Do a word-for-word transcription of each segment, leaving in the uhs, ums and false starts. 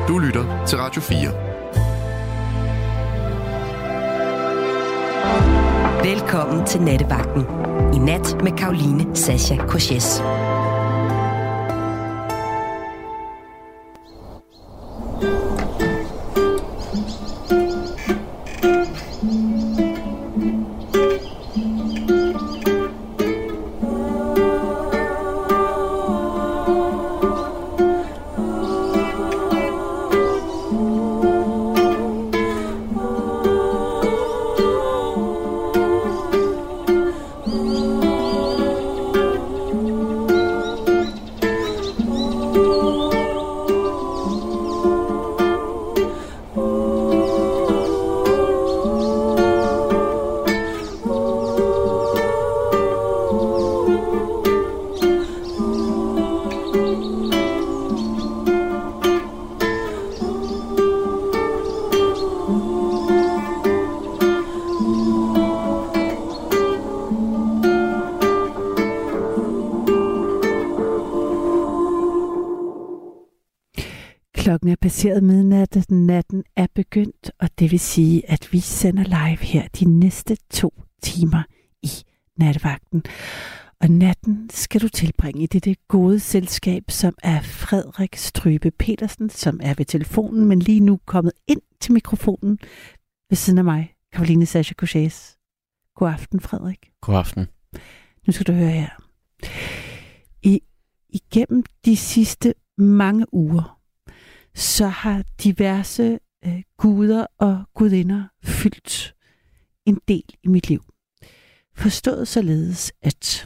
Du lytter til Radio fire. Velkommen til Nattevagten. I nat med Karoline Sascha Koshes. Klokken er passeret midnat, natten er begyndt, og det vil sige, at vi sender live her de næste to timer i Nattevagten. Og natten skal du tilbringe i det, det gode selskab, som er Frederik Strybe Petersen, som er ved telefonen, men lige nu kommet ind til mikrofonen ved siden af mig, Karoline Sascha Koshes. God aften, Frederik. God aften. Nu skal du høre her. I, igennem de sidste mange uger, så har diverse øh, guder og gudinder fyldt en del i mit liv. Forstået således, at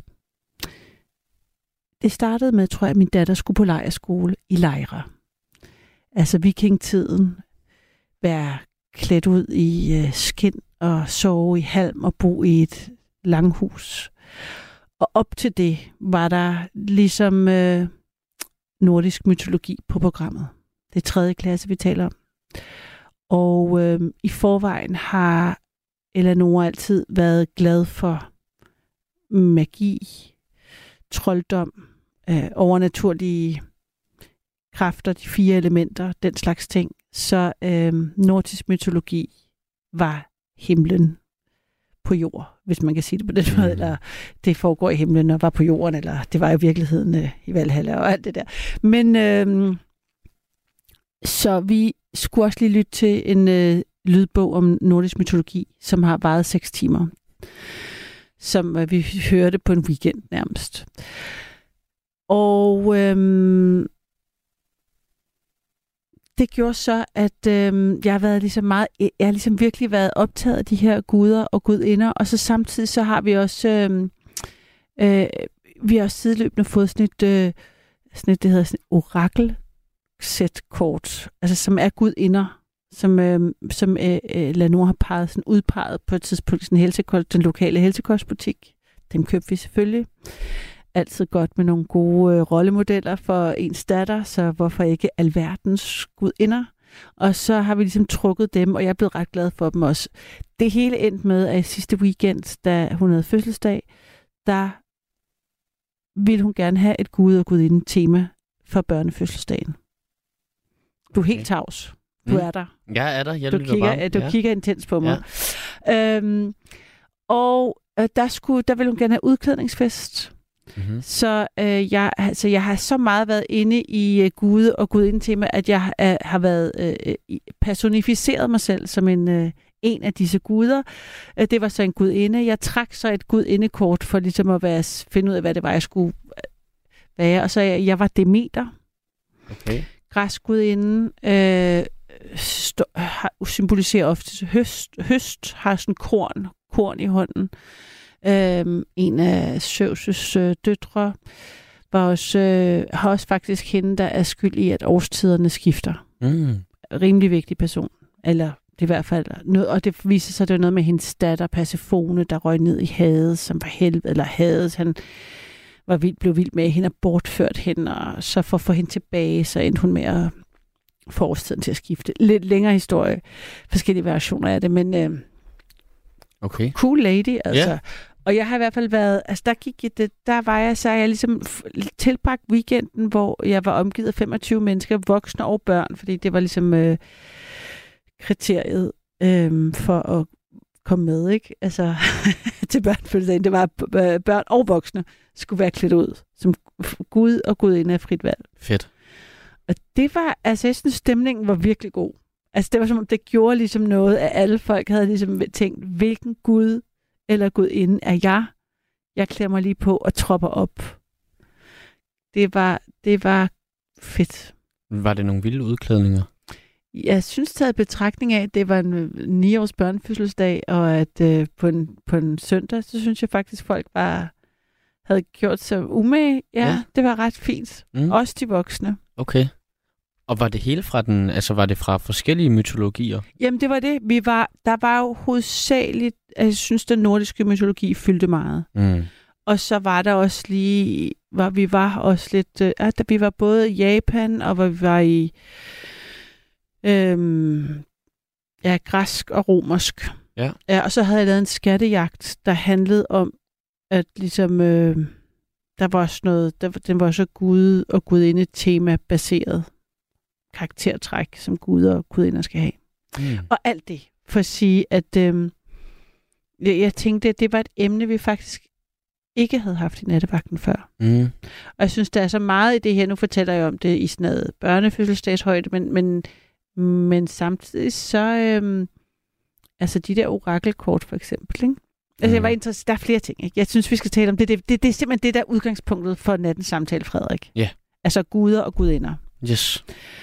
det startede med, tror jeg, at min datter skulle på lejrskole i Lejre. Altså vikingtiden, være klædt ud i øh, skind og sove i halm og bo i et langhus. Og op til det var der ligesom øh, nordisk mytologi på programmet. Det er tredje klasse, vi taler om. Og øh, i forvejen har Eleanor altid været glad for magi, trolddom, øh, overnaturlige kræfter, de fire elementer, den slags ting. Så øh, nordisk mytologi var himlen på jord, hvis man kan sige det på den måde, eller det foregår i himlen og var på jorden, eller det var i virkeligheden øh, i Valhalla og alt det der. Men øh, så vi skulle også lige lytte til en øh, lydbog om nordisk mytologi, som har varet seks timer. Som øh, vi hørte på en weekend nærmest. Og øh, det gjorde så, at øh, jeg har været ligesom meget, jeg har ligesom virkelig været optaget af de her guder og gudinder, og så samtidig så har vi også, øh, øh, vi har også sideløbende fået sådan et, øh, sådan et det hedder sådan et orakel sætkort, altså som er gudinder, som, øh, som øh, Eleanor har peget, sådan udpeget på et tidspunkt sådan helsekost, den lokale helsekostbutik. Dem købte vi selvfølgelig. Altid godt med nogle gode øh, rollemodeller for ens datter, så hvorfor ikke alverdens gudinder? Og så har vi ligesom trukket dem, og jeg er blevet ret glad for dem også. Det hele endte med, at sidste weekend, da hun havde fødselsdag, der ville hun gerne have et gud og gudinde tema for børnefødselsdagen. Du er helt tavs. Du mm. er der. Jeg er der. Jeg du lytter kigger, bare. Du ja. kigger intens på mig. Ja. Øhm, og øh, der, skulle, der ville hun gerne have udklædningsfest. Mm-hmm. Så, øh, jeg, altså, jeg har så meget været inde i uh, Gud og Gudinde-tema, at jeg uh, har været uh, personificeret mig selv som en, uh, en af disse guder. Uh, det var så en gudinde. Jeg trak så et gudindekort for ligesom at være, finde ud af, hvad det var, jeg skulle være. Og så jeg, jeg var Demeter. Okay. Græsgudinde. Øh, st- har, symboliserer ofte høst, høst, har sådan korn, korn i hånden. Øhm, en af Zeus' øh, døtre var også, øh, har også faktisk hende, der er skyld i, at årstiderne skifter. Mm. Rimelig vigtig person. Eller det er i hvert fald noget, og det viser sig, at det var noget med hendes datter Persefone, der røg ned i havet, som var helvede, eller havet. Han var vild, blev vild med hende og bortført hende, og så for at få hende tilbage, så endte hun med at få årstiden til at skifte. Lidt længere historie, forskellige versioner af det, men øh, okay. cool lady, altså. Yeah. Og jeg har i hvert fald været, altså der gik jeg, det, der var jeg, så jeg ligesom tilbragt weekenden, hvor jeg var omgivet af femogtyve mennesker, voksne og børn, fordi det var ligesom øh, kriteriet øh, for at komme med, ikke? Altså til børnefødselsdagen, det var b- børn og voksne skulle være klædt ud som Gud og gudinde af frit valg. Fedt. Og det var, altså jeg synes, stemningen var virkelig god. Altså det var som om, det gjorde ligesom noget, at alle folk havde ligesom tænkt, hvilken Gud eller gudinde er jeg? Jeg klæder mig lige på og tropper op. Det var, det var fedt. Var det nogle vilde udklædninger? Jeg synes, taget betragtning af, at det var en ni-års børnefødselsdag, og at øh, på, en, på en søndag, så synes jeg faktisk, folk var, havde gjort sig umage. Ja, ja, det var ret fint. Mm. Også de voksne. Okay. Og var det hele fra den, altså var det fra forskellige mytologier? Jamen, det var det. Vi var, der var jo hovedsageligt, jeg synes, den nordiske mytologi fyldte meget. Mm. Og så var der også lige, var, vi var også lidt, øh, at vi var både i Japan, og hvor vi var i øhm, ja, græsk og romersk. Ja. Ja, og så havde jeg lavet en skattejagt, der handlede om, at ligesom, øh, der var også noget, der, den var så gud og gudinde tema baseret karaktertræk, som guder og gudinder skal have. Mm. Og alt det, for at sige, at øh, jeg, jeg tænkte, at det var et emne, vi faktisk ikke havde haft i nattevagten før. Mm. Og jeg synes, der er så meget i det her, nu fortæller jeg om det i sådan noget børnefødselsdagshøjde, men, men, men samtidig så, øh, altså de der orakelkort for eksempel, ikke? Altså, jeg var interesseret, der er flere ting, ikke? Jeg synes, vi skal tale om det. Det, det, det er simpelthen det, der er udgangspunktet for nattens samtale, Frederik. Ja. Yeah. Altså guder og gudinder. Yes.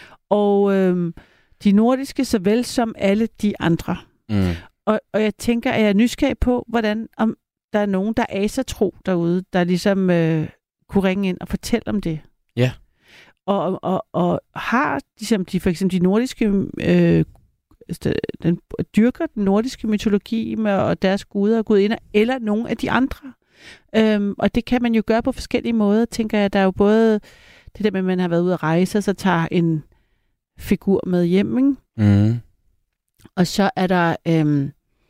Og øhm, de nordiske, såvel som alle de andre. Mm. Og, og jeg tænker, at jeg er nysgerrig på, hvordan om der er nogen, der er asatro derude, der ligesom øh, kunne ringe ind og fortælle om det. Ja. Yeah. Og, og, og har ligesom de, for eksempel de nordiske, øh, den, dyrker den nordiske mytologi med og deres guder og gudinder, eller nogle af de andre. Øhm, og det kan man jo gøre på forskellige måder, tænker jeg. Der er jo både det der med, at man har været ude at rejse, og så tager en figur med hjem, ikke? Mm. Og så er der, øhm,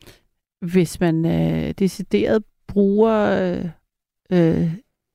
hvis man øh, decideret bruger øh, øh,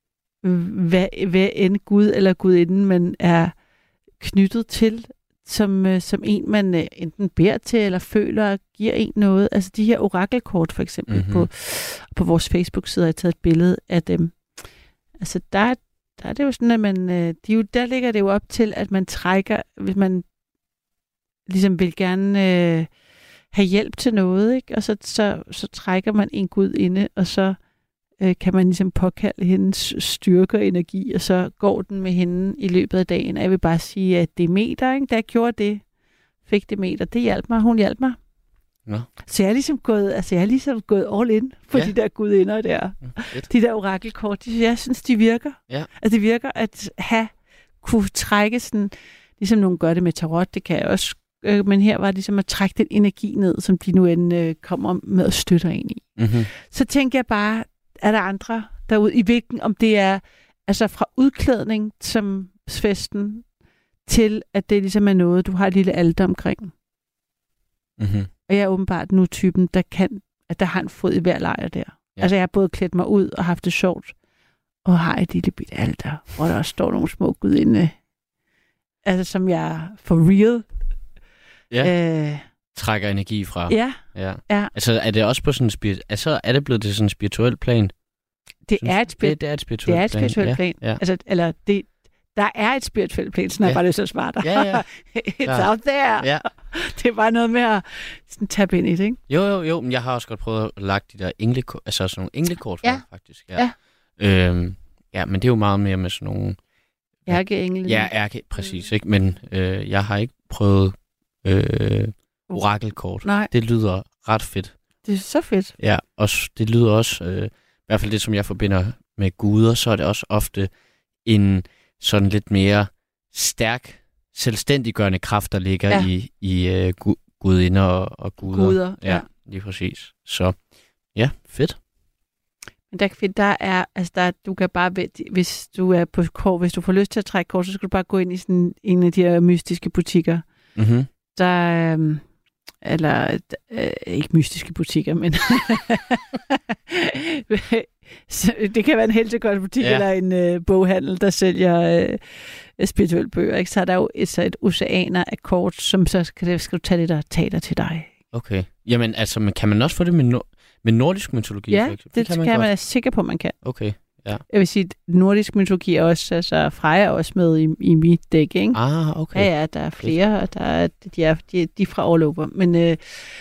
hvad, hvad end Gud eller gudinden man er knyttet til, som, øh, som en, man øh, enten beder til, eller føler, giver en noget. Altså de her orakelkort, for eksempel, mm-hmm. på, på vores Facebook-side har jeg taget et billede af dem. Altså der, der er det jo sådan, at man, øh, de jo, der ligger det jo op til, at man trækker, hvis man ligesom vil gerne øh, have hjælp til noget, ikke? Og så, så, så trækker man en gud inde, og så øh, kan man ligesom påkalde hendes styrke og energi, og så går den med hende i løbet af dagen. Og jeg vil bare sige, at Demeter, ikke? Da jeg gjorde det, fik Demeter, det hjalp mig, hun hjalp mig. Ja. Så jeg er ligesom gået, altså jeg er ligesom gået all in på ja. de der gudinder der. Ja, de der orakelkort, de, jeg synes, de virker. Ja. Altså det virker at have, kunne trække sådan, ligesom nogen gør det med tarot, det kan jeg også, øh, men her var det ligesom at trække den energi ned, som de nu end øh, kommer med og støtter en i. Mm-hmm. Så tænker jeg bare, er der andre derude, i hvilken, om det er altså fra udklædning som festen, til at det ligesom er noget, du har et lille alter omkring. Mm-hmm. Og jeg er åbenbart nu typen, der kan, at der har en fod i hver lejr der. Ja. Altså jeg har både klædt mig ud og haft det sjovt, og har et lille bit alter, hvor der også står nogle små gudinde, altså som jeg for real ja. øh, trækker energi fra. Ja. ja. ja. Altså er det også på sådan en spir- altså er det blevet til sådan en spirituel plan? Det Synes, er et spir- det, det er et spirituelt plan. Det er et spirituelt plan. Ja. Ja. Altså eller det der er et spirituelt plan, sådan er ja. bare det så smart. Ja, ja. It's ja. out there. Ja. Det er bare noget med at sådan, tabe ind i det, ikke? Jo, jo, jo. Men jeg har også godt prøvet at lage de der englekort, altså sådan nogle englekort for, ja. faktisk. Ja. Ja. Øhm, ja, men det er jo meget mere med sådan nogle... Ærkeengle. Ja, ærke, præcis. Ikke? Men øh, jeg har ikke prøvet øh, orakelkort. Nej. Det lyder ret fedt. Det er så fedt. Ja, og det lyder også, øh, i hvert fald det, som jeg forbinder med guder, så er det også ofte en sådan lidt mere stærk, selvstændiggørende kraft, der ligger ja. i, i øh, gu- gudinder og, og guder. Guder, ja. ja. Lige præcis. Så ja, fedt. Men der, der er, altså der, du kan bare, hvis du er på kort, hvis du får lyst til at trække kort, så skal du bare gå ind i sådan en af de her mystiske butikker. Mm-hmm. Der, øhm, eller øh, ikke mystiske butikker, men det kan være en heltegodtbutik ja. eller en øh, boghandel, der sælger øh, spirituelle bøger. Ikke? Så er der jo et, så et oceaner af kort, som så skal, skal du tage det, der taler til dig. Okay. Jamen altså, men kan man også få det med, no- med nordisk mytologi? Ja, det, det kan man, kan man er sikker på, man kan. Okay, ja. Jeg vil sige, at nordisk mytologi er også, altså Freja er også med i, i mit dæk, ikke? Ah, okay. Ja, ja, der er flere, og der er, de, er, de, de er fra all over. Men øh,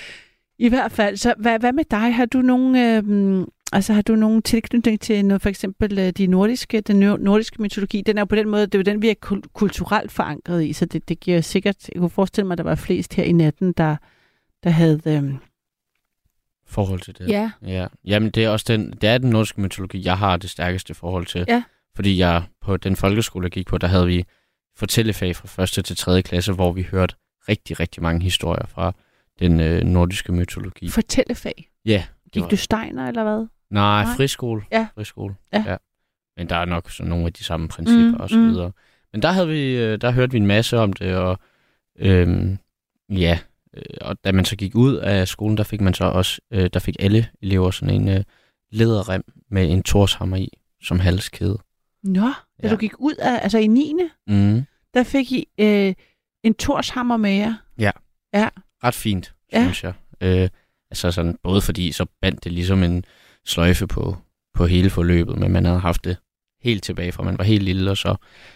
i hvert fald, så hvad, hvad med dig? Har du nogen, øh, altså har du nogen tilknytning til noget, for eksempel øh, de nordiske, den nordiske mytologi? Den er jo på den måde, det er jo den, vi er kulturelt forankret i, så det, det giver sikkert, jeg kunne forestille mig, at der var flest her i natten, der, der havde... Øh, forhold til det. Ja. ja. Jamen, det er også den, det er den nordiske mytologi, jeg har det stærkeste forhold til. Ja. Fordi jeg, på den folkeskole, jeg gik på, der havde vi fortællefag fra første til tredje klasse, hvor vi hørte rigtig, rigtig mange historier fra den øh, nordiske mytologi. Fortællefag? Ja. Gik var... du Steiner, eller hvad? Nej, Nej. friskole. Ja. friskole. Ja. ja. Men der er nok sådan nogle af de samme principper mm, og så videre. Mm. Men der havde vi, der hørte vi en masse om det, og øhm, ja, og da man så gik ud af skolen, der fik man så også, øh, der fik alle elever sådan en øh, læderrem med en torshammer i, som halskæde. Nå, da ja. du gik ud af, altså i niende Mm. der fik I øh, en torshammer med jer? Ja. Ja. Ret fint, ja. synes jeg. Øh, altså sådan, både fordi så bandt det ligesom en sløjfe på, på hele forløbet, men man havde haft det helt tilbage fra man var helt lille, og så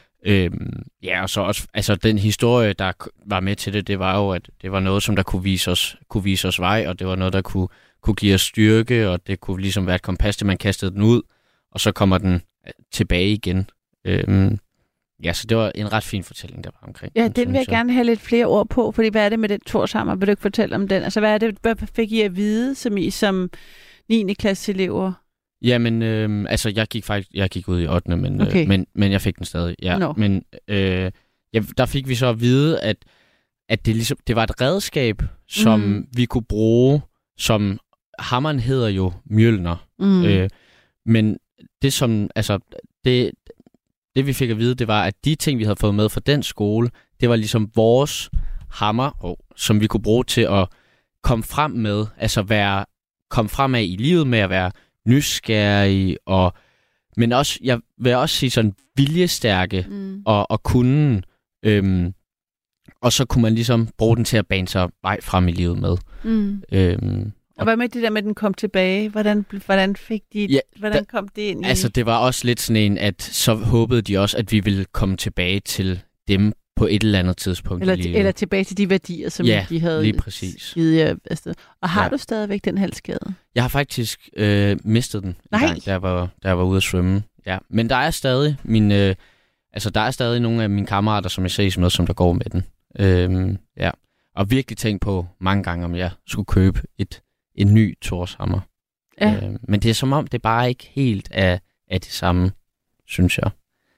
Øhm, ja, og så også, altså den historie, der var med til det, det var jo, at det var noget, som der kunne vise os, kunne vise os vej, og det var noget, der kunne, kunne give os styrke, og det kunne ligesom være et kompas, til man kastede den ud, og så kommer den tilbage igen. Øhm, ja, så det var en ret fin fortælling, der var omkring. Ja, den, den vil jeg, jeg gerne have lidt flere ord på, fordi hvad er det med den torshammer? Vil du ikke fortælle om den? Altså, hvad er det, hvad fik I at vide, som I som niende klasse elever? Jamen, øh, altså jeg gik faktisk, jeg gik ud i ottende men, okay. øh, men, men jeg fik den stadig. Ja. No. Men øh, ja, der fik vi så at vide, at, at det, ligesom, det var et redskab, som mm. vi kunne bruge, som hammeren hedder jo Mjølner. Mm. Øh, men det som, altså, det, det vi fik at vide, det var, at de ting, vi havde fået med fra den skole, det var ligesom vores hammer, oh, som vi kunne bruge til at komme frem med, altså være, komme fremad i livet med at være nysgerrig, og, men også, jeg vil også sige sådan viljesstærke mm. og, og kunne, øhm, og så kunne man ligesom bruge den til at bane sig vej frem i livet med. Mm. Øhm, og, og hvad med det der med, at den kom tilbage? Hvordan, hvordan fik de, ja, hvordan der, kom det ind i? Altså, det var også lidt sådan en, at så håbede de også, at vi ville komme tilbage til dem på et eller andet tidspunkt eller, i livet. Eller tilbage til de værdier, som ja, de havde lige præcis. givet jer afsted. Og har ja. du stadigvæk den halskæde? Jeg har faktisk øh, mistet den, en gang, da jeg var, da jeg var ude at svømme. Ja. Men der er stadig min, øh, altså der er stadig nogle af mine kammerater, som jeg ses med, som der går med den. Øhm, ja. Og virkelig tænkt på mange gange, om jeg skulle købe et, en ny torshammer. Ja. Øhm, men det er som om, det bare ikke helt er, er det samme, synes jeg.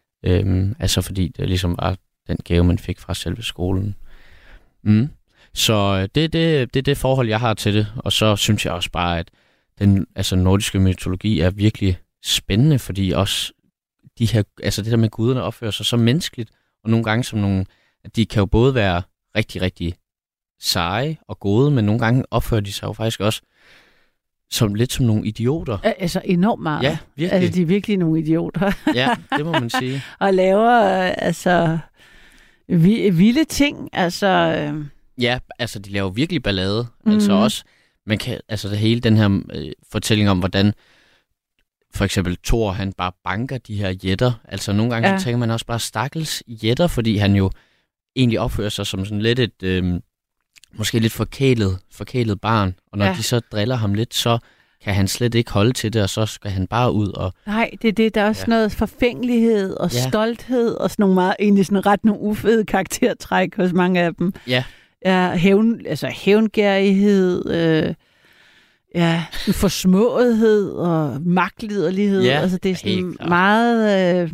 Øhm, altså fordi det ligesom var den gave, man fik fra selve skolen. Mm. Så det er det, det, det forhold, jeg har til det. Og så synes jeg også bare, at den altså, nordiske mytologi er virkelig spændende, fordi også de her, altså det der med guderne opfører sig så menneskeligt, og nogle gange som nogle, at de kan jo både være rigtig, rigtig seje og gode, men nogle gange opfører de sig jo faktisk også som lidt som nogle idioter. Altså enormt meget. Ja, virkelig. Altså de er virkelig nogle idioter. Ja, det må man sige. Og laver altså vilde ting, altså... Øh... Ja, altså de laver virkelig ballade. Mm. Altså også, man kan, altså det hele den her øh, fortælling om, hvordan for eksempel Thor, han bare banker de her jætter. Altså nogle gange ja. så tænker man også bare stakkels jætter, fordi han jo egentlig opfører sig som sådan lidt et, øh, måske lidt forkælet, forkælet barn. Og når ja. de så driller ham lidt, så kan han slet ikke holde til det, og så skal han bare ud og... Nej, det er det. Der er også ja. noget forfængelighed og ja. stolthed, og sådan nogle meget, egentlig sådan ret nogle ufede karaktertræk hos mange af dem. Ja. Ja, hævn, altså hævngærighed, øh, ja, forsmåethed og magtliderlighed. Ja, altså det er sådan meget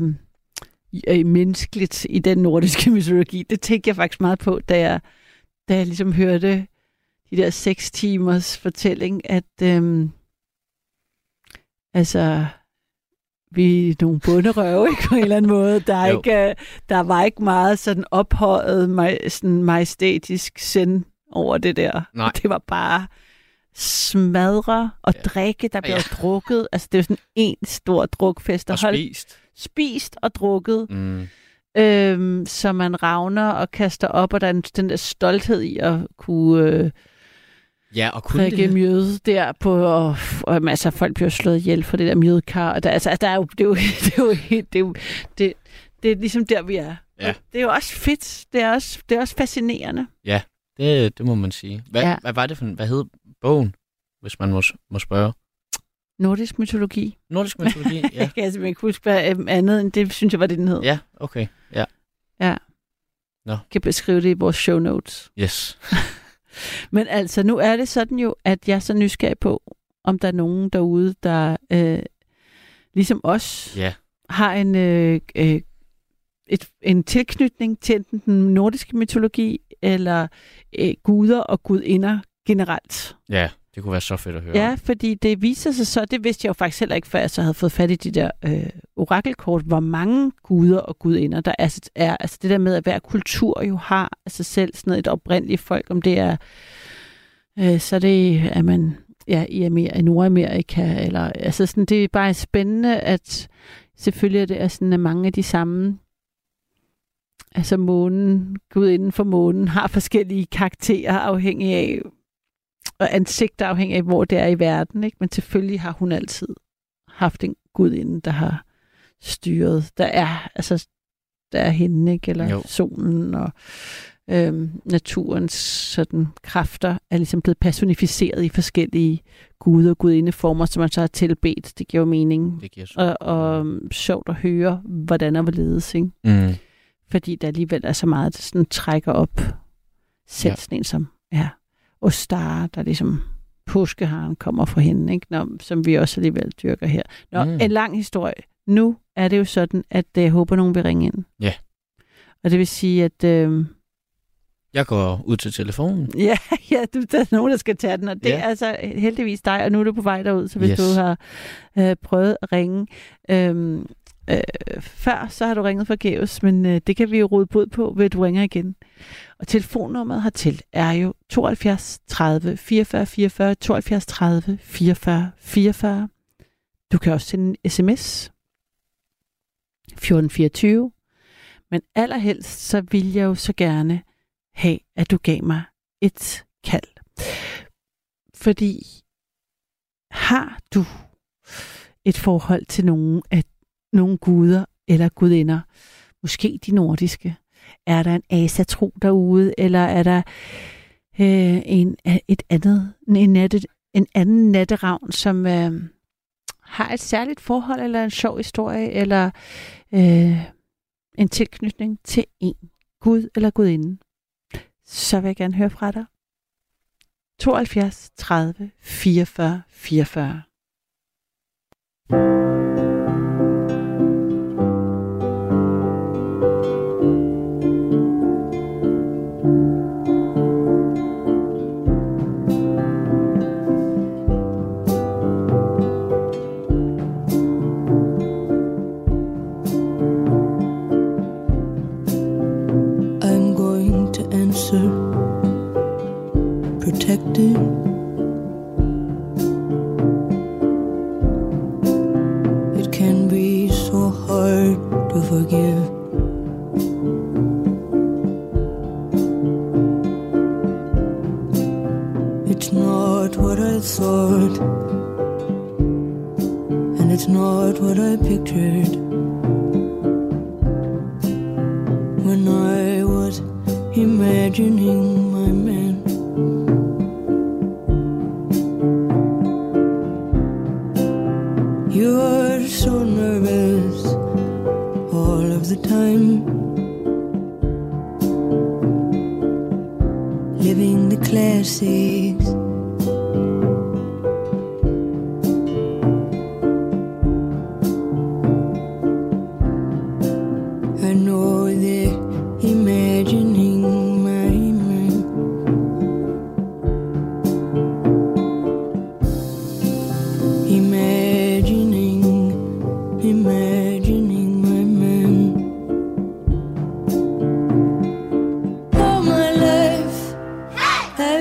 øh, menneskeligt i den nordiske mytologi. Det tænkte jeg faktisk meget på, da jeg, da jeg ligesom hørte de der seks timers fortælling, at øh, altså vi er nogle bunderøve, ikke, på en eller anden måde. Der, er ikke, der var ikke meget sådan ophøjet, sådan majestætisk send over det der. Nej. Og det var bare smadre og ja. drikke, der blev ja. drukket. Altså, det var sådan en stor drukfest. Og hold... spist. Spist og drukket. Mm. Øhm, så man ravner og kaster op, og der er den der stolthed i at kunne... Øh, Ja, og kunne drikke det. mjøde der på, og, og masser af folk bliver slået ihjel for det der mjødekar. Og der, altså, der er jo, det er jo, det er jo, det er jo det, det er ligesom der, vi er. Ja. Det er jo også fedt. Det er også, det er også fascinerende. Ja, det, det må man sige. Hvad, ja. hvad var det for en, hvad hed bogen, hvis man må, må spørge? Nordisk mytologi. Nordisk mytologi, ja. Jeg kan simpelthen ikke huske hvad andet end det, synes jeg var det, den hed. Ja, okay, ja. Ja. Nå. Jeg kan beskrive det i vores show notes. Yes. Men altså, nu er det sådan jo, at jeg er så nysgerrig på, om der er nogen derude, der øh, ligesom os yeah. har en, øh, øh, et, en tilknytning til enten den nordiske mytologi, eller øh, guder og gudinder generelt. Ja, det kunne være så fedt at høre. Ja, fordi det viser sig så, det vidste jeg jo faktisk heller ikke, før jeg så havde fået fat i de der øh, orakelkort, hvor mange guder og gudinder der er, er. Altså det der med, at hver kultur jo har altså selv sådan noget, et oprindeligt folk, om det er, øh, så det er man ja, i, Amer- i Nordamerika, eller altså sådan, det er bare spændende, at selvfølgelig er det er sådan, at mange af de samme, altså månen, gudinden for månen, har forskellige karakterer afhængig af, og ansigter afhængig af, hvor det er i verden, ikke? Men selvfølgelig har hun altid haft en gudinde, der har styret. Der er, altså, der er hende, ikke? Eller jo. Solen og øhm, naturens sådan, kræfter er ligesom blevet personificeret i forskellige guder og gudindeformer, som man så har tilbedt. Det giver jo mening. Det giver så. Og, og sjovt at høre, hvordan og hvorledes, ikke? Mm. Fordi der alligevel er så meget, der sådan trækker op. Selv ja. Sådan en som, ja. Og Star, der ligesom påskeharen kommer fra hende, ikke? Nå, som vi også alligevel dyrker her. Nå, mm. en lang historie. Nu er det jo sådan, at jeg håber, nogen vil ringe ind. Ja. Og det vil sige, at... Øh... Jeg går ud til telefonen. Ja, ja du, der er nogen, der skal tage den, og det ja. er altså heldigvis dig, og nu er du på vej derud, så hvis yes. du har øh, prøvet at ringe... Øh, Øh, før, så har du ringet forgæves, men øh, det kan vi jo rode bod på, ved at du ringer igen. Og telefonnummeret hertil er jo tooghalvfjerds tredive fireogfyrre fireogfyrre, tooghalvfjerds tredive fireogfyrre fireogfyrre. Du kan også sende en sms fjorten fireogtyve. Men allerhelst, så vil jeg jo så gerne have, at du gav mig et kald. Fordi har du et forhold til nogen af nogle guder eller gudinder, måske de nordiske. Er der en asatro derude, eller er der øh, en, et andet, en, natte, en anden natteravn, som øh, har et særligt forhold, eller en sjov historie, eller øh, en tilknytning til en gud eller gudinde, så vil jeg gerne høre fra dig. tooghalvfjerds tredive fireogfyrre fireogfyrre. Protected. It can be so hard to forgive. It's not what I thought, and it's not what I pictured when I was imagining my man. You're so nervous all of the time, living the classics. I know they're imagining my man. Imagining, imagining my man. All my life I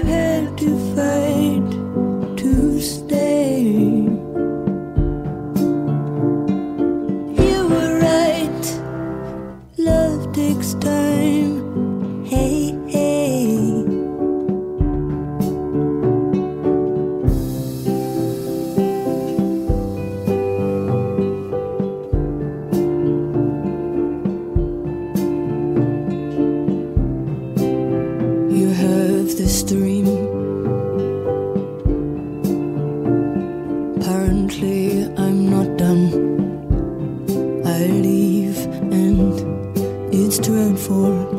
full.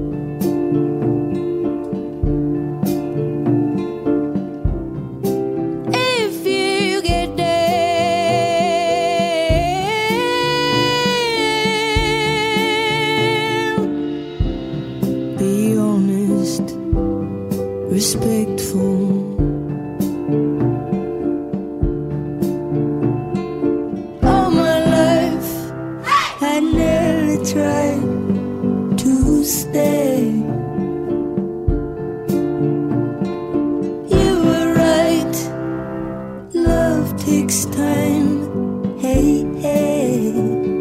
Respectful. All my life I nearly tried to stay. You were right. Love takes time. Hey, hey.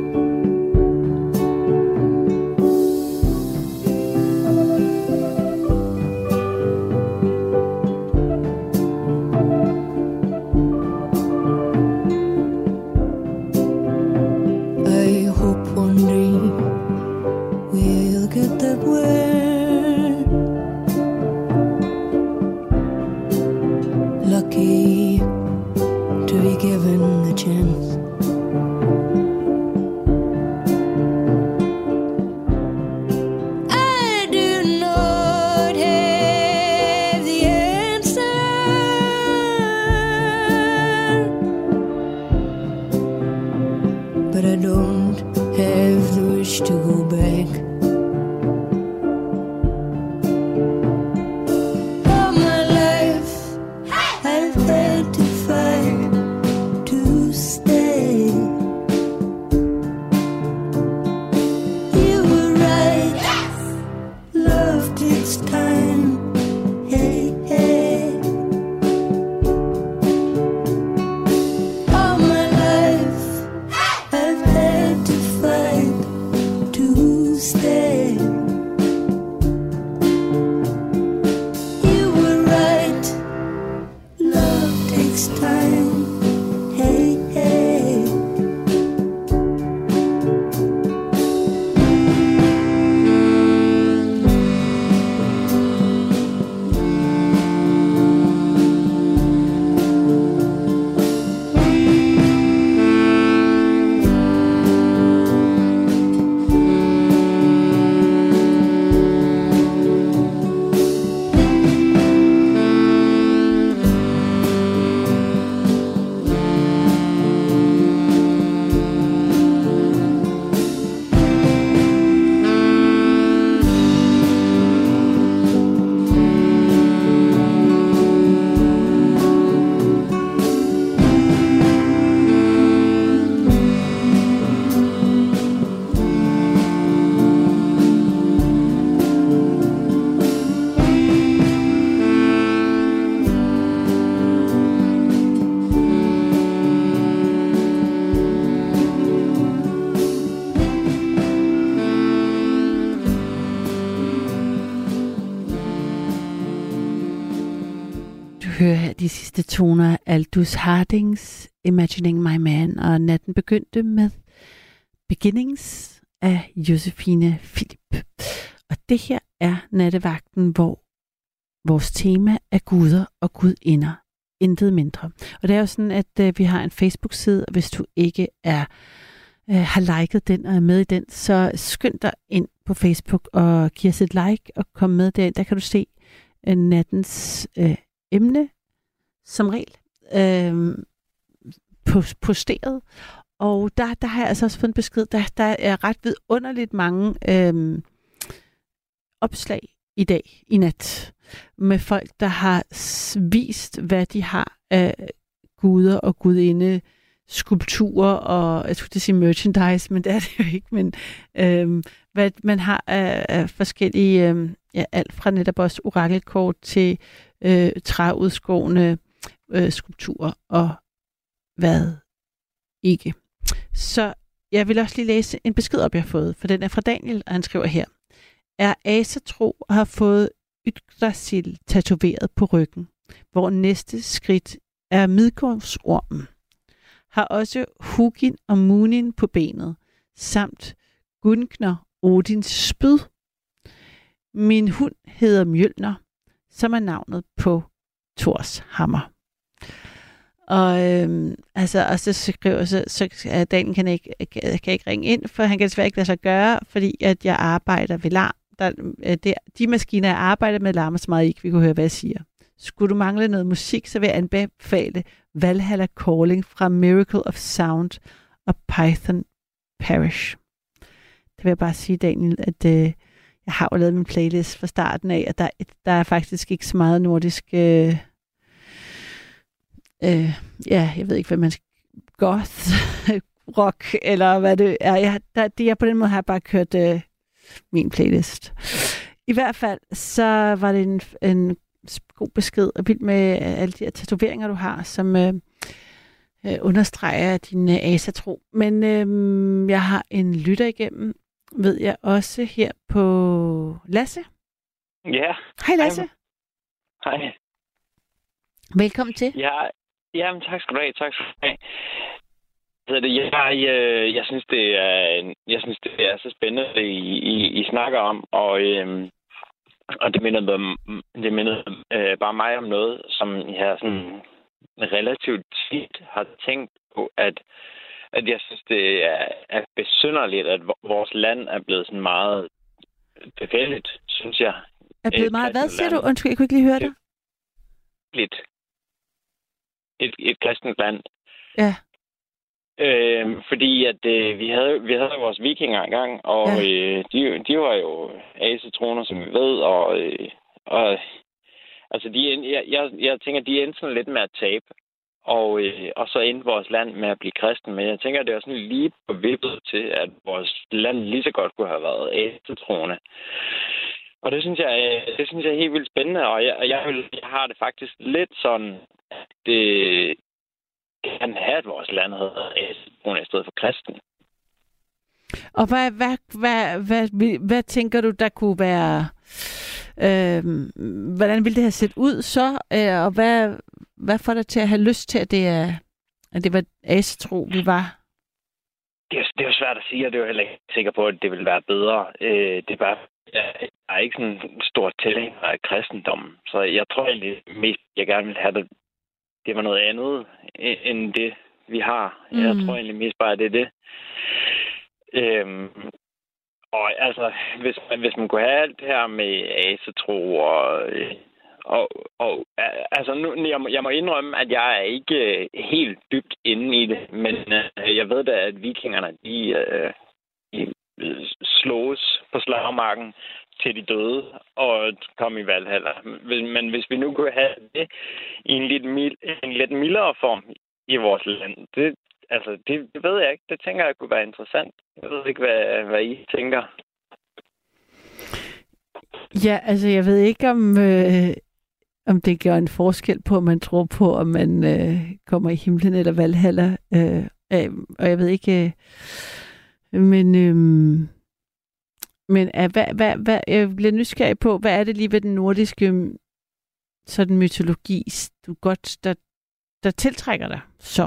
Hører her de sidste toner af Aldous Hardings Imagining My Man, og natten begyndte med Beginnings af Josefine Philip. Og det her er nattevagten, hvor vores tema er guder og gudinder. Intet mindre. Og det er jo sådan, at øh, vi har en Facebook-side, og hvis du ikke er øh, har liket den og er med i den, så skynd dig ind på Facebook og giv os et like og kom med derind. Der kan du se øh, nattens øh, emne, som regel, øh, posteret. Og der, der har jeg altså også fået en besked, der, der er ret vidunderligt mange øh, opslag i dag, i nat, med folk, der har vist, hvad de har af guder og gudinde, skulpturer og, jeg skulle sige merchandise, men det er det jo ikke, men øh, hvad man har af, af forskellige, øh, ja, alt fra netop også orakelkort til øh, træudskårne øh, skulpturer og hvad ikke. Så jeg vil også lige læse en besked op, jeg har fået, for den er fra Daniel, og han skriver her: Er asatro og har fået Yggdrasil tatoveret på ryggen, hvor næste skridt er Midgårdsormen. Har også Hugin og Munin på benet, samt Gungnir, Odins spyd. Min hund hedder Mjølner, som er navnet på Thors hammer. Og, øhm, altså, og så skriver så, så at Daniel kan ikke, kan ikke ringe ind, for han kan desværre ikke lade sig gøre, fordi at jeg arbejder ved larm. Der, det, de maskiner, jeg arbejder med, larmer så meget, ikke vi kunne høre, hvad jeg siger. Skulle du mangle noget musik, så vil jeg anbefale Valhalla Calling fra Miracle of Sound og Python Parish. Det vil jeg bare sige, Daniel, at øh, jeg har jo lavet min playlist fra starten af, og der, der er faktisk ikke så meget nordisk... Øh, øh, ja, jeg ved ikke, hvad man skal... Goth, rock, eller hvad det er. Jeg, der, det er på den måde, har jeg bare kørt øh, min playlist. I hvert fald, så var det en, en god besked, og vildt med alle de her tatoveringer, du har, som øh, øh, understreger din øh, asatro. Men øh, jeg har en lytter igennem, ved jeg også her på Lasse. Ja. Hej Lasse. Hej. Velkommen til. Ja, jamen, tak skal du have. Tak skal du have. Jeg, jeg, jeg, synes, det er, jeg synes, det er så spændende, det I, I, I snakker om, og, øhm, og det minder, det minder øh, bare mig om noget, som jeg sådan relativt tit har tænkt på, at, at jeg synes, det er, er besynderligt, at vores land er blevet sådan meget befældigt, synes jeg. Er blevet meget... Hvad siger du? Undskyld, jeg kunne ikke lige høre dig. Lidt. Et, et kristent land. Ja. Øh, fordi at øh, vi havde vi havde vores vikinger engang, og ja. øh, de, de var jo asetroner, som vi ved, og, øh, og altså de, jeg, jeg, jeg tænker, de endte sådan lidt med at tabe, og, øh, og så endte vores land med at blive kristen, men jeg tænker, det var sådan lige på vippet til, at vores land lige så godt kunne have været asetroner. Og det synes jeg, det synes jeg er helt vildt spændende, og jeg, jeg, jeg har det faktisk lidt sådan, at det kan have, at vores land hedder asetroner i stedet for kristen. Og hvad, hvad, hvad, hvad, hvad tænker du, der kunne være... Øh, hvordan ville det have set ud så? Øh, og hvad, hvad får dig til at have lyst til, at det, er, at det var asetro, vi var? Det er, det er jo svært at sige, og det er jo heller ikke sikker på, at det vil være bedre. Øh, det er bare... Jeg er ikke sådan en stor tilhænger af kristendommen, så jeg tror egentlig mest, jeg gerne vil have det, det var noget andet end det, vi har. Mm. Jeg tror egentlig mest bare, at det er det. Øhm, og altså, hvis, hvis man kunne have alt det her med asetro og... og, og altså, nu, jeg, må, jeg må indrømme, at jeg er ikke helt dybt inde i det, men øh, jeg ved da, at vikingerne, de... Øh, de slås på slagmarken til de døde og kom i Valhalla. Men hvis vi nu kunne have det i en lidt, mild, en lidt mildere form i vores land, det, altså, det, det ved jeg ikke. Det tænker jeg kunne være interessant. Jeg ved ikke, hvad, hvad I tænker. Ja, altså jeg ved ikke, om, øh, om det gør en forskel på, om man tror på, om man øh, kommer i himlen eller Valhalla. Øh, øh, og jeg ved ikke... Øh, Men, øhm, men er, hvad, hvad, hvad, jeg bliver nysgerrig på, hvad er det lige ved den nordiske sådan mytologi, du godt, der, der tiltrækker dig så?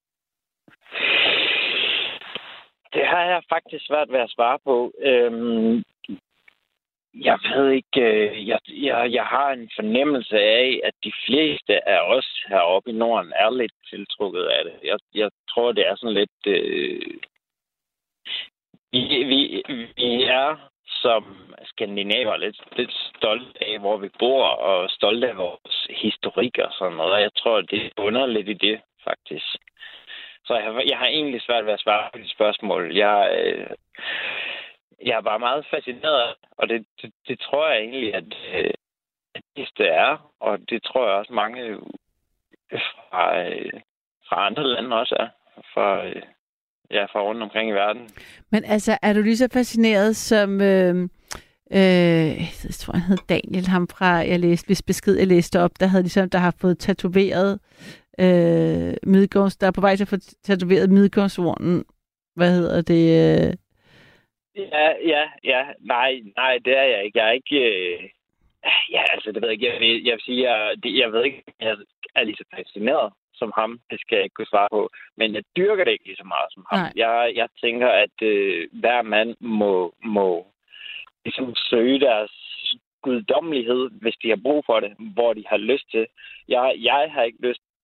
Det har jeg faktisk svært ved at svare på. Øhm, jeg ved ikke, jeg, jeg, jeg har en fornemmelse af, at de fleste af os heroppe i Norden er lidt tiltrukket af det. Jeg, jeg tror, det er sådan lidt... Øh, Vi, vi, vi er som skandinaver lidt, lidt stolte af, hvor vi bor, og stolte af vores historik og sådan noget. Jeg tror, det bunder lidt i det, faktisk. Så jeg, jeg har egentlig svært ved at svare på de spørgsmål. Jeg, øh, jeg er bare meget fascineret, og det, det, det tror jeg egentlig, at, øh, at det er. Og det tror jeg også mange fra, øh, fra andre lande også er. Fra... Øh, Ja, fra rundt omkring i verden. Men altså, er du lige så fascineret som, øh, øh, jeg tror, han hed Daniel, ham fra, jeg læste, hvis besked, jeg læste op, der havde ligesom, der har fået tatoveret øh, Midgårds, der er på vej til at få tatoveret Midgårdsormen. Hvad hedder det? Øh? Ja, ja, ja. Nej, nej, det er jeg ikke. Jeg er ikke... Øh... Ja, altså, det ved jeg ikke. Jeg vil, jeg vil sige, jeg, det, jeg ved ikke, jeg er lige så fascineret som ham. Det skal jeg ikke kunne svare på. Men jeg dyrker det ikke lige så meget som ham. Jeg, jeg tænker, at øh, hver mand må, må ligesom søge deres guddommelighed, hvis de har brug for det, hvor de har lyst til. Jeg, jeg har ikke lyst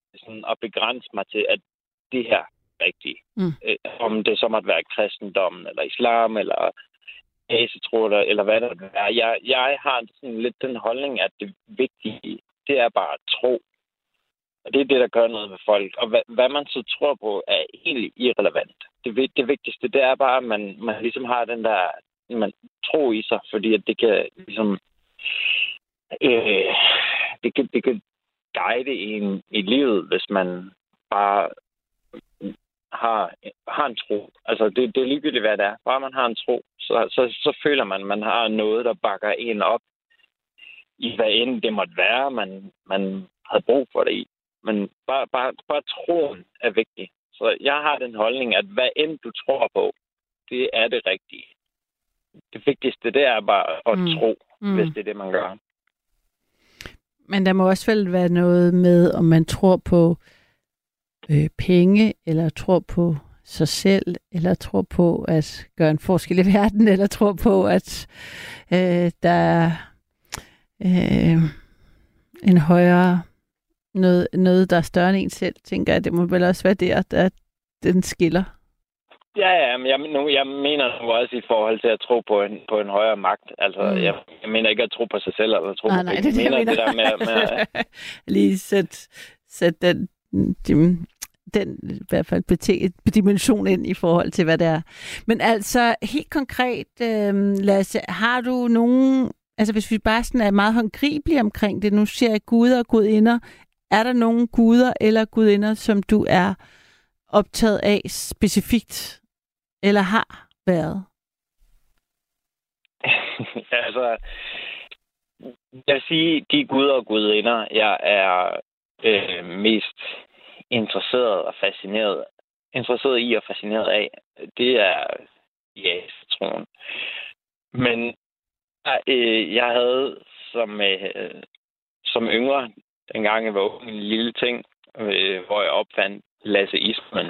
sådan at begrænse mig til, at det her er rigtigt. Mm. Øh, om det så måtte være kristendommen, eller islam, eller asetro, eller hvad der er. Jeg, jeg har sådan lidt den holdning, at det vigtige, det er bare at tro. Og det er det, der gør noget med folk. Og hvad, hvad man så tror på, er egentlig irrelevant. Det, det vigtigste, det er bare, at man, man ligesom har den der man tro i sig, fordi at det kan ligesom øh, det, kan, det kan guide en i livet, hvis man bare har, har en tro. Altså, det, det er ligegyldigt, hvad det er. Bare man har en tro, så, så, så føler man, at man har noget, der bakker en op i hvad end det måtte være, man, man havde brug for det i. Men bare, bare, bare troen er vigtig. Så jeg har den holdning, at hvad end du tror på, det er det rigtige. Det vigtigste, det er bare at mm. tro, mm. hvis det er det, man gør. Men der må også vel være noget med, om man tror på øh, penge, eller tror på sig selv, eller tror på at gøre en forskel i verden, eller tror på, at øh, der er øh, en højere noget, noget, der er større end en selv, tænker jeg. Det må vel også være der, der den skiller. Ja, ja, men jeg, nu, jeg mener nu også i forhold til at tro på en, på en højere magt. Altså, mm. jeg, jeg mener ikke at tro på sig selv, eller tro nej, på nej, det. Det, jeg mener jeg det der med... med lige sæt, sæt den, den, den i hvert fald bete- dimension ind i forhold til, hvad det er. Men altså, helt konkret, øh, Lasse, har du nogen... Altså, hvis vi bare sådan er meget håndgribelige omkring det, nu ser jeg guder og gudinder. Er der nogen guder eller gudinder, som du er optaget af specifikt, eller har været? altså, jeg vil sige, de guder og gudinder, jeg er øh, mest interesseret og fascineret, interesseret i og fascineret af, det er Jesus-troen. Men øh, jeg havde som, øh, som yngre, dengang jeg var ung, en lille ting, øh, hvor jeg opfandt lasseismen.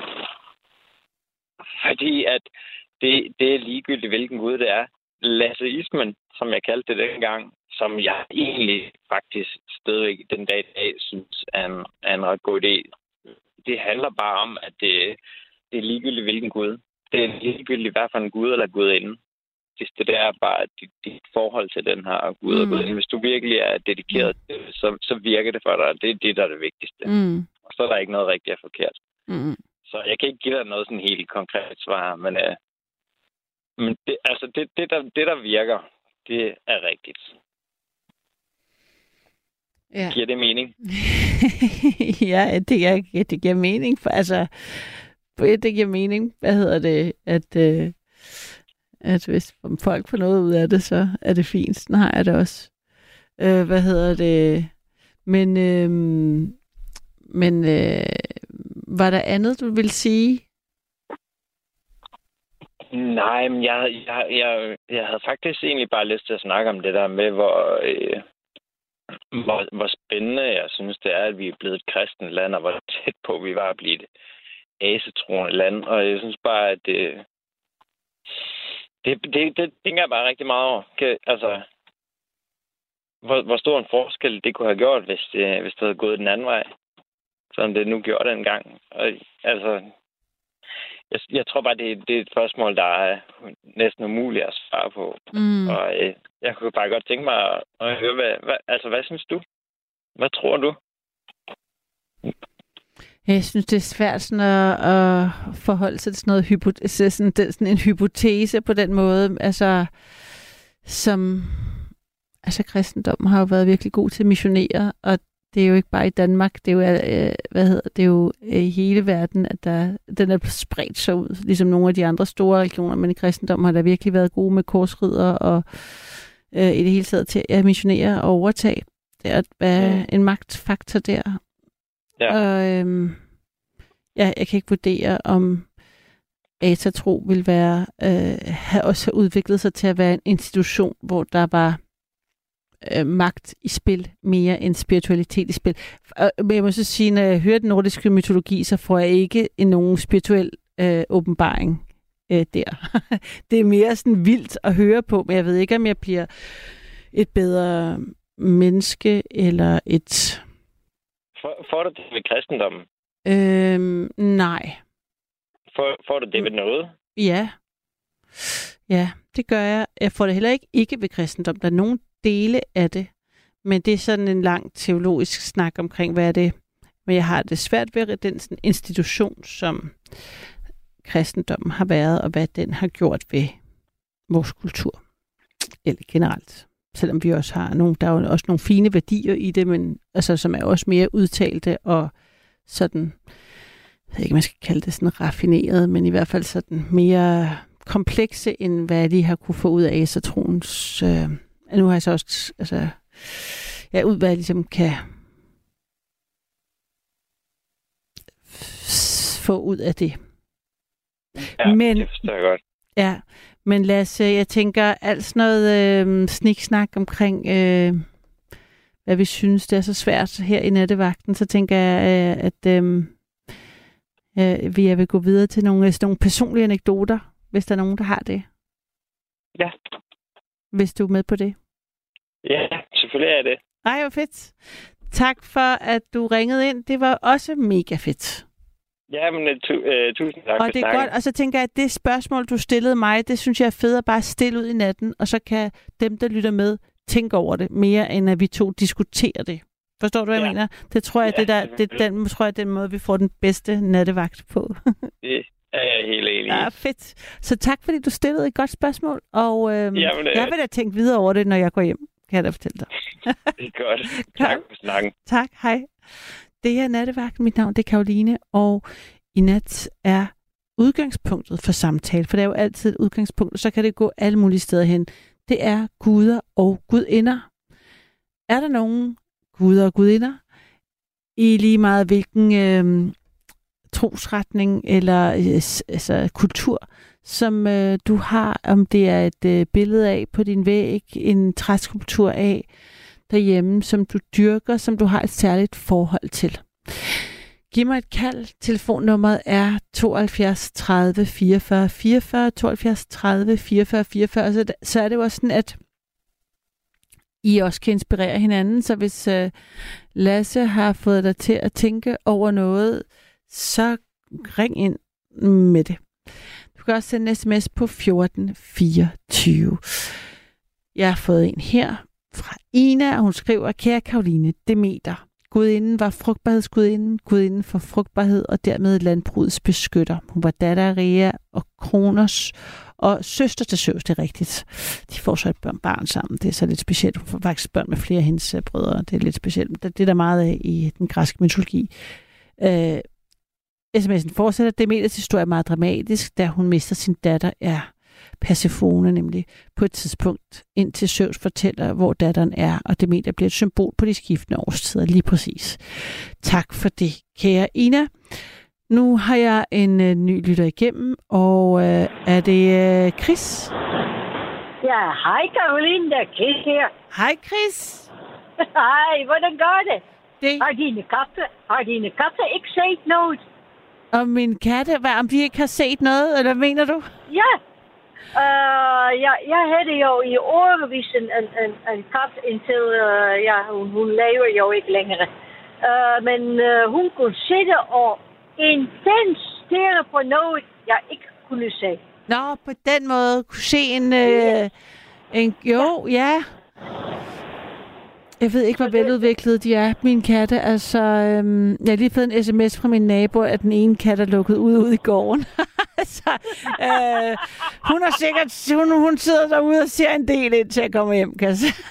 Fordi at det, det er ligegyldigt, hvilken gud det er. Lasseismen, som jeg kaldte det dengang, som jeg egentlig faktisk stadigvæk den dag i dag synes er en, er en ret god idé. Det handler bare om, at det, det er ligegyldigt, hvilken gud. Det er ligegyldigt, hvad for en gud eller gudinde. Det, det er bare dit, dit forhold til den her gud og mm. gudinde. Hvis du virkelig er dedikeret til det, så, så virker det for dig. Det er det, der er det vigtigste. Mm. Og så er der ikke noget rigtigt og forkert. Mm. Så jeg kan ikke give dig noget sådan helt konkret svar, men, øh, men det, altså det, det, der, det, der virker, det er rigtigt. Ja. Giver det mening? Ja, det, jeg, det giver mening. For, altså, det giver mening. Hvad hedder det? At, øh, at hvis folk får noget ud af det, så er det fint. Sådan har jeg det også. Øh, hvad hedder det? Men, øh, men øh, var der andet, du ville sige? Nej, men jeg, jeg, jeg, jeg havde faktisk egentlig bare lyst til at snakke om det der med, hvor, øh, hvor, hvor spændende jeg synes, det er, at vi er blevet et kristent land, og hvor tæt på vi var at blive et asetroende land. Og jeg synes bare, at det, det, det, det tænker jeg bare rigtig meget over. Altså, hvor, hvor stor en forskel det kunne have gjort, hvis det, hvis det havde gået den anden vej, som det nu gjorde dengang. Og altså... Jeg, jeg tror bare, det, det er et spørgsmål, der er næsten umuligt at svare på. Mm. Og øh, jeg kunne bare godt tænke mig at, at høre, hvad, hvad, altså, hvad synes du? Hvad tror du? Jeg synes, det er svært sådan at, at forholde sig til sådan noget hypo- sådan, sådan en hypotese på den måde. Altså, som, altså kristendommen har jo været virkelig god til at missionere, og det er jo ikke bare i Danmark, det er jo, øh, hvad hedder, det er jo i hele verden, at der, den er spredt sig ud, ligesom nogle af de andre store religioner, men i kristendommen har der virkelig været gode med korsridder og øh, i det hele taget til at missionere og overtage. Det er at være en magtfaktor der. Ja. Og øh, ja, jeg kan ikke vurdere, om asatro vil være, øh, have også udviklet sig til at være en institution, hvor der var Øh, magt i spil, mere end spiritualitet i spil. Og, men jeg må så sige, når jeg hører den nordiske mytologi, så får jeg ikke en nogen spirituel øh, åbenbaring øh, der. Det er mere sådan vildt at høre på, men jeg ved ikke, om jeg bliver et bedre menneske, eller et For, får du det ved kristendommen? Øhm, nej. For, får du det ved noget? Ja. Ja, det gør jeg. Jeg får det heller ikke ikke ved kristendom. Der er nogle dele af det, men det er sådan en lang teologisk snak omkring, hvad er det. Men jeg har det svært ved den sådan, institution, som kristendommen har været, og hvad den har gjort ved vores kultur. Eller generelt. Selvom vi også har nogle, der er jo også nogle fine værdier i det, men altså, som er også mere udtalte og sådan, jeg ved ikke, man skal kalde det sådan raffineret, men i hvert fald sådan mere komplekse, end hvad de har kunne få ud af asatroens. Øh, nu har jeg så også, altså, ja, ud hvad jeg ligesom kan få ud af det. Ja, men, det forstår jeg godt. Ja, men lad os, jeg tænker, alt sådan noget øh, sniksnak omkring, øh, hvad vi synes, det er så svært her i nattevagten, så tænker jeg, øh, at øh, øh, vi vil gå videre til nogle, sådan nogle personlige anekdoter, hvis der er nogen, der har det. Ja. Hvis du er med på det. Ja, selvfølgelig er det. Ej, hvor fedt. Tak for, at du ringede ind. Det var også mega fedt. Ja, men tu, uh, tusind tak og for det er snakken. godt, og så tænker jeg, at det spørgsmål, du stillede mig, det synes jeg er fedt at bare stille ud i natten, og så kan dem, der lytter med, tænke over det, mere end at vi to diskuterer det. Forstår du, hvad ja. jeg mener? Det tror jeg, ja, det der, det, den, tror jeg, den måde, vi får den bedste nattevagt på. Det er jeg helt enig i. Ja, fedt. Så tak, fordi du stillede et godt spørgsmål, og øhm, Jamen, øh... jeg vil da tænke videre over det, når jeg går hjem, kan jeg da fortælle dig. Det er godt. Tak for snakken. Tak, hej. Det er nattevagten. Mit navn det er Karoline, og i nat er udgangspunktet for samtale, for det er jo altid et udgangspunkt, og så kan det gå alle mulige steder hen. Det er guder og gudinder. Er der nogen guder og gudinder i lige meget hvilken øh, trosretning eller øh, altså, kultur, som øh, du har, om det er et øh, billede af på din væg, en træskulptur af derhjemme, som du dyrker, som du har et særligt forhold til. Giv mig et kald. Telefonnummeret er tooghalvfjerds tredive fireogfyrre fireogfyrre, tooghalvfjerds tredive fireogfyrre fireogfyrre. Så, så er det jo også sådan, at I også kan inspirere hinanden. Så hvis uh, Lasse har fået dig til at tænke over noget, så ring ind med det. Du kan også sende en sms på fjorten fireogtyve. Jeg har fået en her fra Ina, og hun skriver, kære Karoline, Demeter. Gudinden var frugtbarhedsgudinden, gudinden for frugtbarhed og dermed landbrugets beskytter. Hun var datter af Rea og Kronos og søster til Zeus, det er rigtigt. De får så et børn, barn sammen. Det er så lidt specielt. Hun får faktisk børn med flere af hendes brødre. Det er lidt specielt. Det er der meget af i den græske mytologi. Øh, sms'en fortsætter. Demeters historie er meget dramatisk, da hun mister sin datter er Persefone, nemlig på et tidspunkt, indtil Zeus fortæller, hvor datteren er, og Demeter bliver et symbol på de skiftende årstider, lige præcis. Tak for det, kære Ina. Nu har jeg en uh, ny lytter igennem, og uh, er det uh, Chris? Ja, hej Karoline, det er Chris her. Hej Chris. Hej, hvordan går det? det? Har dine katte, har dine katte ikke set noget? Og min katte, hvad, om de ikke har set noget, eller hvad mener du? Ja. Uh, ja, jeg havde jo i årevis en, en, en, en kat, indtil uh, ja, hun, hun lever jo ikke længere. Uh, men uh, hun kunne sidde og intens stirre på noget, jeg ikke kunne se. Nå, på den måde kunne se en... Øh, en jo, ja. Jeg ved ikke, hvor veludviklede de er, mine katte. Altså, øhm, jeg har lige fået en sms fra min nabo, at den ene kat er lukket ud ude i gården. Så, øh, hun er sikkert, hun, hun sidder derude og ser en del, indtil jeg kommer hjem, kan jeg sige.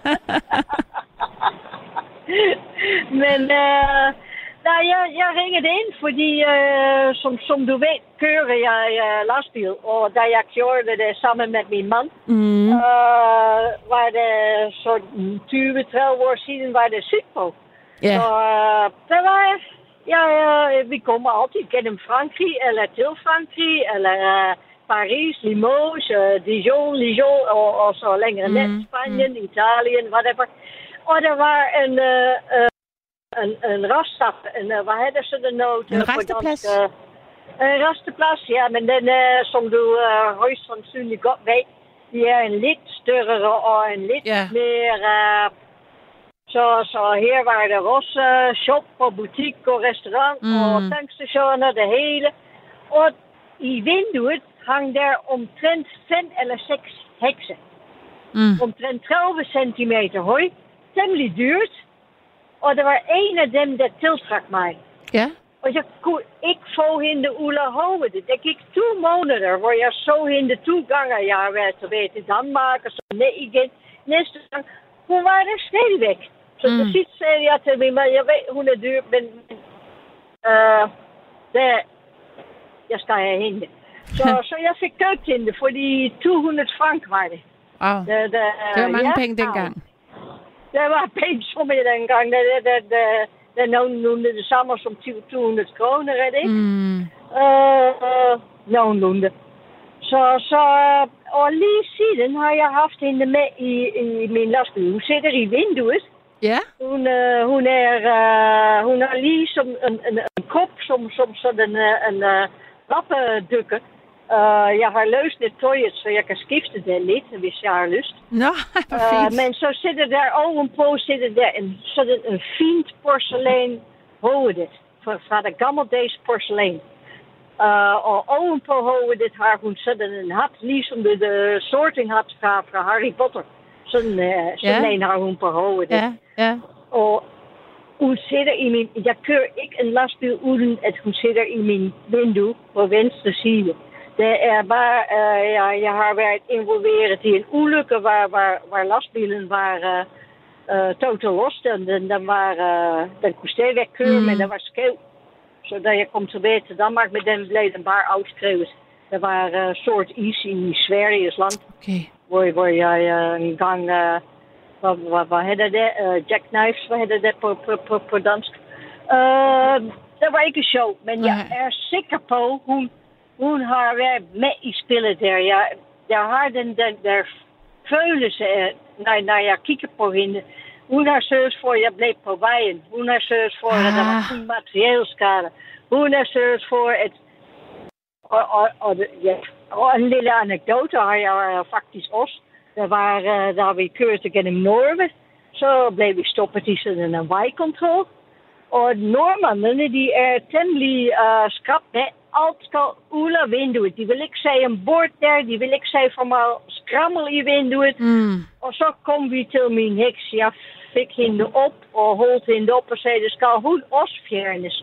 Men øh, da jeg, jeg ringede ind, fordi øh, som, som du ved, kører jeg øh, lastbil, og da jeg gjorde det sammen med min mand, mm. øh, var det sådan tyve til tredive år siden, var det sygt på. Yeah. Så øh, der var jeg. Ja, øh, vi kommer altid gennem Frankrig, eller til Frankrig, eller øh, Paris, Limoges, øh, Dijon, Lyon, og, og så længere ned, mm. Spanien, mm. Italien, whatever. Og der var en, øh, øh, en, en raststaf, en, øh, hvad hedder sådan noget? En resteplads? Øh, en resteplads, ja, men den, øh, som du øh, højst sandsynligt godt ved, de er en lidt større og en lidt yeah. mere... Øh, Så, så her var der også uh, shop og butik og restaurant mm. og tankstationer, det hele. Og i vinduet hang der omtrent fem eller seks hekse. Mm. Omtrent tredive centimeter høj. Temmelig dyrt. Og der var en af dem, der tiltrak mig. Ja. Og jeg kunne ikke få hende ud af hovedet. Det gik to måneder, hvor jeg så hende to gange. Jeg har været tilbage til Danmark og så ned igen. Næste gang, hun var der stadigvæk. Så mm. til sidst sagde jeg til mig, jeg ved, hun er dyr, men uh, der, jeg skal have hende. Så, så jeg fik købt hende, fordi to hundrede frank var det. Wow. Da, da, det var mange ja, penge dengang. Det var penge som jeg dengang. Det, det, det, det, det er nogenlunde det samme som to hundrede kroner, er det ikke? Mm. Uh, uh, nogenlunde. Så, så, og lige siden har jeg haft hende med i, i min lastbil. Hun sidder i vinduet. Ja. Yeah. Hun, uh, hun er, uh, hun har ligesom en, en, en kop, som, som sådan uh, en uh, lappendukker. Uh, jeg har løst lidt tøjet, så jeg kan skifte det lidt, hvis jeg har lyst. Nå, hvor fint. Uh, men så sidder der ovenpå, sidder der en, sådan en fint porcelæn hovedet. Fra, fra det gammeldags porcelæn. Uh, og ovenpå hovedet har hun sådan en hat, ligesom de, de sortinghat fra, fra Harry Potter. Sådan, uh, sådan yeah. en har hun på hovedet. Ja, yeah. ja. Yeah. Og hun sidder i min... Jeg kører ikke en lastbil uden, at hun sidder i min vindue på venstre side. Det er bare... Uh, jeg, jeg har været involveret i en ulykke, hvor, hvor, hvor lastbilen var uh, uh, totaal los. Den, den, var, uh, den kunne stadigvæk køre, mm. men den var skæv. Så da jeg kom tilbage til Danmark med den, blev den bare afskrevet. Der var een uh, soort is in Sveriges land. Okay. Waar, waar jij uh, een gang... Uh, wat, wat, wat hadden dat? Uh, jackknives, wat hadden dat på, på, på, på dansk? Uh, dat var ikke sjovt, men jeg er sikker på, hun, hun har været med i spillet der. Jeg, jeg har den, den der følelse af, når, når jeg kigger på hende. Hun har sørget for, at jeg blev på vejen. Hun har sørget for, at der var kun materielle skader. Hun har sørget for, at... Og, og, og, ja, og en lille anekdote har jeg faktisk også. Der var, uh, da vi kørte gennem Norge, så blev vi stoppet i sådan en vejkontrol. Og nordmændene, de er temmelig uh, skrap med. Alt skal ud af vinduet. De vil ikke se en bord der. De vil ikke se for meget skrammel i vinduet. Mm. Og så kom vi til min heks. Jeg fik hende op og holdt hende op og sagde, det skal hun også fjernes.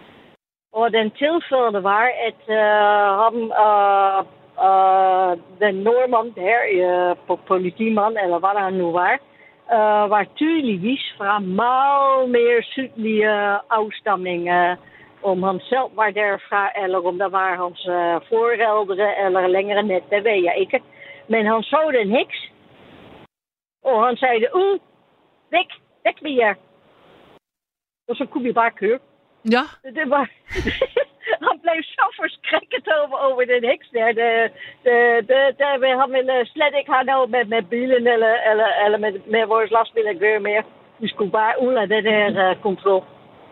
Og den tilfælde var, at uh, ham, uh, uh, den nordmand der, uh, politimand, eller hvad han nu var, uh, var tydeligvis fra meget mere sydlige uh, afstamning. Uh, om han selv var derfra, eller om dat var hans uh, foreldre, eller længere net, dat weet jeg ikke. Men han så den heks, og han sagde, uh, væk, væk med jer. Og så kunne vi bare køre. Ja. Det var... han blev så forskrækket over, over den heks der. Det, det, det, det, han ville slet ikke have noget med, med bilen, eller, eller, eller med, med vores lastbil at gøre mere. Vi skulle bare ud af det der uh, kontrol.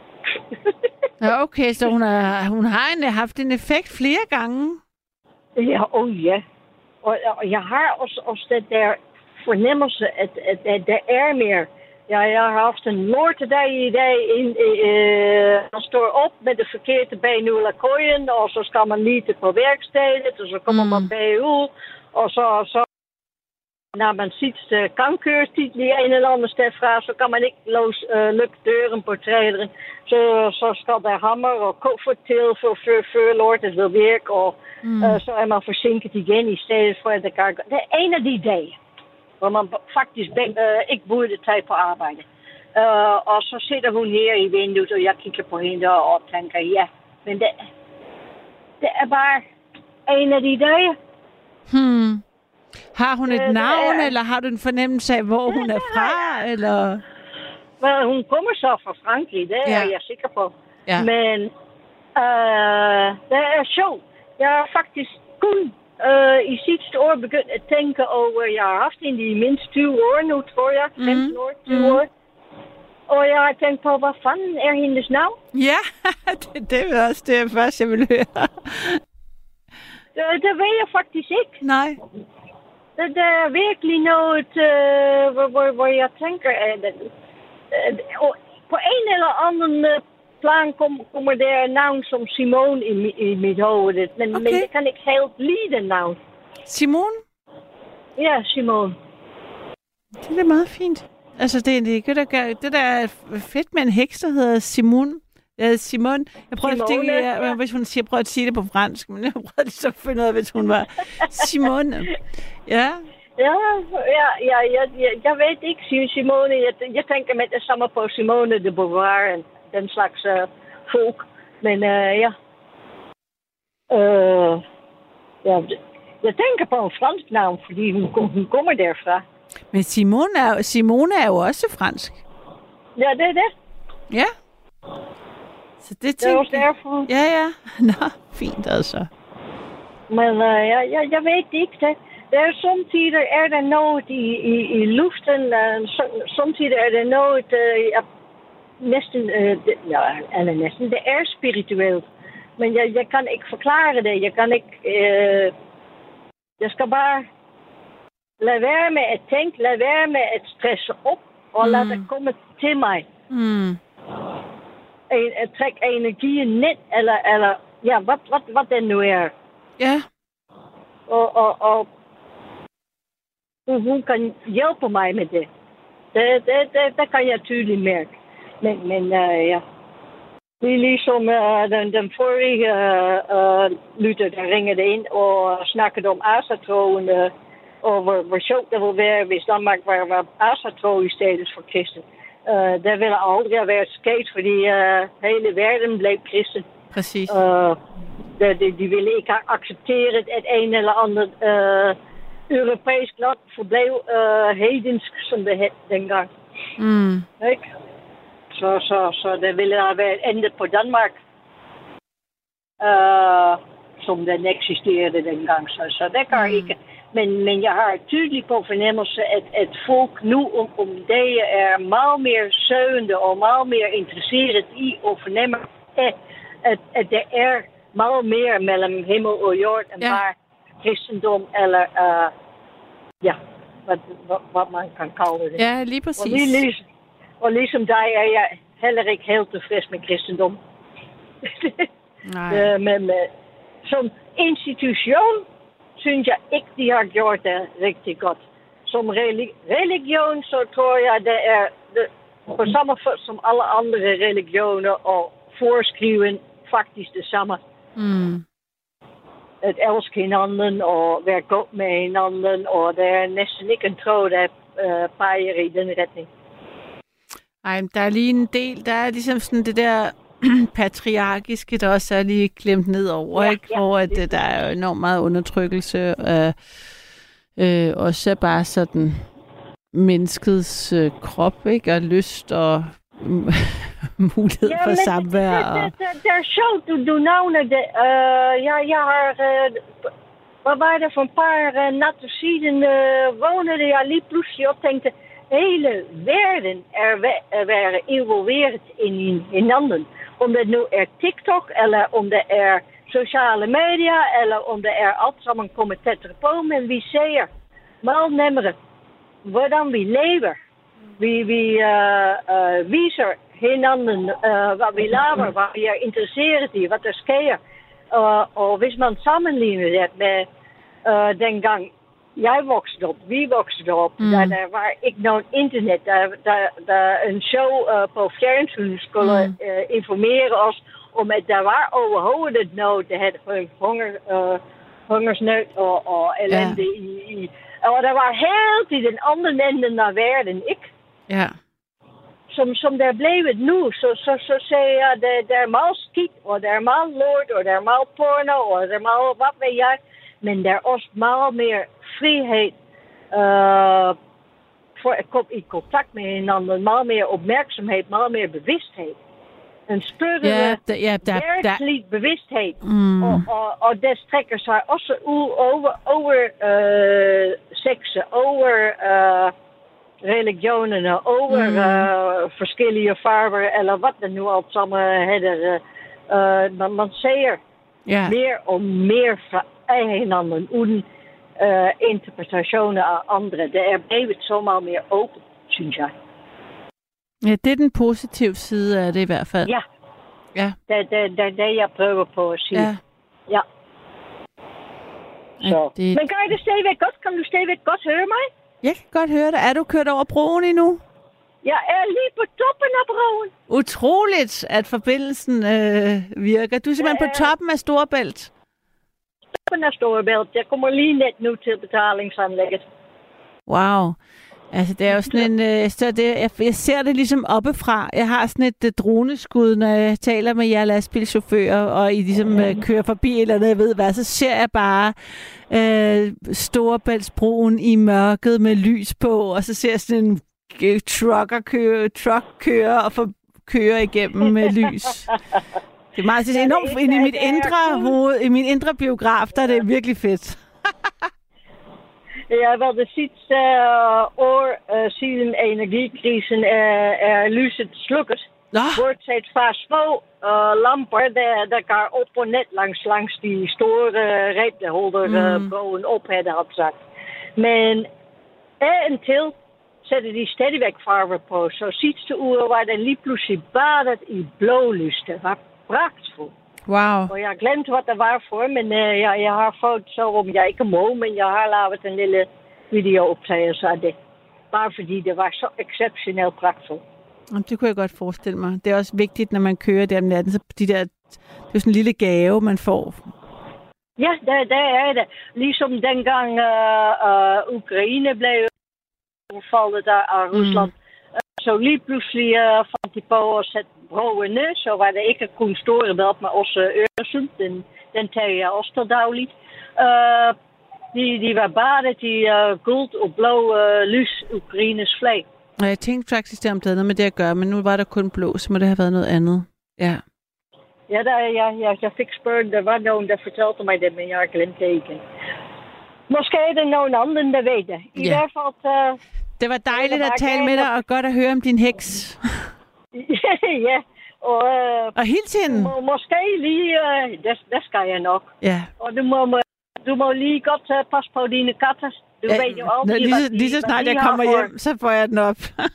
Ja, okay, så hun har, hun har en, haft en effekt flere gange. Ja, oh ja. Og, og jeg har også, også den der fornemmelse, at, at, at der er mere. Ja, jeg har haft en lortedag i dag. Øh, man står op med det forkerte ben ud af køjen, og så skal man lige til på værkstedet, og så kommer mm. man bagud, og så, så når man sidste gang kører tidlig en eller anden sted fra, så kan man ikke låse, øh, lukke døren på traileren. Så, så skal der hammer og kuffert til, for før, før lortet vil virke, og mm. øh, så er man forsinket igen i stedet for, at det kan gå. Det er en af de dage, hvor man faktisk ben, øh, ikke burde tage på arbejde. Øh, og så sidder hun her i vinduet, og jeg kigger på hende og tænker, ja, men det, det er bare en af de dage. Hmm. Har hun et øh, navn, er... eller har du en fornemmelse af, hvor hun er fra, eller? Well, hun kommer så fra Frankrig, det er ja. jeg sikker på. Ja. Men øh, det er sjovt. Jeg har faktisk kun øh, i sidste år begyndt at tænke over, jeg har haft hende i mindst tyve år nu, tror jeg. femten år, tyve mm. år. Og jeg har tænkt på, hvad fanden er hendes navn? Ja, det, det er også det første, jeg vil høre. det, det ved jeg faktisk ikke. Nej. Det, det er virkelig noget, øh, hvor, hvor, hvor jeg tænker, at uh, på een eller anden uh, plan kom, kommer der een naam som Simone in, in mijn hoofd. Men, Okay. men dat kan ik heel lide naam. Simone? Ja, Simone. Det er meget fint. Altså, det, det, det, der, det der er fedt med en heks, der hedder Simone. Ja, Simone. Jeg prøver Simone, at tænke, ja. ja. hvis hun siger, prøv at sige det på fransk, men jeg prøver lige så at finde ud af, hvis hun var Simone. Ja. Ja, ja, ja, ja, ja, jeg ved ikke, siger Simone. Jeg, jeg tænker med det samme på Simone de Beauvoir en den slags uh, folk. Men uh, ja. Uh, ja, jeg tænker på en fransk navn, fordi hun, hun kommer derfra. Men Simone er, Simone er jo også fransk. Ja, det er det. Ja. Så det Det er også tænker jeg. derfor. Ja, ja. Nå, fint altså. Men uh, ja, ja, jeg ved ikke det. Der er samtidig er der noget i, i, i luften. Uh, samtidig er der noget, uh, ja, næsten, uh, det, ja, eller næsten, det er spirituelt. Men jeg, jeg kan ikke forklare det. Jeg kan ikke, uh, jeg skal bare lade være med at tænke, lade være med at stresse op, og mm. lade det komme til mig. Mm. En, at trække energien ned, eller, eller ja, hvad, hvad, hvad det nu er. Ja. Og, og, og hun kan hjælpe mig med det. Det, det, det, det kan jeg tydeligt mærke. Men, men uh, ja. Det er ligesom uh, den, den forrige uh, uh, lytter, der ringede ind og snakkede om asatroen, uh, og hvor, hvor sjovt det ville være, hvis Danmark var, var asatro i stedet for kristen. Uh, det ville aldrig have været sket, fordi uh, hele verden blev kristen. Præcis. Uh, de, de, de ville ikke accepteren at een eller ander uh, Europæisk land forblev uh, hedensk, som det hed dengang. Mm. Ikke? Så, så, så det ville have været endet på Danmark, uh, som den eksisterede dengang. Så, så det kan mm. ikke. Men, men jeg har tydeligt på fornemmelse, at, at folk nu om, om dagen er meget mere søgende og meget mere interesseret i at fornemme, at, at, at der er meget mere mellem himmel og jord end ja. bare kristendom eller uh, ja, hvad, hvad, hvad man kan kalde det. Ja, lige præcis. Og, lige, ligesom, og ligesom dig er jeg heller ikke helt tilfreds med kristendom. Nej. uh, men, med, som institution synes jeg ikke, de har gjort det rigtig godt. Som religi- religion, så tror jeg, det er det, på samme måde som alle andre religioner og foreskriven faktisk det samme. Mm. At elske hinanden og være godt med hinanden, og der er næsten ikke en tråd, der uh, peger i den retning. Ej, der er lige en del, der er ligesom sådan det der patriarkiske, der også er lige klemt ned over, ja, ikke? Ja, hvor at, der er enormt meget undertrykkelse, øh, øh, også er bare sådan menneskets øh, krop, ikke? Og lyst og mulighed ja, for samvær. Det, Og... det, det, det er sjovt, du, du nævner det. Uh, ja, jeg har... Uh, hvad var det for en par uh, natten siden uh, vågnede jeg lige pludselig op og tænkte, hele verden er at være involveret in hinanden. Om det nu er TikTok, eller om det er sociale medier, eller om det er alt sammen kommer tættere på. Men vi ser meget nemmere, hvordan vi lever. Vi, vi uh, uh, viser hinanden, uh, hvad vi laver, hvad vi er interesseret i, hvad der sker. Uh, og hvis man sammenligner det med uh, dengang, jeg voksede op, vi voksede op, mm. der, der var ikke nogen internet. Der, der, der en show uh, på fjernsyn skulle mm. uh, informere os om, at der var overhovedet noget, der havde hunger, uh, hungersnød og, og elende ja. i, i. Og der var helt i den anden ende af verden, ikke? Ja. Som, som der er blevet nu, så, så, så siger jeg, at der, der er meget skidt, og der er meget lort, og der er meget porno, og der er meget, hvad ved jeg. Men der er også meget mere frihed uh, for at komme i kontakt med hinanden. Meget mere opmærksomhed, meget mere bevidsthed. En større ja, der, ja, der, værtslig der... bevidsthed. Mm. Og, og, og det strækker sig også ud over, over uh, sekse, over uh, religionerne, over mm. uh, forskellige farver, eller hvad det nu alt sammen hedder. Uh, man, man ser ja. meer og meer fra hinanden, uden uh, interpretationen af andre. Det er blevet zomaar meer open, synes jeg. Ja, det er den positive side af det i hvert fald. Ja. Ja. Det er det, det, det, jeg prøver på at sige. Ja. Ja. Så. Ja, det... Men kan det stadigvæk godt? Kan du stadigvæk godt høre mig? Jeg kan godt høre dig. Er du kørt over broen endnu? Jeg er lige på toppen af broen. Utroligt, at forbindelsen øh, virker. Du er simpelthen ja. på toppen af Storebælt. Toppen af Storebælt. Jeg kommer lige net nu til betalingsanlægget. Wow. Altså, det er jo sådan en... Øh, så det, jeg, jeg ser det ligesom oppefra. Jeg har sådan et øh, droneskud, når jeg taler med jer lastbilchauffører, og I ligesom øh, kører forbi et eller andet, jeg ved hvad, så ser jeg bare øh, Storebæltsbroen i mørket med lys på, og så ser jeg sådan en øh, trucker køre, truck køre og for, køre igennem med lys. Det er meget det er enormt ind i mit indre hoved, i min indre biograf, der er det virkelig fedt. Ja, wel de sidste uh, år uh, siden energikrisen er, er lyset slukket. Nå. Bortset fra små uh, lamper, der, der går op og net langs, langs de store uh, rijpdeholder uh, Mm. broen op, had ik gezegd. Men af en til sætter de stadigvæk farver på. Så sidste uur var det lige pludselig badet i blå lys. Det var pragtfuldt. Wow. Og jeg har glemt, hvad det var for, men uh, jeg, jeg har fået så, om jeg ikke må, men jeg har lavet en lille videooptagelse af det. Bare fordi det var så exceptionelt pragtfuldt. Det kunne jeg godt forestille mig. Det er også vigtigt, når man kører der om natten, så de der, det er sådan en lille gave, man får. Ja, det, det er det. Ligesom dengang uh, uh, Ukraine blev overfaldet af Rusland. Mm. Uh, så lige pludselig uh, fandt de på at sætte broen ned, så var det ikke kun Storebælt, men også Øresund. Den, den tager jeg også til dagligt. Uh, de, de var badet i uh, guld og blå uh, lys, Ukraines flag. Og jeg tænkte faktisk, det om det havde noget med det at gøre, men nu var der kun blå, så må det have været noget andet. Ja. Ja, der, ja, ja jeg fik spurgt, der var nogen, der fortalte mig det, men jeg har glemt det ikke. Måske er det nogen anden, der ved det. I Ja. hvert fald... Uh, Det var dejligt at tale med dig, og godt at høre om din heks. ja, og... Uh, og hils hende. Må, måske lige... Uh, det, det skal jeg nok. Ja. Og du må, du må lige godt uh, passe på dine katter. Du ja, ved jo altid, lige, hvad de, lige så snart hvad jeg kommer hjem, så får jeg den op.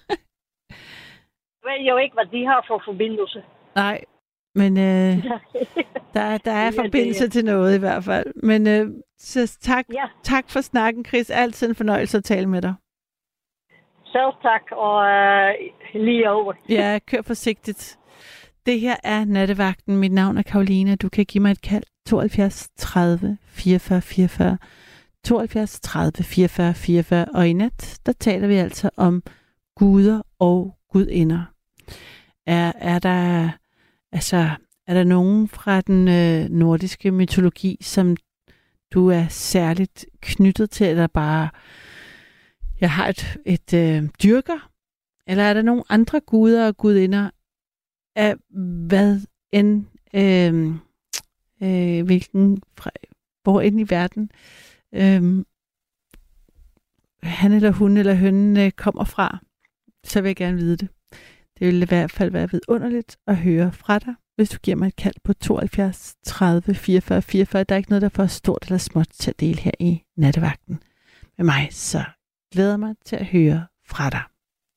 Du ved jo ikke, hvad de har for forbindelse. Nej, men øh, der, der er Ja, forbindelse det- til noget i hvert fald. Men øh, så tak, Ja. tak for snakken, Chris. Altid en fornøjelse at tale med dig. Selv tak, og uh, lige over. Ja, kør forsigtigt. Det her er Nattevagten. Mit navn er Karoline. Du kan give mig et kald. tooghalvfjerds tredive fireogfyrre fireogfyrre. tooghalvfjerds tredive fireogfyrre fireogfyrre. Og i nat, der taler vi altså om guder og gudinder. Er, er der altså er der nogen fra den øh, nordiske mytologi, som du er særligt knyttet til, eller bare jeg har et, et øh, dyrker? Eller er der nogle andre guder og gudinder af hvad end øh, øh, hvilken fra, hvor end i verden øh, han eller hun eller hønnen øh, kommer fra, så vil jeg gerne vide det. Det vil i hvert fald være vidunderligt at høre fra dig, hvis du giver mig et kald på tooghalvfjerds tredive fireogfyrre fireogfyrre. Der er ikke noget, der er for stort eller småt til at dele her i Nattevagten med mig, så glæder mig til at høre fra dig.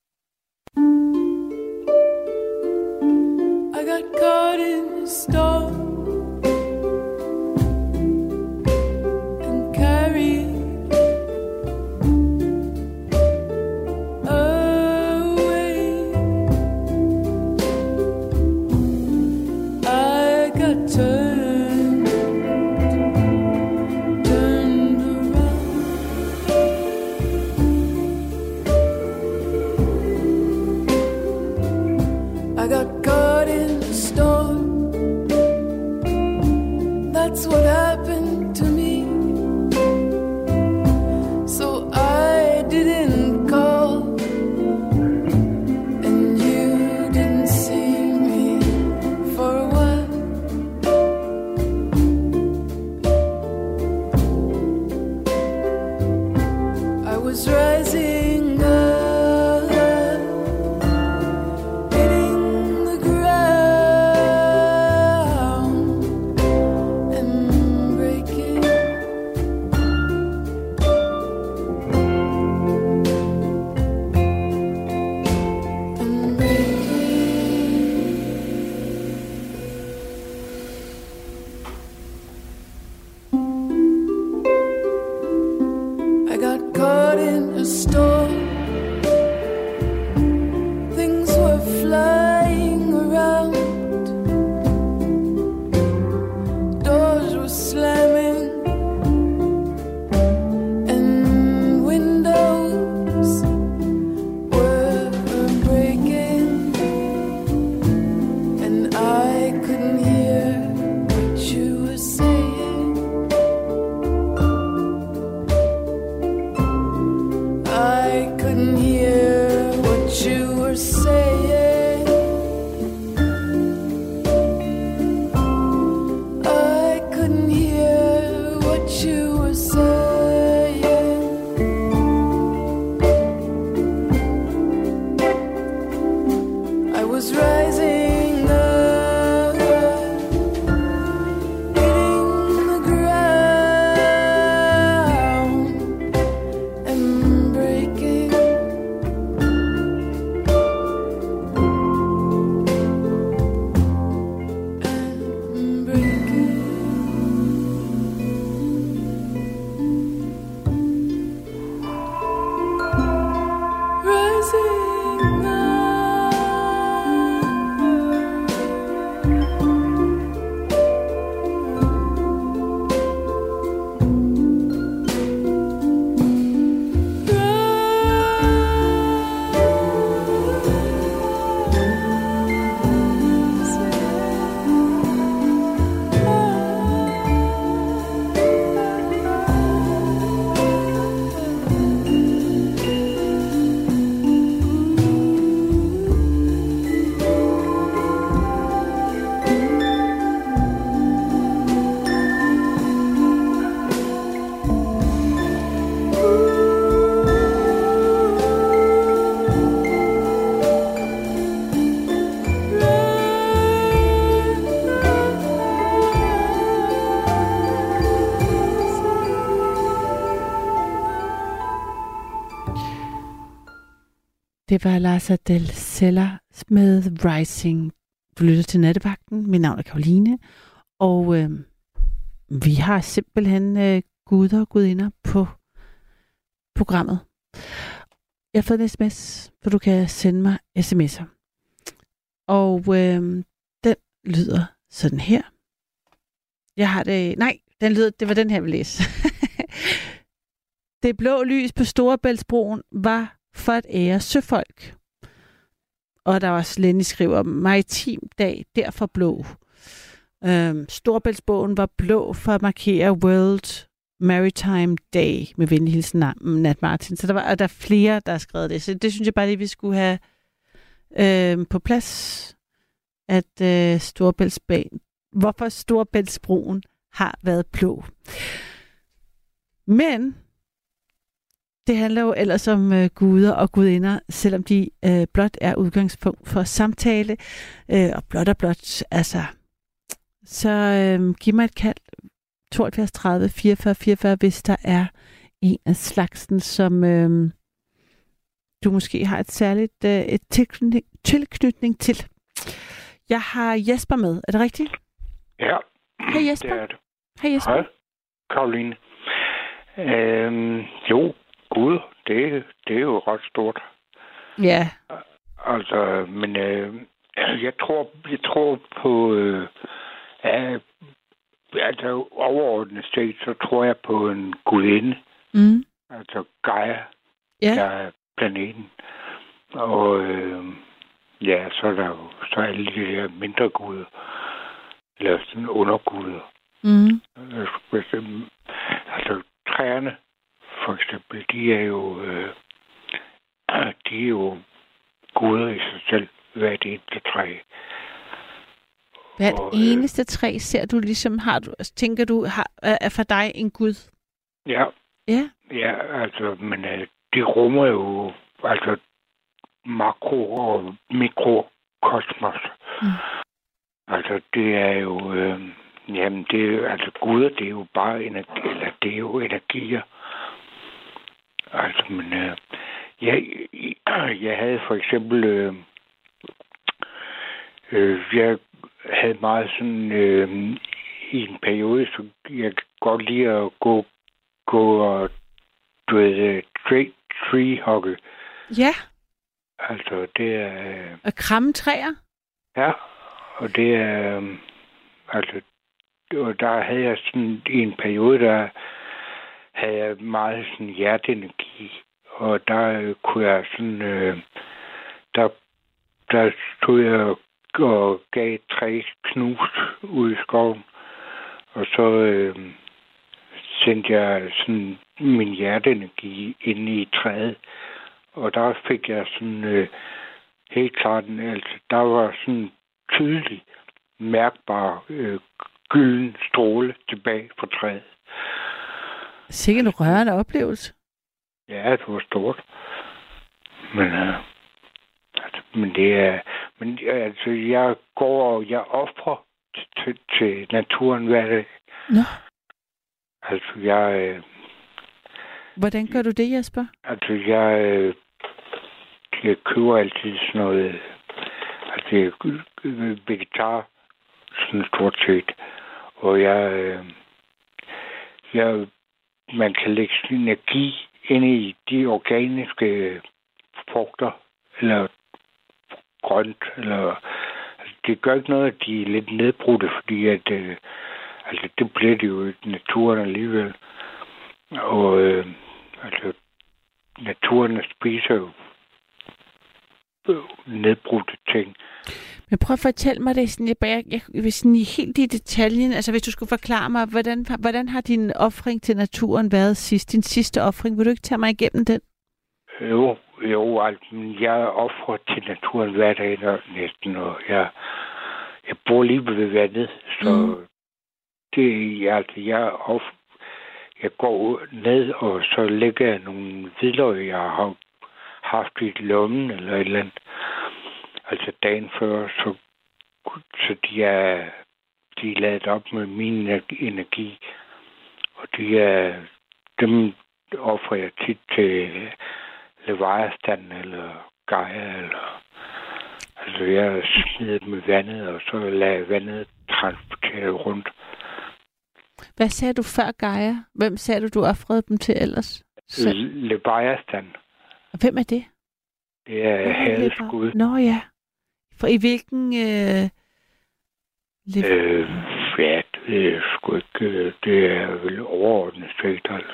I got caught in a storm and carried away. I got turned, turned around. I got caught in a storm. That's what happened to me. So I didn't call, and you didn't see me for a while. I was rising up, hitting the ground and breaking. saying. I couldn't hear what you were saying. I was rising up, hitting the ground and breaking. And breaking. Rising Det var Lars Adel Zeller med Rising. Du lytter til Nattevagten. Mit navn er Karoline. Og øh, vi har simpelthen øh, guder og gudinder på programmet. Jeg har fået en sms, for du kan sende mig sms'er. Og øh, den lyder sådan her. Jeg har det... Nej, den lyder, det var den her, jeg vil læse. Det blå lys på Storebæltsbroen var for at ære søfolk. Og der var også Lenny skriver, maritim dag, derfor blå. Øhm, Storebæltsbroen var blå for at markere World Maritime Day med venlig hilsen Nat Martin. Så der var og der er flere, der har skrevet det. Så det synes jeg bare lige, vi skulle have øhm, på plads, at øh, Storebæltsbroen, hvorfor Storebæltsbroen har været blå. Men det handler jo ellers om øh, guder og gudinder, selvom de øh, blot er udgangspunkt for samtale, øh, og blot og blot, altså. Så øh, giv mig et kald, tooghalvfjerds tredive fireogfyrre fireogfyrre, hvis der er en af slagsen, som øh, du måske har et særligt øh, et tilknytning, tilknytning til. Jeg har Jesper med, er det rigtigt? Ja, Hej Jesper. det er det. Hej Jesper. Hej, Karoline. Øhm, jo, Gud, det, det er jo ret stort. Ja. Altså, men øh, jeg tror, jeg tror på, øh, at, altså overordnet set, så tror jeg på en gudinde. Mm. Altså Gaia, Ja. der er planeten. Og øh, ja, så er der jo så er alle de der mindre guder, eller sådan underguder. Mm. Altså træerne, for eksempel, de er jo øh, de er jo guder i sig selv, hvad det eneste træ. Hvert Og, eneste træ ser du ligesom, har du, tænker du, har, er for dig en gud? Ja, Ja. ja, altså, men øh, de rummer jo altså makro- og mikrokosmos. Mm. Altså, det er jo, øh, jamen, det er jo, altså, guder, det er jo bare energi, eller det er jo energier. Altså, men øh, jeg, jeg havde for eksempel, øh, øh, jeg havde meget sådan, øh, i en periode, så jeg kan godt lide at gå, gå og, du ved, tree, tree hugger. Ja, Altså, det er, øh, og kramme træer. ja, og det er, øh, altså, og der havde jeg sådan, i en periode, der havde jeg meget sådan hjerteenergi, og der øh, kunne jeg sådan, øh, der, der stod jeg og, og gav et træ knust ud i skoven, og så øh, sendte jeg sådan min hjerteenergi ind i træet, og der fik jeg sådan, øh, helt klart, altså, der var sådan en tydelig, mærkbar øh, gylden stråle tilbage på træet. Sikkert en rørende oplevelse. Ja, det var stort. Men, øh, altså, men det er... Men altså, jeg går og jeg offrer til, til naturen hver dag. Nå. Altså, jeg... Øh, Hvordan gør du det, Jesper? altså, jeg... Øh, jeg køber altid sådan noget... Altså, jeg er vegetar, sådan stort set. Og jeg... Øh, jeg man kan lægge sin energi ind i de organiske frugter, eller grønt, eller... Altså, det gør ikke noget, at de er lidt nedbrudte, fordi at... Øh, altså, det bliver det jo i naturen alligevel. Og... Øh, altså, naturen spiser jo nedbrudte ting. Men prøv at fortælle mig det, sådan, jeg, jeg, jeg vil sådan i helt i detaljen, altså hvis du skulle forklare mig, hvordan, hvordan har din offring til naturen været sidst, din sidste offring? Vil du ikke tage mig igennem den? Jo, jo, altså, jeg offrer til naturen hver dag næsten, og jeg, jeg bor lige ved vandet, så mm. det, altså, jeg, off, jeg går ned, og så lægger jeg nogle hvidløg, jeg har haft i lommen, eller et eller andet. Altså dagen før, så, så de er, de er ladet op med min energi, og de er, dem offrer jeg tit til Leviathan eller Gaia, eller altså jeg smider dem i vandet, og så lader vandet transportere rundt. Hvad sagde du før Gaia? Hvem sagde du, du offrede dem til ellers? Så... Leviathan. Og hvem er det? Det er havets gud. Nå ja. For i hvilken... Øh... Øh, ja, det er sgu ikke... Det er vel overordnet set. Altså.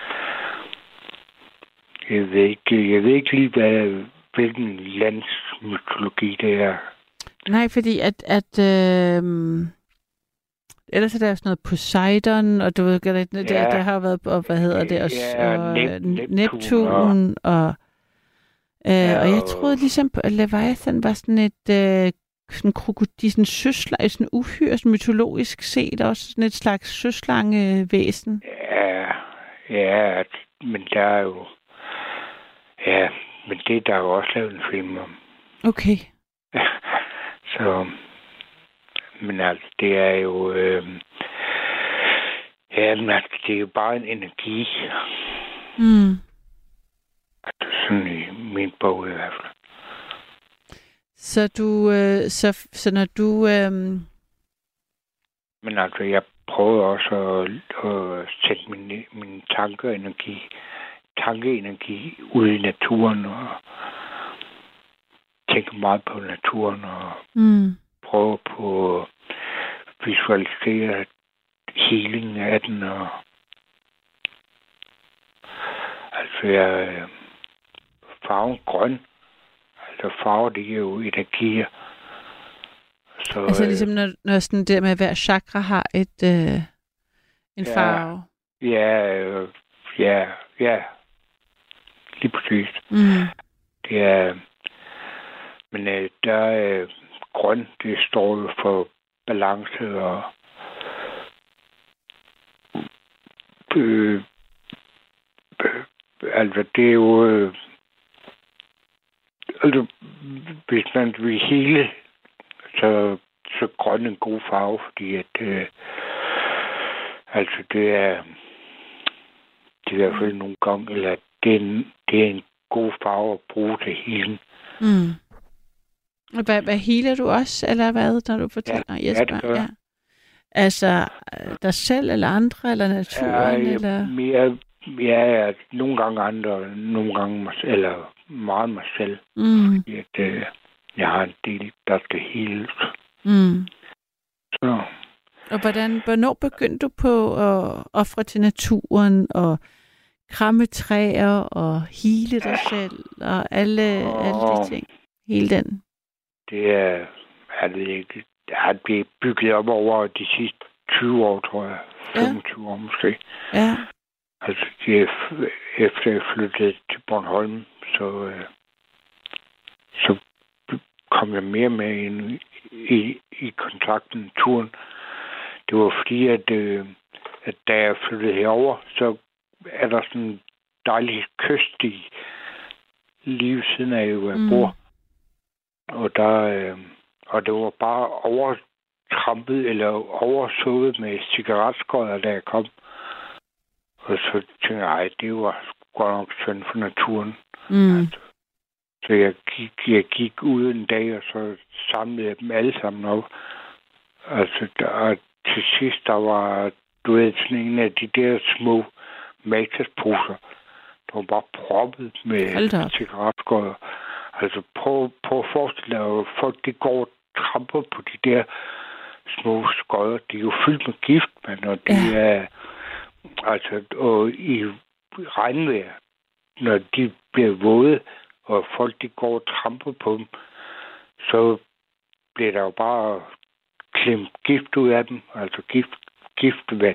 Jeg ved ikke, jeg ved ikke lige, hvad, hvilken landsmytologi det er. Nej, fordi at... at øh... ellers er der sådan noget Poseidon, og du ved, der, der, ja. der har været... Og hvad hedder det? Og, ja, og Neptun, Neptun og... og Øh, ja, og jeg troede ligesom, at Leviathan var sådan et øh, sådan krokodil, sådan søslange, sådan uhyre, sådan mytologisk set, også sådan et slags søslangevæsen. Ja, ja, men der er jo... Ja, men det er der jo også lavet en film om. Okay. Så... Men altså, det er jo... Øh, ja, men altså, det er jo bare en energi. Mm. Sådan i min bog i hvert fald. Så du, øh, så, så når du... Øh... Men altså, jeg prøver også at, at sætte min, min tankeenergi, tankeenergi ud i naturen, og tænke meget på naturen, og mm. prøve på at visualisere healing af den, og altså, jeg... farven grøn. Altså farver, det er jo energier. Så, altså ligesom når, når sådan det med hver chakra har et øh, en ja, farve. Ja, øh, ja, ja. Lige præcis. Mm. Det er... Men øh, der er øh, grøn, det står jo for balance og... Øh, øh, altså, det er jo... Øh, Altså, hvis man vil hele, så, så grøn en god farve, fordi at, øh, altså det er, det er i hvert fald nogle gange, eller det er en, det er en god farve at bruge til hele. Mm. Og hvad, hvad healer du også, eller hvad, når du fortæller? Ja, Jesper? ja, det gør. Ja. Altså, dig selv, eller andre, eller naturen, ja, eller? Mere, ja, ja, nogle gange andre, nogle gange mig, eller meget mig selv. Mm. Fordi at, øh, jeg har en del, der skal heales. Mm. Så. Og hvordan, hvornår begyndte du på at ofre til naturen, og kramme træer, og hele dig selv, og alle, og alle de ting? Hele den? Det er, jeg ved ikke, det har blivet bygget op over de sidste tyve år, tror jeg. femogtyve ja. År måske. Ja. Altså, det, efter jeg flyttede til Bornholm, så, øh, så kom jeg mere med ind i, i kontakt med naturen. Det var fordi, at, øh, at da jeg flyttede herover, så er der sådan en dejlig kyst i lige ved siden af, hvor jeg mm. bor. Og der, øh, og det var bare overtrampet eller oversået med cigaretskodder, da jeg kom. Og så tænkte jeg, ej, det var godt nok synd for naturen. Mm. Altså, så jeg gik, jeg gik ud en dag, og så samlede jeg dem alle sammen op. Altså, der, til sidst, der var, du ved, sådan en af de der små Matas-poser, der var bare proppet med cigaretskodder. Altså, prøv, prøv at forestille dig, at folk, de går og tramper på de der små skodder. De er jo fyldt med gift, men og de ja. er... Altså, og i regnvejr, når de bliver våde, og folk, de går og tramper på dem, så bliver der jo bare klemt gift ud af dem, altså gift, giftvand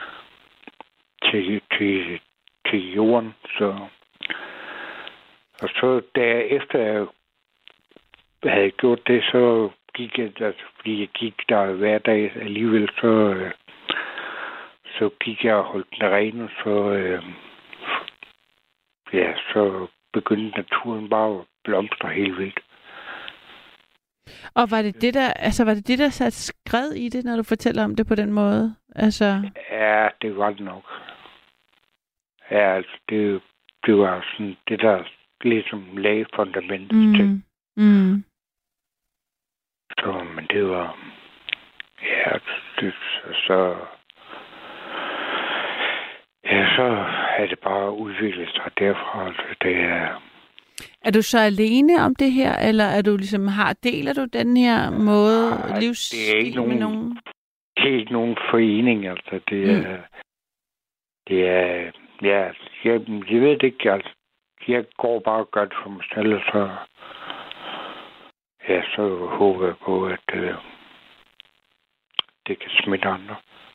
til, til, til jorden. Så, og så derefter jeg havde gjort det, så gik jeg, altså, fordi jeg gik der hver dag alligevel, så, så gik jeg og holdt den ren, og så, øh, ja, så begyndte naturen bare at blomstre helt vildt. Og var det det, der, altså var det det, der satte skred i det, når du fortæller om det på den måde? Altså... Ja, det var det nok. Ja, altså, det, det var sådan det, der ligesom lagde fundamentet mm. til. Mm. Så, men det var... Ja, det, så... Ja, så er det bare udviklet sig derfra. Altså, det er... Er du så alene om det her, eller er du ligesom har deler du den her måde ja, livsstil det er ikke nogen, med nogen? Det er ikke nogen forening, altså det er mm. det er ja, jeg, jeg ved det ikke, altså jeg går bare og gør det for mig selv, og så ja, så håber jeg på, at øh, det kan smitte andre.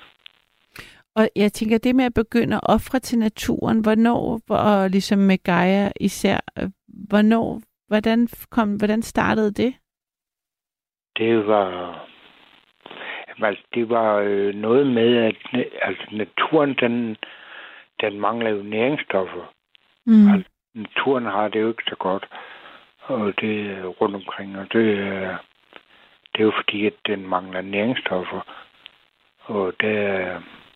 Og jeg tænker, det med at begynde at ofre til naturen, hvornår, og ligesom med Gaia især, hvornår, hvordan, kom, hvordan startede det? Det var, altså, det var øh, noget med, at altså, naturen, den, den mangler jo næringsstoffer. Mm. Altså, naturen har det jo ikke så godt, og det er rundt omkring, og det, det er jo fordi, at den mangler næringsstoffer, og det er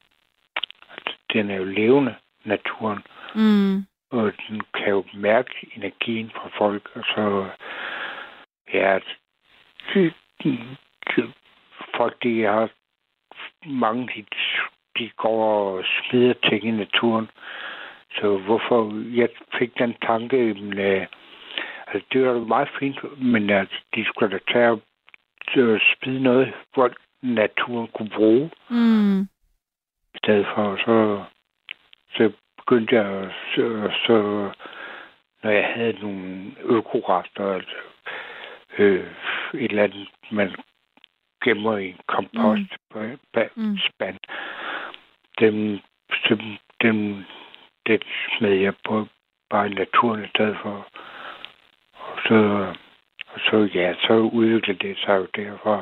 den er jo levende, naturen. Mm. Og den kan jo mærke energien fra folk. Og så, ja, de, de, folk, de har mange, de, de går og smider ting i naturen. Så hvorfor, jeg fik den tanke, men, uh, altså det var meget fint, men altså, de skulle da tage og uh, smide noget, hvor naturen kunne bruge. Mm. I stedet for, så, så begyndte jeg, så, så når jeg havde nogle økorester, altså øh, et eller andet, man gemmer i en kompostspand, mm. dem, dem, dem, det smed jeg på bare i naturen i stedet for. Og så, og så ja, så udviklede det sig jo derfra.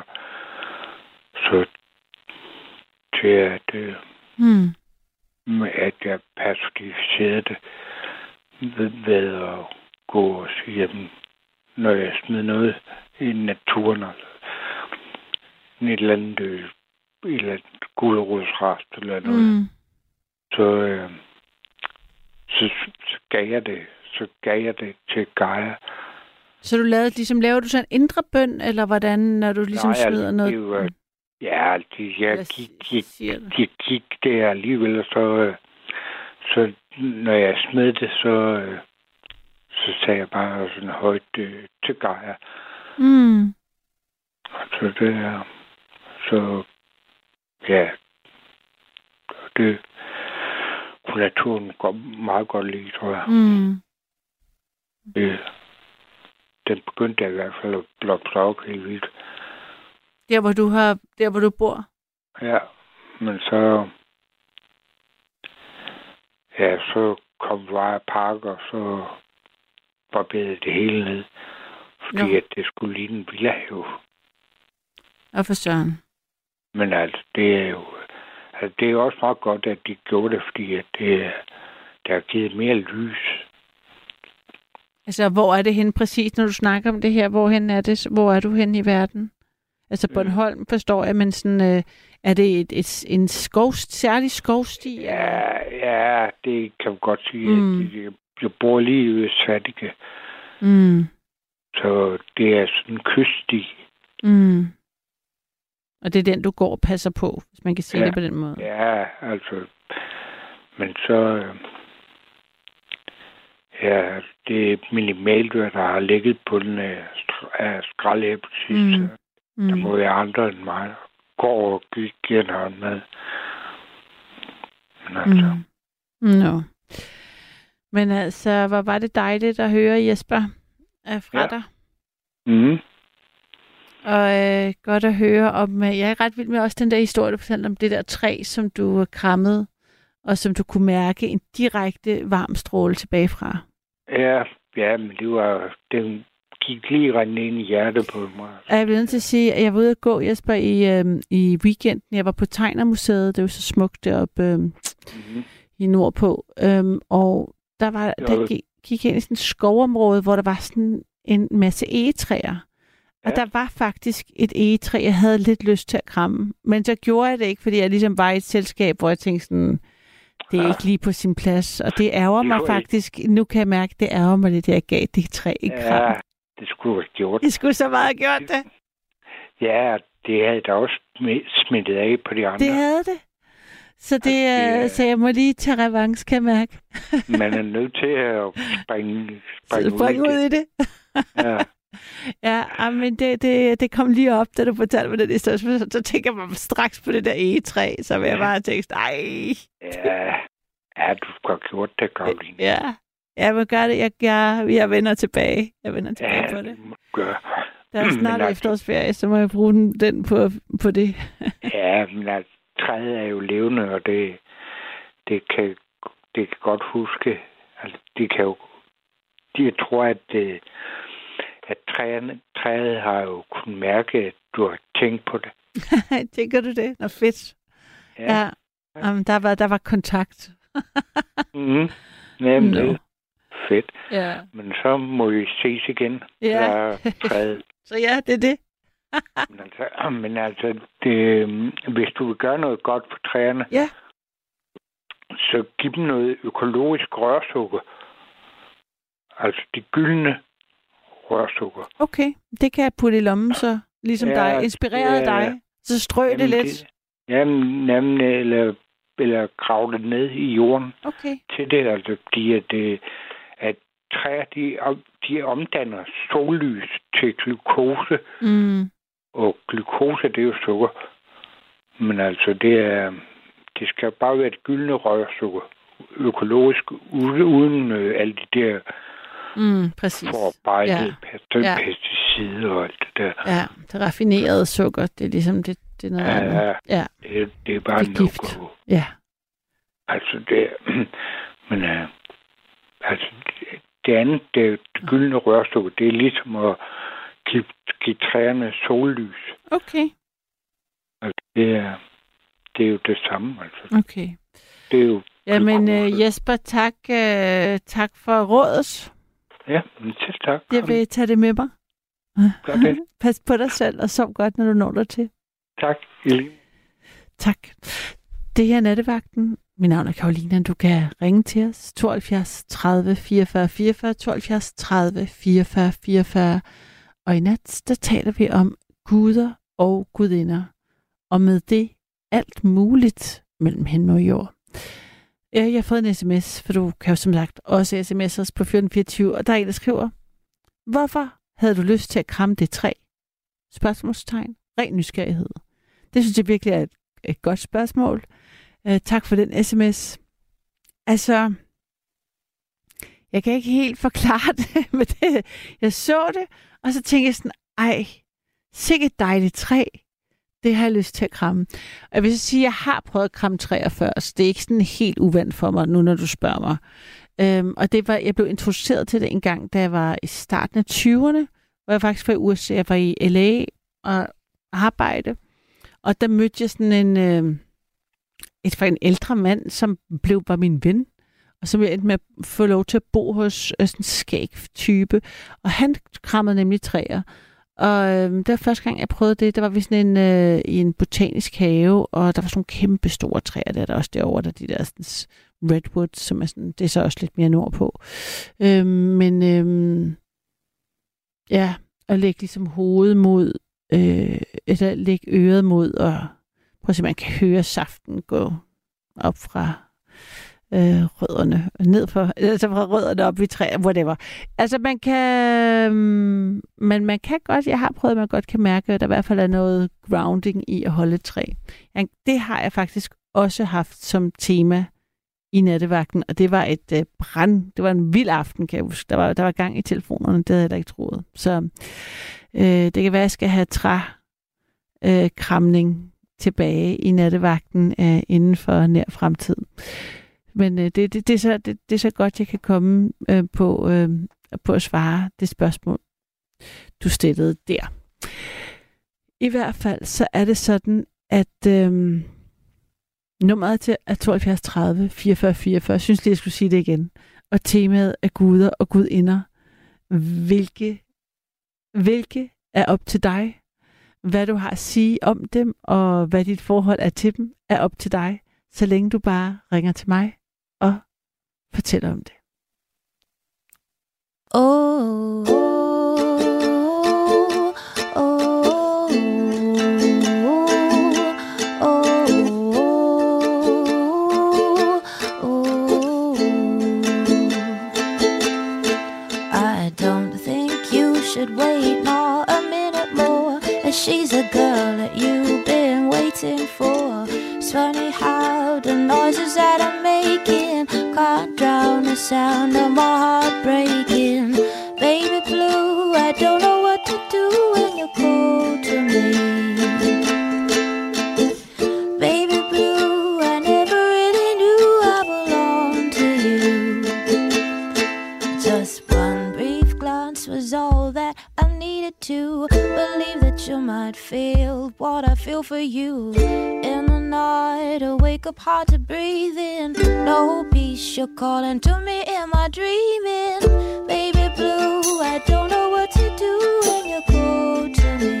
Så til at, øh, mm. med at jeg personificerede det ved, ved at gå og sige, jamen, når jeg smider noget i naturen, altså, et eller andet, øh, et eller andet gulerodsrest eller noget, mm. så, øh, så, så gav jeg det, så gav jeg det til Gaia. Så du lavede, ligesom, laver du så en indre bøn, eller hvordan, når du ligesom Nej, smider noget? Det var, ja, det, jeg gik, gik, gik, gik der alligevel, så, så når jeg smed det, så, så sagde jeg bare sådan højt øh, til Gaia. Mm. Så det er, så ja, det kunne naturen godt, meget godt lide, tror jeg. Mm. Det, den begyndte jeg i hvert fald at blomstre op helt vildt. Der hvor du har, der hvor du bor? Ja, men så ja, så kom Vejle Park, og så barberede det hele ned. fordi Nå. at det skulle ligne en villahave. Og for søren. Men altså, det er jo altså, det er også meget godt, at de gjorde det, fordi at det, det har givet mere lys. Altså, hvor er det henne præcis, når du snakker om det her? Hvorhen er det? Hvor er du henne i verden? Altså, Bornholm forstår jeg, men sådan, øh, er det et, et, en skov, særlig skovsti? Ja, ja, det kan man godt sige. Mm. Jeg, jeg bor lige ude i Svatike. Mm. Så det er sådan en kyststi. Mm. Og det er den, du går og passer på, hvis man kan sige Ja. det på den måde. Ja, altså. Men så... øh, Ja, det er minimaldyr, der har ligget på den af, af skraldæble sidst. Mm. Mm. Der må være andre end mig. Går og giver en hånd med. Men altså... Mm. No. Men altså, hvor var det dejligt at høre, Jesper, øh, fra Ja. dig. Mm. Og øh, godt at høre om, øh, jeg er ret vild med også den der historie, du fortalte om det der træ, som du øh, krammede, og som du kunne mærke en direkte varm stråle tilbage fra. Ja, ja, men det var... Det gik lige rent ind i hjertet på mig. Og jeg bliver nødt til at sige, at jeg var ude at gå, Jesper, i, øh, i weekenden. Jeg var på Tegnermuseet, det er jo så smukt deroppe øh, Mm-hmm. i nordpå. Øhm, og der var, Ja, der det- gik, gik jeg ind i sådan et skovområde, hvor der var sådan en masse egetræer. Og Ja. der var faktisk et egetræ, jeg havde lidt lyst til at kramme. Men så gjorde jeg det ikke, fordi jeg ligesom var i et selskab, hvor jeg tænkte sådan, det er Ja. ikke lige på sin plads. Og det ærger Det mig var ikke- faktisk, nu kan jeg mærke, det ærger mig lidt, at jeg gav det træ et kram. Ja, det skulle du have gjort. Jeg skulle så meget have gjort det. Ja, det havde da også smi- smittet af på de andre. Det havde det. Så, det, det øh, er- så jeg må lige tage revanche, kan jeg mærke. Man er nødt til at springe, springe, Spring ud i ud det. i det. Ja. Ja, men det, det, det kom lige op, da du fortalte mig det i stedet. Så, så tænker man straks på det der egetræ, så vil jeg Ja. bare tænke, ej. Ja, ja, du skulle have gjort det, Karoline. Ja, jeg vil gøre det. Jeg, jeg, jeg vender tilbage. Jeg vender tilbage Ja, på det. det må du gøre. Der er Men snart altså- efterårsferie, så må jeg bruge den, den på, på det. Ja, men altså, træet er jo levende, og det, det, kan, det kan godt huske. Altså, det kan jo... Jeg tror, at, det, at træerne, træet har jo kunnet mærke, at du har tænkt på det. Tænker du det? Nå, fedt. Ja, ja. Um, der, var, der var kontakt. Mm-hmm. Jamen, Nå. det er fedt. Ja. Men så må vi ses igen. Ja. Der er træet. Så ja, det er det. Men altså, men altså det, hvis du vil gøre noget godt for træerne, Ja. så giv dem noget økologisk rørsukker. Altså de gyldne rørsukker. Okay, det kan jeg putte i lommen, så ligesom Ja, dig. Inspireret det er- dig. Så strø det lidt. Det, jamen, jamen, eller, eller grave det ned i jorden Okay. til det. Altså, fordi at, det, at træer, de, om- de omdanner sollys til glukose. Mm. Og glukose, det er jo sukker. Men altså, det er... Det skal bare være et gyldne rørsukker. Økologisk, uden, uden øh, alle de der Mm, præcis. forarbejdede Ja. ja. Ja. pesticider og alt det der. Ja, det raffinerede sukker, det er ligesom det, det er noget Ja, andet. ja. Ja, Det, det er bare Det er gift. no-go. ja. Altså, det Men øh, altså, det, det andet, det, det gyldne rørsukker, det er ligesom at give, give træerne sollys. Okay, Altså, det er, det er jo det samme, altså. okay. Det er jo... Jamen øh, glukose. Jesper, tak, øh, tak for rådet. Ja, men selv tak. Jeg vil tage det med mig. Gør det. Pas på dig selv, og sov godt, når du når dig til. Tak, Eline. Tak. Det her er Nattevagten. Mit navn er Karoline. Du kan ringe til os. tooghalvfjerds tredive fireogfyrre fireogfyrre, tooghalvfjerds tredive fireogfyrre fireogfyrre. Og i nat, der taler vi om guder og gudinder. Og med det alt muligt mellem himmel og jord. Ja, jeg har fået en sms, for du kan jo som sagt også sms'es på fjorten fireogtyve, og der er en, der skriver, hvorfor havde du lyst til at kramme det træ? Spørgsmålstegn. Ren nysgerrighed. Det synes jeg virkelig er et, et godt spørgsmål. Uh, tak for den sms. Altså, jeg kan ikke helt forklare det, men det, jeg så det, og så tænkte jeg sådan, ej, sikke et dejligt træ. Det har jeg lyst til at kramme. Og jeg vil så sige, at jeg har prøvet at kramme træer før, så det er ikke sådan helt uvandt for mig, nu når du spørger mig. Øhm, og det var, jeg blev introduceret til det en gang, da jeg var i starten af tyverne, hvor jeg faktisk var i U S A. Jeg var i L A og arbejde, og der mødte jeg sådan en, øh, et, en ældre mand, som blev var min ven, og som jeg endte med at få lov til at bo hos øh, sådan en skæg type. Og han krammede nemlig træer. Og øh, det var første gang, jeg prøvede det. Der var vi sådan en, øh, i en botanisk have, og der var sådan nogle kæmpe store træer. Der er der også derovre, der de der sådan, redwoods, som er sådan, det er så også lidt mere nordpå. Øh, men øh, ja, at lægge ligesom hovedet mod, øh, eller lægge øret mod, og prøv at se, man kan høre saften gå op fra øh, rødderne, ned på, altså fra rødderne op i træer, whatever. Altså man kan, øh, men man kan godt, jeg har prøvet, at man godt kan mærke, at der i hvert fald er noget grounding i at holde et træ. Ja, det har jeg faktisk også haft som tema i nattevagten, og det var et øh, brand, det var en vild aften, kan jeg huske. Der var, der var gang i telefonerne, det havde jeg da ikke troet. Så øh, det kan være, at jeg skal have træ øh, kramning tilbage i nattevagten øh, inden for nær fremtid. Men øh, det, det, det, er så, det, det er så godt, jeg kan komme øh, på, øh, på at svare det spørgsmål, du stillede der. I hvert fald så er det sådan, at øh, nummeret til er tooghalvfjerds tredive fireogfyrre fireogfyrre. Jeg synes lige, jeg skulle sige det igen. Og temaet er guder og gudinder. Hvilke, hvilke er op til dig? Hvad du har at sige om dem, og hvad dit forhold er til dem, er op til dig, så længe du bare ringer til mig og fortæller om det. Oh, oh, oh, oh, oh. I don't think you should wait nor a minute more. She's a girl that you've been waiting for. It's funny how the noises that I'm making can't drown the sound of my heart breaking. Baby blue, I don't know what to do when you're cold to me. Baby blue, I never really knew I belonged to you. Just one brief glance was all that I needed to believe that you might feel what I feel for you. In the night, I wake up hard to breathe in. No peace, you're calling to me, am I dreaming? Baby blue, I don't know what to do when you're cold to me.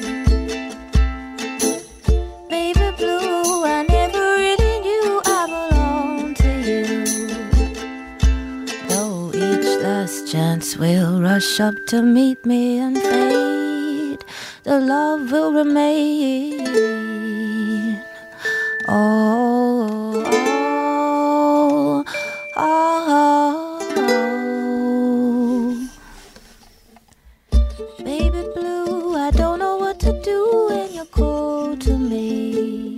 Baby blue, I never really knew I belonged to you. Though each last chance will rush up to meet me and fade, the love will remain. Oh, oh, oh, oh. Baby blue, I don't know what to do when you're cold to me.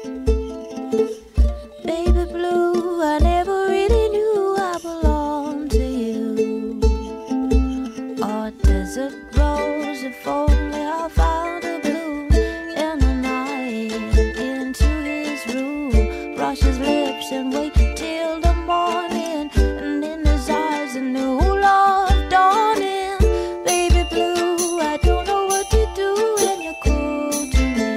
Baby blue, I never really knew I belonged to you. Oh, desert rose, if only I found a bloom in the night. Into his room, brush his lips and wait till the morning. And in his eyes a new love dawning. Baby blue, I don't know what to do when you're cold to me.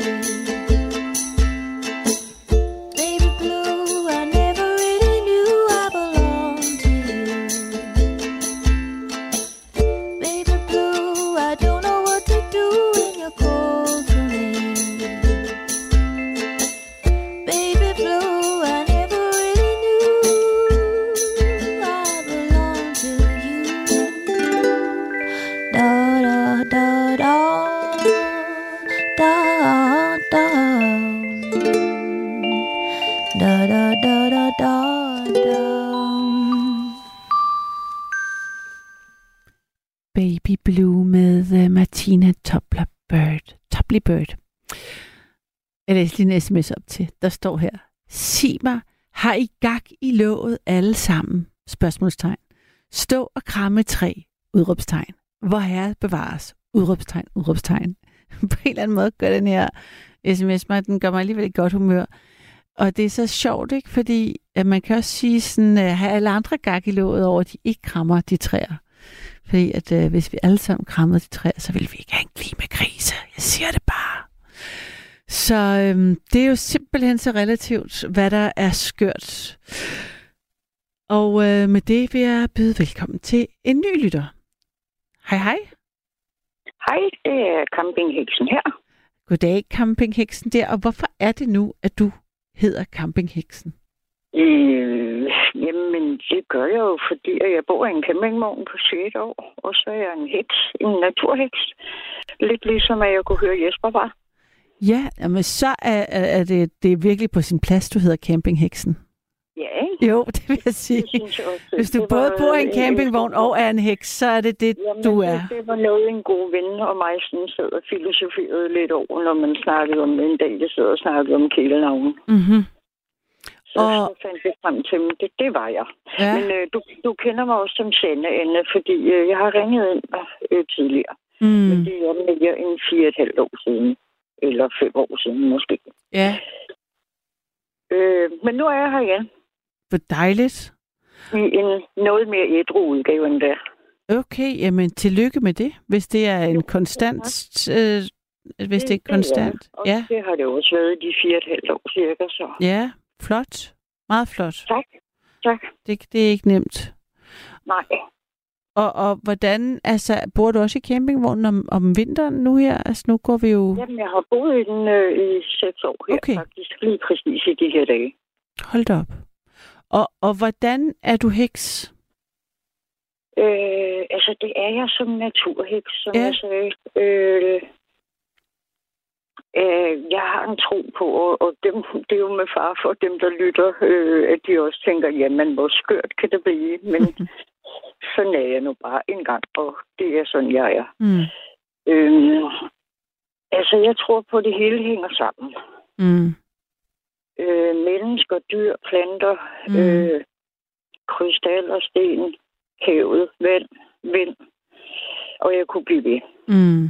Baby blue, I never really knew I belonged to you. Baby blue, I don't know what to do when you're cold to me. Baby blue, I never really knew I belonged to you. Da da da da da da da da da da da da. Baby Blue med uh, Martina Topley Bird. Topley Bird. Jeg læste lige en sms op til. Der står her: sig mig, har I gak i låget alle sammen? Spørgsmålstegn. Stå og kramme træ. Udråbstegn. Hvor herre bevares. Udråbstegn. Udråbstegn. På en eller anden måde gør den her sms mig, den gør mig alligevel i godt humør. Og det er så sjovt, ikke? Fordi at man kan også sige sådan, at have alle andre gak i låget over, at de ikke krammer de træer. Fordi at øh, hvis vi alle sammen krammede de træer, så ville vi ikke have en klimakrise. Jeg siger det bare. Så øhm, det er jo simpelthen så relativt, hvad der er skørt. Og øh, med det vil jeg byde velkommen til en ny lytter. Hej hej. Hej, det er Campingheksen her. Goddag, Campingheksen der. Og hvorfor er det nu, at du hedder Campingheksen? Øh, jamen, det gør jeg jo, fordi jeg bor i en campingvogn på sjette år. Og så er jeg en heks, en naturheks. Lidt ligesom, at jeg kunne høre Jesper var. Ja, men så er, er det, det er virkelig på sin plads, du hedder Campingheksen. Ja, ikke? Jo, det vil jeg sige. Jeg også, hvis du både var, bor i en campingvogn og er en heks, så er det det, jamen, du er. Det, det var noget, en god ven og mig sådan sad og filosoferede lidt over, når man snakkede om en dag, jeg sad og snakkede om kælenavnen. Mhm. Så, og... så fandt jeg frem til dem. Det, det var jeg. Ja. Men øh, du, du kender mig også som Sanne, Anne, fordi øh, jeg har ringet ind øh, tidligere. Mm. Men det er mere end fire og et halvt år siden. Eller fem år siden måske. Ja. Øh, men nu er jeg her igen. Hvor dejligt. I en noget mere ædru udgave end der. Okay, jamen tillykke med det, hvis det er en jo, konstant... Øh, hvis det, det er konstant. Og ja. det har det også været de fire og et halvt år cirka. Så. Ja, flot. Meget flot. Tak. tak. Det, det er ikke nemt. Nej. Og, og hvordan, altså, bor du også i campingvognen om, om vinteren nu her? Altså, nu går vi jo... Jamen, jeg har boet i den øh, i seks år her, okay. faktisk. Lige præcis i de her dage. Hold da op. Og, og hvordan er du heks? Øh, altså, det er jeg som naturheks, som ja. jeg sagde. Øh, øh, jeg har en tro på, og, og dem, det er jo med far for dem, der lytter, øh, at de også tænker, jamen, hvor skørt kan det blive? Men... sådan er jeg nu bare en gang, og det er sådan, jeg er. Mm. Øhm, altså, jeg tror på, at det hele hænger sammen. Mm. Øh, mennesker, dyr, planter, mm. øh, krystaller, sten, havet, vand, vind, og jeg kunne blive ved. Mm.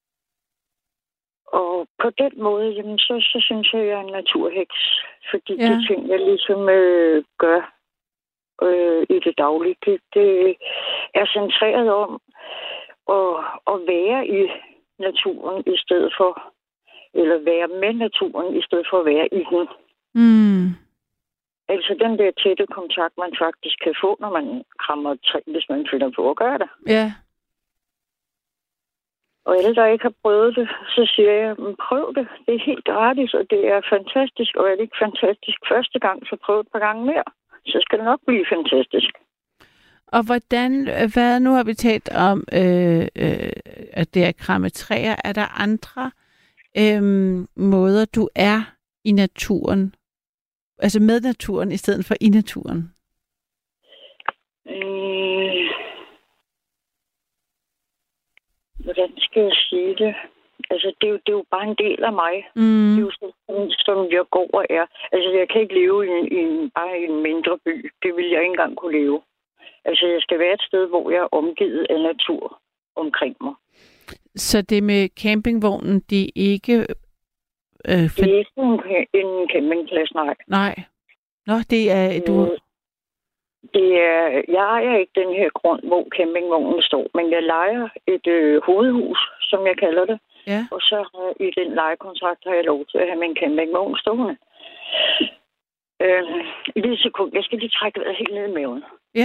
Og på den måde, jamen, så, så synes jeg, at jeg er en naturheks. Fordi ja. de ting, jeg ligesom øh, gør, Øh, i det daglige. Det, det er centreret om at, at være i naturen i stedet for, eller være med naturen i stedet for at være i den. Mm. Altså den der tætte kontakt, man faktisk kan få, når man krammer et træ, hvis man finder på at gøre det. Ja. Og alle, der ikke har prøvet det, så siger jeg, prøv det. Det er helt gratis, og det er fantastisk. Og er det ikke fantastisk første gang, så prøv et par gange mere. Så skal det nok blive fantastisk. Og hvordan, hvad nu har vi talt om, øh, øh, at det er kramme træer. Er der andre øh, måder, du er i naturen? Altså med naturen i stedet for i naturen? Øh, hvordan skal jeg sige det? Altså, det er, jo, det er jo bare en del af mig. Mm. Det er jo sådan, som jeg går og er. Altså, jeg kan ikke leve i, i bare i en mindre by. Det vil jeg ikke engang kunne leve. Altså, jeg skal være et sted, hvor jeg er omgivet af natur omkring mig. Så det med campingvognen, det er ikke... Øh, for... Det er ikke en, en campingplads, nej. Nej. Nå, det er... Du... Det er, jeg ejer ikke den her grund, hvor campingvognen står, men jeg lejer et øh, hovedhus, som jeg kalder det. Ja. Og så har, i den lejekontrakt har jeg lov til at have min campingvogn stående. Øh, lige sekund. Jeg skal lige trække vejret helt ned i maven. Ja.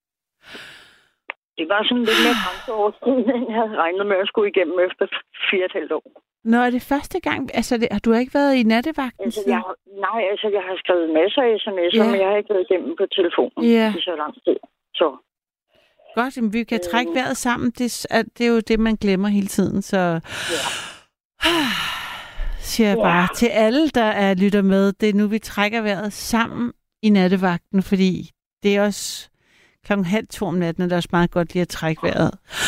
Det var sådan lidt mere grænseoverskridende, end jeg havde regnet med at skulle igennem efter fire og et halvt år. Nå, er det første gang? Altså, det, har du ikke været i nattevagten? Altså, jeg, nej, altså, jeg har skrevet masser af sms'er, ja. Men jeg har ikke været igennem på telefonen ja. i så lang tid. Så. Godt, men vi kan øh. trække vejret sammen. Det, det er jo det, man glemmer hele tiden, så... Ja. Siger jeg ja. bare til alle, der er lytter med, det er nu, vi trækker vejret sammen i nattevagten, fordi det er også klokken halv to om natten, og det er også meget godt lige at trække vejret.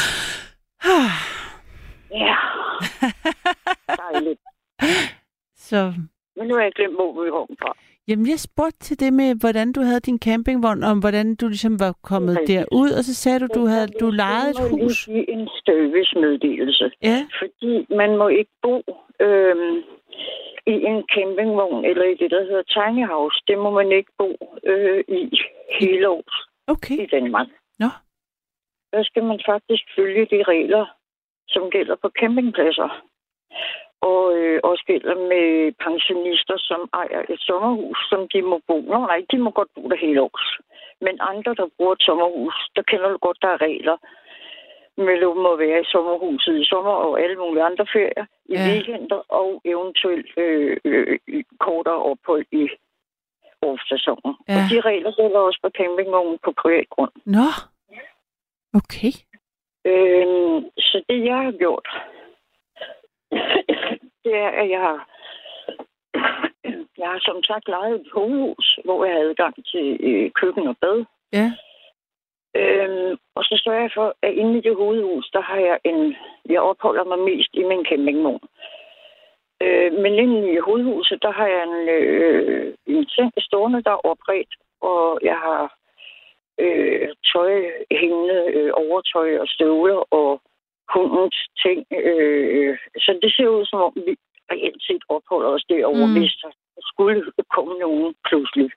Ja. Dejligt. Så. Men nu har jeg glemt, hvor vi kom fra. Jamen, jeg spurgte til det med, hvordan du havde din campingvogn, om hvordan du ligesom var kommet derud, og så sagde du, du havde du lejede et hus. Jeg må lige en servicemeddelelse. Ja. Fordi man må ikke bo øhm, i en campingvogn, eller i det, der hedder tiny house. Det må man ikke bo øh, i hele året okay. i Danmark. Nå. der skal man faktisk følge de regler, som gælder på campingpladser. Og øh, også gælder med pensionister, som ejer et sommerhus, som de må bo. Nå nej, de må godt bo der hele års. Men andre, der bruger et sommerhus, der kender du godt, der er regler. Men du må være i sommerhuset i sommer og alle mulige andre ferier, i ja. weekender og eventuelt øh, øh, kortere ophold i årssæsonen. Ja. Og de regler gælder også på campingvognen på privat grund. Nå, okay. Øh, så det, jeg har gjort, det er, at jeg har, jeg har som sagt lejet et hovedhus, hvor jeg havde adgang til øh, køkken og bad. Ja. Øhm, og så står jeg for, at inde i det hovedhus, der har jeg en... Jeg opholder mig mest i min campingvogn. Øh, men inde i hovedhuset, der har jeg en, øh, en seng stående, der er opredt, og jeg har øh, tøj hængende, øh, overtøj og støvler og hundens ting. Øh, så det ser ud som om, vi reelt set opholder os derovre, mm. hvis der skulle komme nogen pludselig.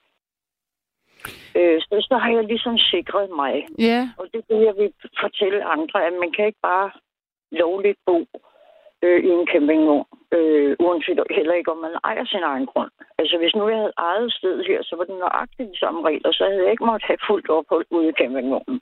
Øh, så, så har jeg ligesom sikret mig. Yeah. Og det er det, jeg vil fortælle andre, at man kan ikke bare lovligt bo øh, i en campingvogn, øh, uanset heller ikke, om man ejer sin egen grund. Altså, hvis nu jeg havde ejet sted her, så var det nøjagtigt de samme regler, så havde jeg ikke måttet have fuldt ophold ude i campingvognen.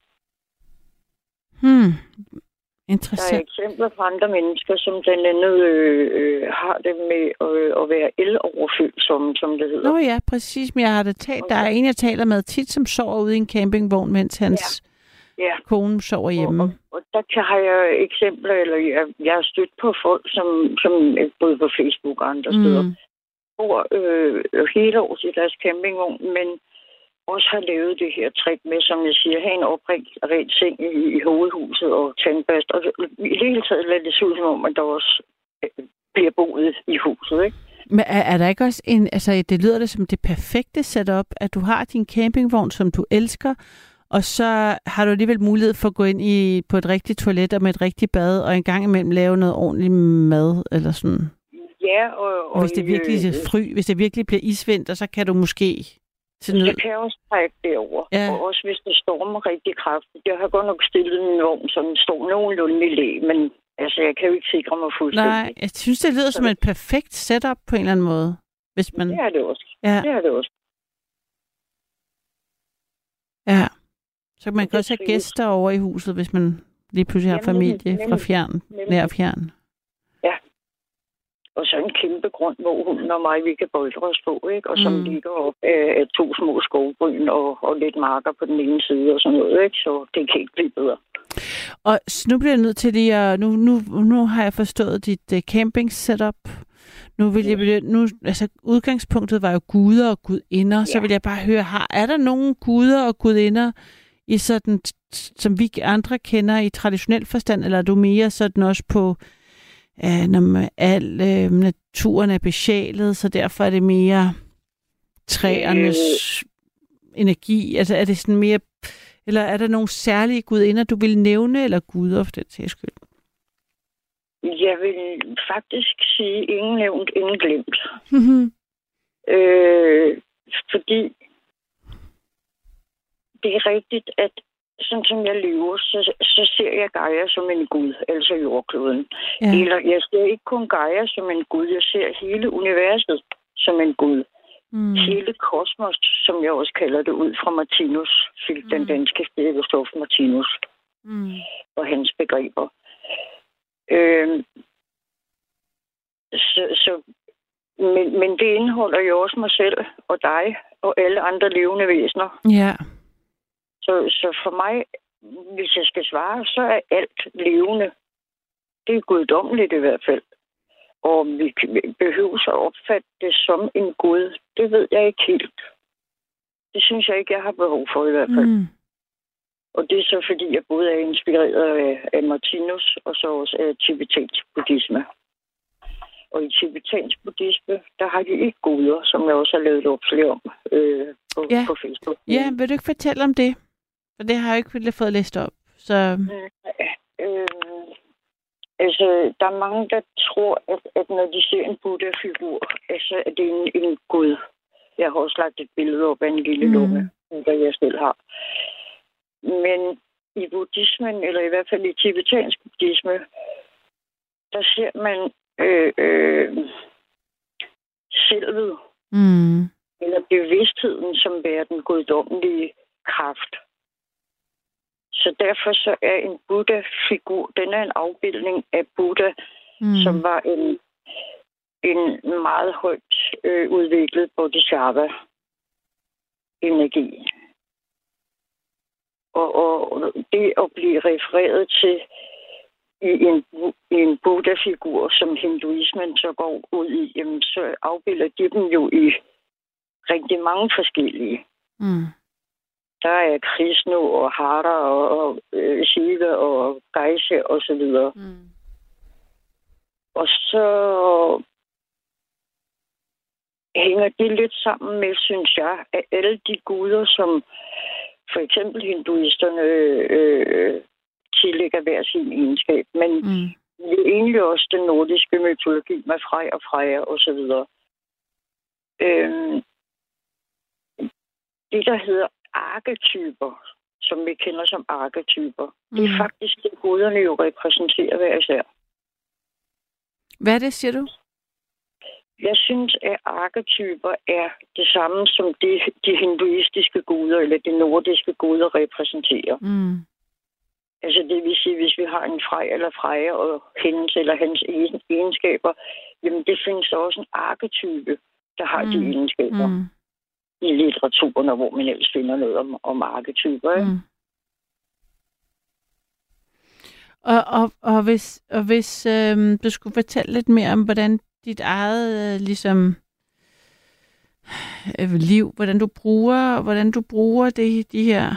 Hmm. Interessant. Der er eksempler fra andre mennesker, som blandt andet øh, øh, har det med øh, at være eloverfølsomme, som det hedder. Nå ja, præcis. Men jeg har det talt. Der er en, jeg taler med tit, som sover ude i en campingvogn, mens hans ja. Ja. kone sover hjemme. Og, og, og der har jeg eksempler, eller jeg, jeg har stødt på folk, som, som både på Facebook og andre mm. steder, bor øh, hele året i deres campingvogn, men også har lavet det her trick med, som jeg siger, have en opredt seng i, i hovedhuset og tandbast. Og i det hele taget lader det se ud som om, at der også bliver boet i huset, ikke? Men er, er der ikke også en... Altså, det lyder det som det perfekte setup, at du har din campingvogn, som du elsker, og så har du alligevel mulighed for at gå ind i, på et rigtigt toilet og med et rigtigt bad, og en gang imellem lave noget ordentligt mad, eller sådan. Ja, og... og, og hvis det virkelig er fry, hvis det virkelig bliver isvinter, så kan du måske... Det kan også trække derover. Ja. Og også hvis det stormer rigtig kraftigt. Jeg har godt nok stillet min vogn, så den står nogenlunde i læ, men altså, jeg kan jo ikke sikre mig fuldstændig. Nej, jeg synes, det lyder så som et perfekt setup på en eller anden måde. Hvis man... Det er det også. Ja. Det er det også. Ja. Så man kan også have gæster over i huset, hvis man lige pludselig har familie nemlig, fra fjern, nær fjern. Ja. Og så en kæmpe grund, hvor hunden og mig, vi kan boltre os på, ikke? Og som mm. ligger op af, af to små skovbryn og, og lidt marker på den ene side og sådan noget, ikke? Så det kan ikke blive bedre. Og nu bliver jeg nødt til lige at... Nu, nu, nu har jeg forstået dit uh, camping setup. Nu vil jeg... Nu, altså, udgangspunktet var jo guder og gudinder, ja. Så vil jeg bare høre, har, er der nogen guder og gudinder i sådan, som vi andre kender i traditionel forstand, eller er du mere sådan også på... Uh, når man, al uh, naturen er besjælet, så derfor er det mere træernes øh. energi. Altså er det sådan mere... Eller er der nogle særlige gudinder, du vil nævne, eller guder for den sags skyld? Jeg vil faktisk sige, ingen nævnt, ingen glemt. øh, fordi det er rigtigt, at sådan som jeg lever, så, så ser jeg Gaia som en gud, altså jordkloden. Ja. Eller jeg ser ikke kun Gaia som en gud, jeg ser hele universet som en gud. Mm. Hele kosmos, som jeg også kalder det, ud fra Martinus, mm. den danske filosof Martinus, mm. og hans begreber. Øhm, så, så, men, men det indeholder jo også mig selv og dig og alle andre levende væsener. Ja. Så, så for mig, hvis jeg skal svare, så er alt levende. Det er guddommeligt i hvert fald. Og vi behøver så at opfatte det som en gud. Det ved jeg ikke helt. Det synes jeg ikke, jeg har behov for i hvert fald. Mm. Og det er så, fordi jeg både er inspireret af, af Martinus, og så også af tibetansk buddhisme. Og i tibetansk buddhisme, der har de ikke guder, som jeg også har lavet opslag om øh, på, ja. på Facebook. Ja, vil du ikke fortælle om det? For det har jeg ikke fået læst op. Så... Øh, altså, der er mange, der tror, at, at når de ser en Buddha-figur, altså, at det er en, en gud. Jeg har også lagt et billede op af en lille mm. lunge, der jeg selv har. Men i buddhismen, eller i hvert fald i tibetansk buddhisme, der ser man øh, øh, selvet, Mm. eller bevidstheden, som være den guddommelige kraft. Så derfor så er en Buddha-figur, den er en afbildning af Buddha, mm. som var en, en meget højt øh, udviklet bodhisattva-energi. Og, og det at blive refereret til i en, i en Buddha-figur, som hinduismen så går ud i, jamen, så afbilder de dem jo i rigtig mange forskellige. Mm. Der er Krishna og Hara og, og øh, Shiva og Ganesha og så videre. Mm. Og så hænger det lidt sammen med, synes jeg, at alle de guder, som for eksempel hinduisterne øh, tillægger hver sin egenskab, men mm. det er egentlig også den nordiske mytologi med Frej og Freja og så videre. Øhm, det, der hedder arketyper, som vi kender som arketyper, mm. det er faktisk det, guderne jo repræsenterer hver især. Hvad er det, siger du? Jeg synes, at arketyper er det samme, som de, de hinduistiske guder, eller de nordiske guder repræsenterer. Mm. Altså det vil sige, hvis vi har en Frej eller Freja og hendes eller hans egenskaber, jamen det findes også en arketype, der har mm. de egenskaber. Mm. I litteraturen, hvor man ellers finder noget om, om arketyper. Ikke? Mm. Og, og, og hvis, og hvis øhm, du skulle fortælle lidt mere om, hvordan dit eget øh, ligesom, øh, liv, hvordan du bruger, hvordan du bruger det, de her,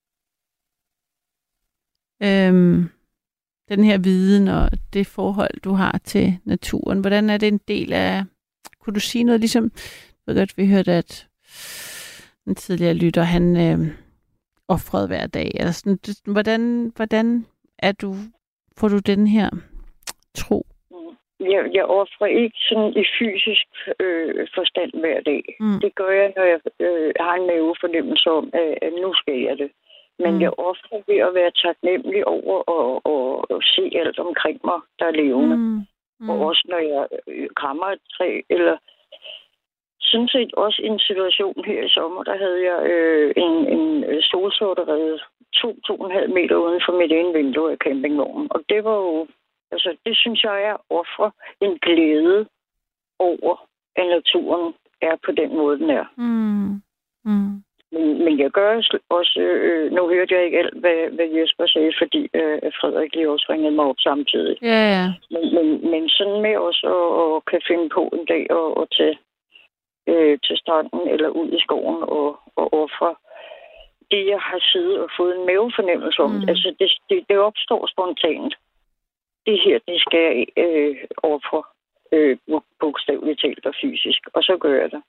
øhm, den her viden og det forhold, du har til naturen. Hvordan er det en del af, kunne du sige noget, ligesom, jeg ved godt, vi hørte, at en tidligere lytter, han øh, offrede hver dag, eller sådan, det, hvordan, hvordan er du, får du den her tro? Jeg, jeg offrer ikke sådan i fysisk øh, forstand hver dag. Mm. Det gør jeg, når jeg øh, har en mavefornemmelse om, at, at nu skal jeg det. Men mm. jeg offrer ved at være taknemmelig over og, og, og se alt omkring mig, der er levende. Mm. Mm. Og også når jeg øh, krammer et træ, eller sådan set også en situation her i sommer, der havde jeg øh, en, en solsorterede to, to og en halv meter uden for mit ene vindue af campingvognen. Og det var jo, altså det synes jeg er ofre en glæde over, at naturen er på den måde, den er. Mm. Mm. Men, men jeg gør også, øh, nu hørte jeg ikke alt, hvad, hvad Jesper sagde, fordi øh, Frederik lige også ringede mig op samtidig. Ja, ja. Men, men, men sådan med også at, at kan finde på en dag og, og tage øh, til stranden eller ud i skoven og, og ofre det, jeg har siddet og fået en mavefornemmelse om. Mm. Altså, det, det, det opstår spontant. Det her, det skal jeg øh, ofre øh, bogstaveligt talt og fysisk, og så gør jeg det.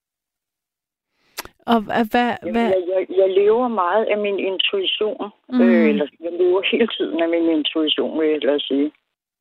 Og hvad, hvad? Jeg, jeg, jeg lever meget af min intuition. Mm. Øh, eller jeg lever hele tiden af min intuition, vil jeg lade sige.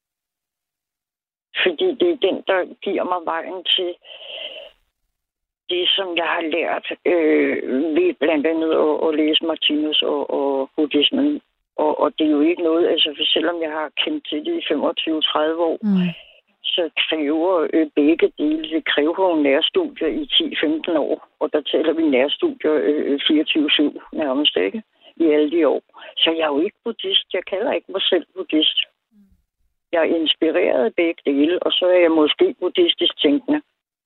Fordi det er den, der giver mig vejen til det, som jeg har lært øh, ved blandt andet at, at læse Martinus og, og buddhismen. Og, og det er jo ikke noget, altså for selvom jeg har kendt til det i femogtyve til tredive år, mm. så kræver øh, begge dele, det kræver jo nærstudier i ti til femten år. Og der taler vi nærstudier øh, fireogtyve syv nærmest, ikke? I alle de år. Så jeg er jo ikke buddhist. Jeg kalder ikke mig selv buddhist. Jeg er inspireret af begge dele, og så er jeg måske buddhistisk tænkende.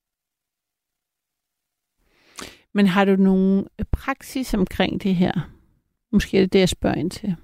Men har du nogen praksis omkring det her? Måske er det det, jeg spørger ind til.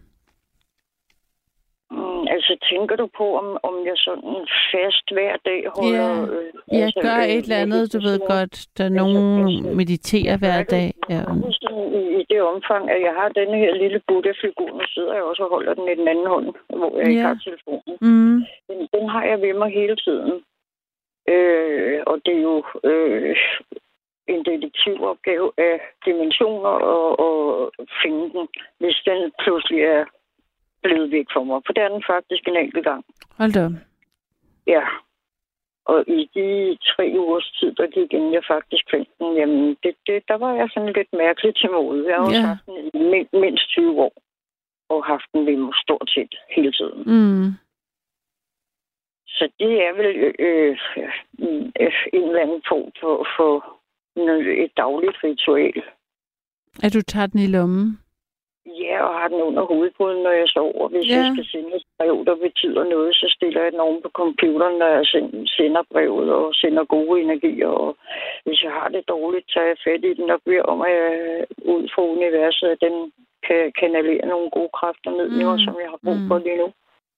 Mm, altså, tænker du på, om, om jeg sådan fast hver dag holder... Ja, øh, jeg altså, gør øh, et eller andet, du ved godt. Der er nogen altså, mediterer hver dag. Ja. I, I det omfang, at jeg har denne her lille Buddha-figur, nu sidder jeg også og holder den i den anden hånd, hvor jeg ja. ikke har telefonen. Mm. Den, den har jeg ved mig hele tiden. Øh, og det er jo... Øh, en detektivopgave af dimensioner og, og finde den, hvis den pludselig er blevet væk for mig. For det er den faktisk en enkelt gang. Hold da. Ja. Og i de tre ugers tid, der gik inden jeg faktisk fandt den, jamen, det, det, der var jeg sådan lidt mærkeligt til mode. Jeg har også ja. haft den i mindst tyve år. og haft den ved mig stort set hele tiden. Mm. Så det er vel øh, øh, en eller anden form for, for et dagligt ritual. At du tager den i lommen? Ja, og har den under hovedpuden, når jeg sover. Hvis ja. jeg skal sende et brev, der betyder noget, så stiller jeg den oven på computeren, når jeg sender brevet og sender gode energier. Og hvis jeg har det dårligt, tager jeg fat i den og beder om, at jeg ud fra universet, at den kan kanalere nogle gode kræfter ned i mig, mm. som jeg har brug for lige nu.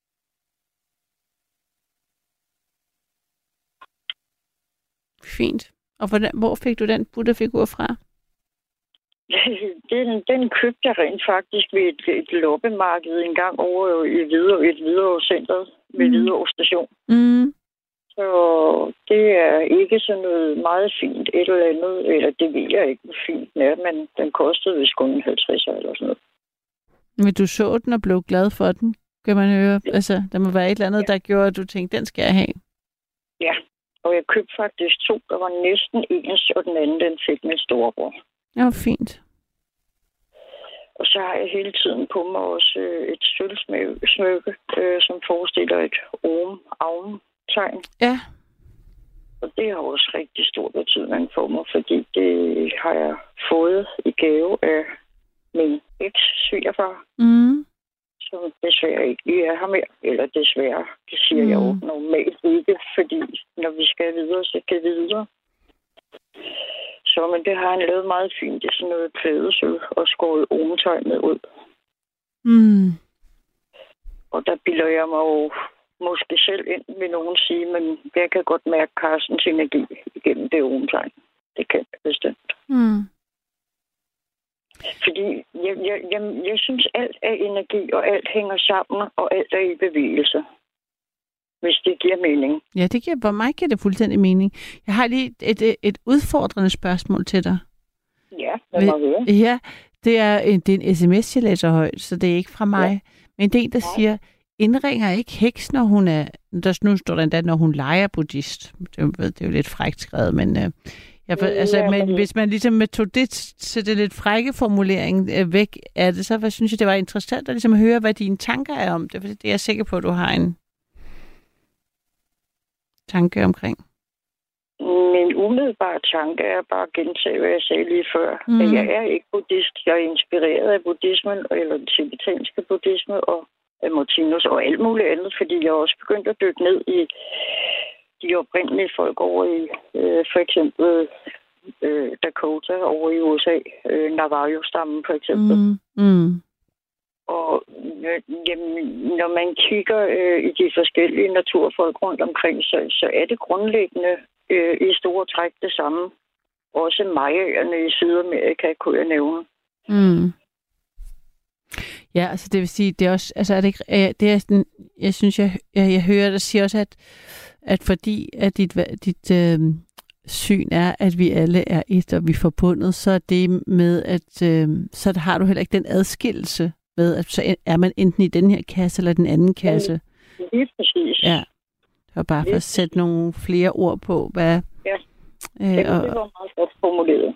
Fint. Og hvordan, hvor fik du den Buddha-figur fra? Den, den købte jeg rent faktisk ved et, et loppemarked en gang over i Hvidovre, et Hvidovre-centret ved mm. Hvidovre station. Mm. Så det er ikke sådan noget meget fint et eller andet, eller det ved jeg ikke, hvor fint den er, men den kostede vist kun halvtreds eller sådan noget. Men du så den og blev glad for den, kan man høre? Ja. Altså, der må være et eller andet, ja. Der gjorde, at du tænkte, den skal jeg have. Ja, og jeg købte faktisk to, der var næsten ens, og den anden, den fik min storebror. Ja, fint. Og så har jeg hele tiden på mig også øh, et sølvsmykke, øh, som forestiller et om-avn-tegn. Ja. Og det har også rigtig stor betydning for mig, fordi det har jeg fået i gave af min eks-svigerfar, mm. som desværre ikke lige er her mere. Eller desværre, det siger mm. jeg jo normalt ikke, fordi når vi skal videre, så kan vi videre. Så, men det har han lavet meget fint. Det er sådan noget klædesøl og skåret ometegnet ud. Mm. Og der bilder jeg mig jo måske selv ind, vil nogen sige, men jeg kan godt mærke Carstens energi igennem det ometegn. Det kan jeg bestemt. Mm. Fordi jeg, jeg, jeg, jeg synes, alt er energi, og alt hænger sammen, og alt er i bevægelse. Hvis det giver mening. Ja, det giver, for mig giver det fuldstændig mening. Jeg har lige et, et, et udfordrende spørgsmål til dig. Ja, lad mig høre. Ja, det er en, det er en sms, jeg læser højt, så det er ikke fra mig. Ja. Men det er en, der Nej. siger, indringer ikke heks, når hun er... Der, nu står der endda, når hun leger buddhist. Det er, det er jo lidt frækt skrevet, men... Øh, jeg, ja, altså, ja, men hvis man ligesom tog det til det lidt frække formulering øh, væk af det, så hvad, synes jeg, det var interessant at ligesom høre, hvad dine tanker er om det. For det er jeg sikker på, at du har en tanke omkring. Min umiddelbare tanke er bare at gentage, hvad jeg sagde lige før. Mm. At jeg er ikke buddhist. Jeg er inspireret af buddhismen, eller den tibetanske buddhisme, og af Martinus og alt muligt andet, fordi jeg også begyndt at dykke ned i de oprindelige folk over i øh, for eksempel øh, Dakota over i U S A, øh, Navajo-stammen for eksempel. Mm. Mm. Og øh, jamen, når man kigger øh, i de forskellige naturfolk rundt omkring, så, så er det grundlæggende øh, i store træk det samme. Også Mayaerne i Sydamerika, kunne jeg nævne. Mm. Ja, altså det vil sige, det er også, altså er det ikke, øh, det er sådan, jeg synes, jeg, jeg, jeg hører dig sige også, at, at fordi at dit, dit øh, syn er, at vi alle er et, og vi er forbundet, så er det med, at øh, så har du heller ikke den adskillelse med, at så er man enten i den her kasse, eller den anden kasse. Ja, lige præcis. Ja, det var bare for at sætte nogle flere ord på, hvad... Ja, øh, det, og, det var meget godt formuleret.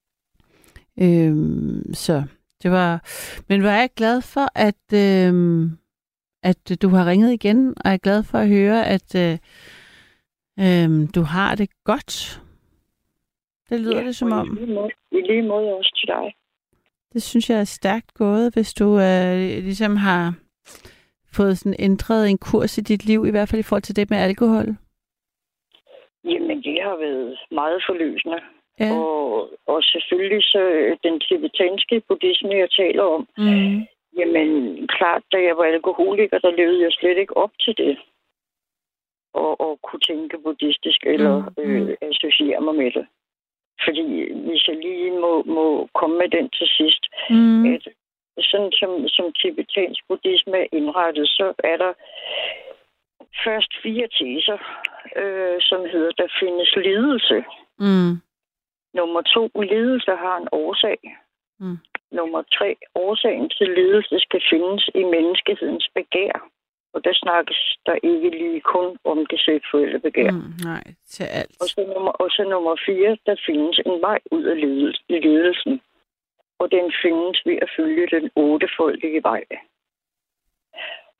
Øh, så... Det var, men var jeg glad for, at, øh, at du har ringet igen, og jeg er glad for at høre, at øh, øh, du har det godt. Det lyder ja, det som om. I lige, måde, I lige måde også til dig. Det synes jeg er stærkt gået, hvis du øh, ligesom har fået sådan ændret en kurs i dit liv, i hvert fald i forhold til det med alkohol. Jamen, det har været meget forløsende. Ja. Og, og selvfølgelig så den tibetanske buddhisme, jeg taler om, mm. jamen klart, da jeg var alkoholiker, der levede jeg slet ikke op til det. Og, og kunne tænke buddhistisk eller mm. øh, associere mig med det. Fordi hvis jeg lige må, må komme med den til sidst, mm. at sådan som, som tibetansk buddhisme er indrettet, så er der først fire teser, øh, som hedder, der findes lidelse. Mm. Nummer to, lidelse har en årsag. Mm. Nummer tre, årsagen til lidelse skal findes i menneskehedens begær. Og der snakkes der ikke lige kun om det seksuelle begær. Mm, nej, til alt. Og så, nummer, og så nummer fire, der findes en vej ud af lidelsen. Og den findes ved at følge den ottefoldige vej.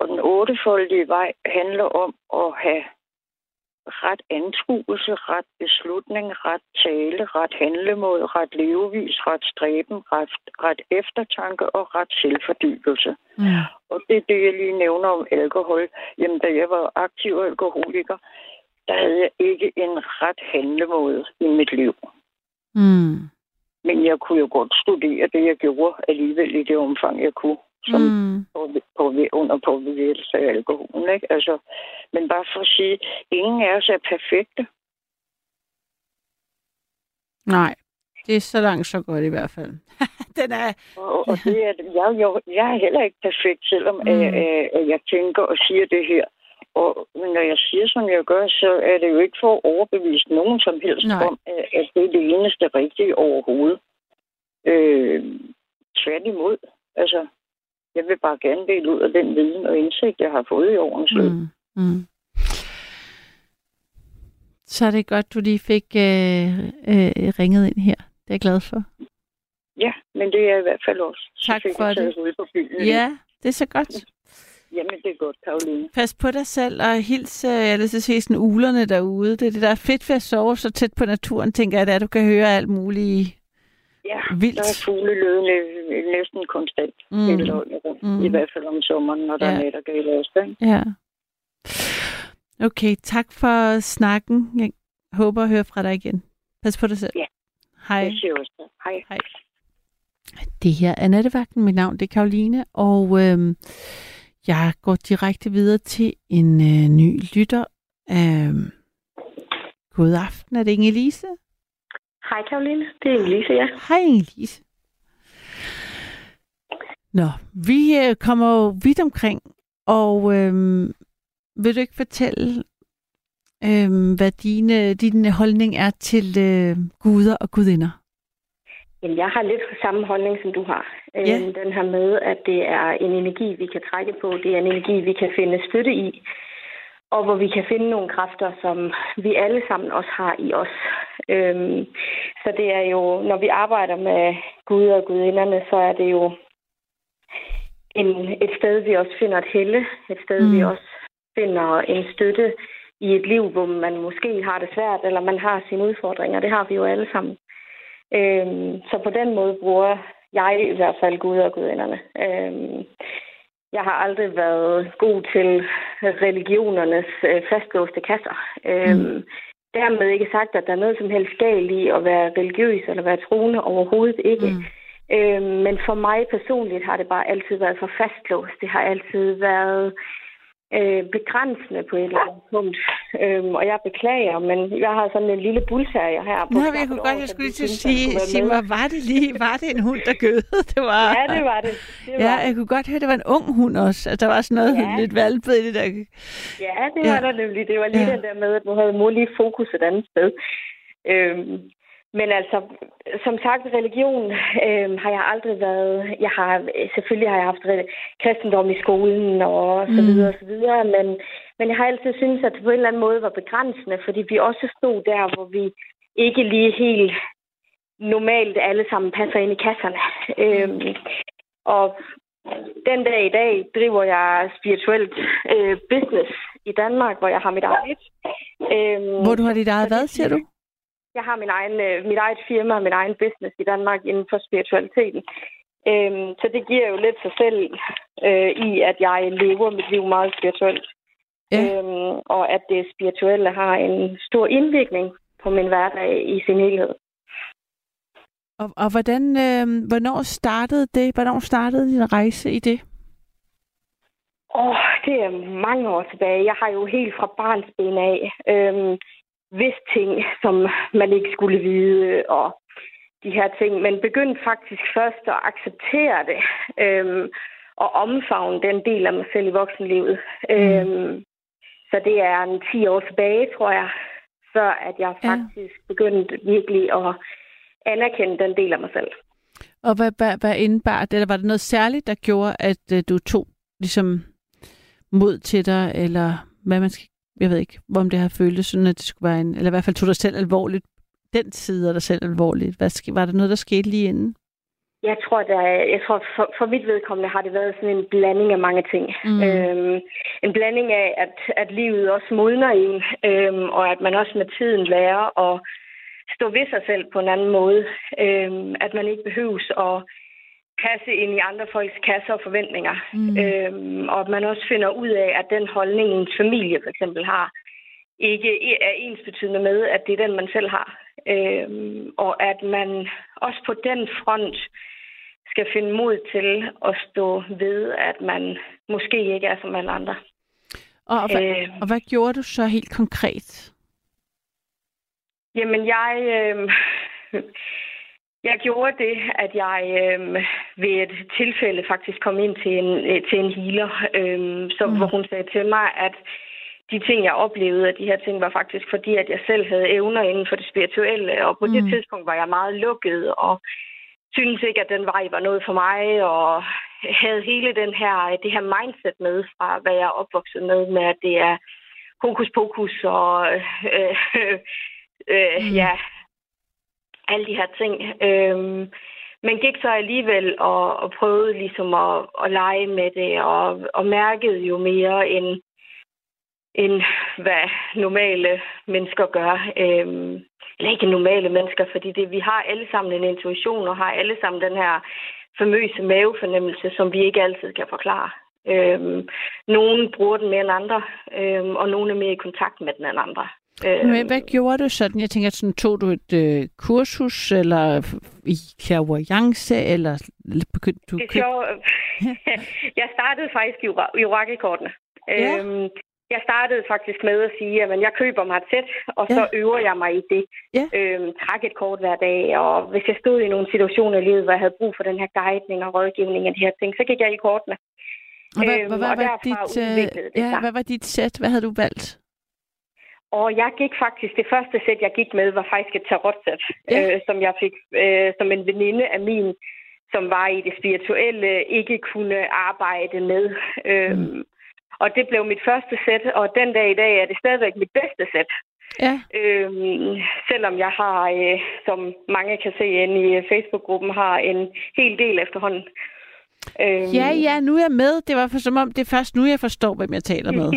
Og den ottefoldige vej handler om at have ret anskuelse, ret beslutning, ret tale, ret handlemåde, ret levevis, ret stræben, ret, ret eftertanke og ret selvfordybelse. Mm. Og det er det, jeg lige nævner om alkohol. Jamen, da jeg var aktiv alkoholiker, der havde jeg ikke en ret handlemåde i mit liv. Mm. Men jeg kunne jo godt studere det, jeg gjorde alligevel i det omfang, jeg kunne. Som mm. på, på, under påvirkelse af alkoholen, ikke? Altså, men bare for at sige, ingen af os er perfekte. Nej, det er så langt så godt i hvert fald. Den er... og, og det er, jeg, jeg, jeg er heller ikke perfekt, selvom mm. at, at jeg tænker og siger det her. Og når jeg siger, som jeg gør, så er det jo ikke for at overbevise nogen som helst Nej. om, at, at det er det eneste rigtige overhovedet. Øh, tværtimod. Altså, jeg vil bare gerne dele ud af den viden og indsigt, jeg har fået i årens løb. Mm. Mm. Så er det godt, du lige fik øh, øh, ringet ind her. Det er jeg glad for. Ja, men det er i hvert fald også. Tak for det. På byen. Ja, det er så godt. Jamen, det er godt, Karoline. Pas på dig selv og hils, jeg vil sige, sådan ulerne derude. Det er det, der er fedt ved at sove så tæt på naturen, tænker jeg, at du kan høre alt muligt. Ja, vildt. Der er fugleløden næsten konstant. Mm. Hele året, mm. I hvert fald om sommeren, når der ja. er nattergale også. Ja. Okay, tak for snakken. Jeg håber at høre fra dig igen. Pas på dig selv. Ja. Hej. Jeg siger også. Hej. Hej. Det her er Nattevagten. Mit navn det er Karoline, og øhm, jeg går direkte videre til en øh, ny lytter. Øhm, god aften. Er det Inge-Lise? Hej Karoline, det er Inge-Lise, ja. Hej Inge-Lise. Nå, vi øh, kommer jo vidt omkring, og øh, vil du ikke fortælle, øh, hvad dine, din holdning er til øh, guder og gudinder? Jamen, jeg har lidt samme holdning, som du har. Ja. Øh, den her med, at det er en energi, vi kan trække på. Det er en energi, vi kan finde støtte i. Og hvor vi kan finde nogle kræfter, som vi alle sammen også har i os. Øhm, så det er jo, når vi arbejder med guder og gudinderne, så er det jo en, et sted, vi også finder et helle. Et sted, mm. vi også finder en støtte i et liv, hvor man måske har det svært, eller man har sine udfordringer. Det har vi jo alle sammen. Øhm, så på den måde bruger jeg i hvert fald guder og gudinderne. Øhm, Jeg har aldrig været god til religionernes øh, fastlåste kasser. Mm. Øhm, dermed ikke sagt, at der er noget som helst galt i at være religiøs eller være troende. Overhovedet ikke. Mm. Øhm, men for mig personligt har det bare altid været for fastlåst. Det har altid været øh, begrænsende på et eller andet punkt. Øhm, og jeg beklager, men jeg har sådan en lille bullterrier her. Nå, jeg kunne godt, jeg skulle lige til at sige, sige mig, var det lige, var det en hund, der gødede? Det var... Ja, det var det. det var ja, jeg kunne godt høre, det var en ung hund også. Altså, der var sådan noget ja. lidt valpet i det der. Ja, det var ja. der nemlig. Det var lige ja. den der med, at nu havde mor lige fokus et andet sted. Øhm, Men altså, som sagt, religion øh, har jeg aldrig været... Jeg har, selvfølgelig har jeg haft kristendom i skolen og så videre og så videre, men, men jeg har altid syntes, at det på en eller anden måde var begrænsende, fordi vi også stod der, hvor vi ikke lige helt normalt alle sammen passer ind i kasserne. Øh, og den dag i dag driver jeg spirituelt øh, business i Danmark, hvor jeg har mit eget. Øh, hvor du har dit eget hvad, siger du? Jeg har min egen, øh, mit eget firma og min egen business i Danmark inden for spiritualiteten. Øhm, så det giver jo lidt sig selv øh, i, at jeg lever mit liv meget spirituelt. Ja. Øhm, og at det spirituelle har en stor indvirkning på min hverdag i sin helhed. Og, og hvordan, øh, hvornår startede det? Hvornår startede din rejse i det? Åh, oh, det er mange år tilbage. Jeg har jo helt fra barnsben af... Øhm, vist ting, som man ikke skulle vide, og de her ting, men begyndte faktisk først at acceptere det, øhm, og omfavne den del af mig selv i voksenlivet. Mm. Øhm, så det er en ti år tilbage, tror jeg, før at jeg faktisk ja. begyndte virkelig at anerkende den del af mig selv. Og hvad, hvad, hvad indebar det? Eller var det noget særligt, der gjorde, at uh, du tog ligesom mod til dig, eller hvad man skal jeg ved ikke, om det har føltes sådan, at det skulle være en... Eller i hvert fald tog dig selv alvorligt. Den side af dig selv alvorligt. Hvad, var der noget, der skete lige inden? Jeg tror, der, jeg tror for, for mit vedkommende har det været sådan en blanding af mange ting. Mm. Øhm, en blanding af, at, at livet også modner en, øhm, og at man også med tiden lærer at stå ved sig selv på en anden måde. Øhm, at man ikke behøves at passe ind i andre folks kasser og forventninger. Mm. Øhm, og at man også finder ud af, at den holdning, ens familie for eksempel har, ikke er ensbetydende med, at det er den, man selv har. Øhm, og at man også på den front skal finde mod til at stå ved, at man måske ikke er som alle andre. Og, og, hvad, øh, og hvad gjorde du så helt konkret? Jamen, jeg, øh, jeg gjorde det, at jeg øh, ved et tilfælde faktisk kom ind til en, til en healer, øh, så, mm. hvor hun sagde til mig, at de ting, jeg oplevede af de her ting, var faktisk fordi, at jeg selv havde evner inden for det spirituelle, og på mm. det tidspunkt var jeg meget lukket, og syntes ikke, at den vej var noget for mig, og havde hele den her, det her mindset med fra, hvad jeg er opvokset med, med at det er hokus pokus og øh, øh, mm. ja, alle de her ting. Øhm, men gik så alligevel og, og prøvede ligesom at, at lege med det, og, og mærkede jo mere end, end hvad normale mennesker gør. Øhm, eller ikke normale mennesker, fordi det, vi har alle sammen en intuition, og har alle sammen den her famøse mavefornemmelse, som vi ikke altid kan forklare. Øhm, nogen bruger den mere end andre, øhm, og nogen er mere i kontakt med den end andre. Øhm, Men hvad gjorde du sådan? Jeg tænker, sådan, tog du et øh, kursus, eller i clairvoyance, eller begyndte du... Det er sjovt. Jeg startede faktisk i, i orakelkortene. Ja. Øhm, Jeg startede faktisk med at sige, at jeg køber mig et sæt, og så ja. øver jeg mig i det. Ja. Øhm, træk et kort hver dag, og hvis jeg stod i nogle situationer i livet, hvor jeg havde brug for den her guidning og rådgivning af de her ting, så gik jeg i kortene. Og hvad, øhm, hvad, hvad, og var, dit, ja, hvad var dit sæt? Hvad havde du valgt? Og jeg gik faktisk, det første sæt, jeg gik med, var faktisk et tarotsæt, ja. øh, som jeg fik øh, som en veninde af min, som var i det spirituelle, ikke kunne arbejde med. Øhm, mm. Og det blev mit første sæt, og den dag i dag er det stadigvæk mit bedste sæt. Ja. Øhm, selvom jeg har, øh, som mange kan se inde i Facebook-gruppen, har en hel del efterhånden. Øhm, ja, ja, nu er jeg med. Det var for, som om, det er først nu, jeg forstår, hvem jeg taler med.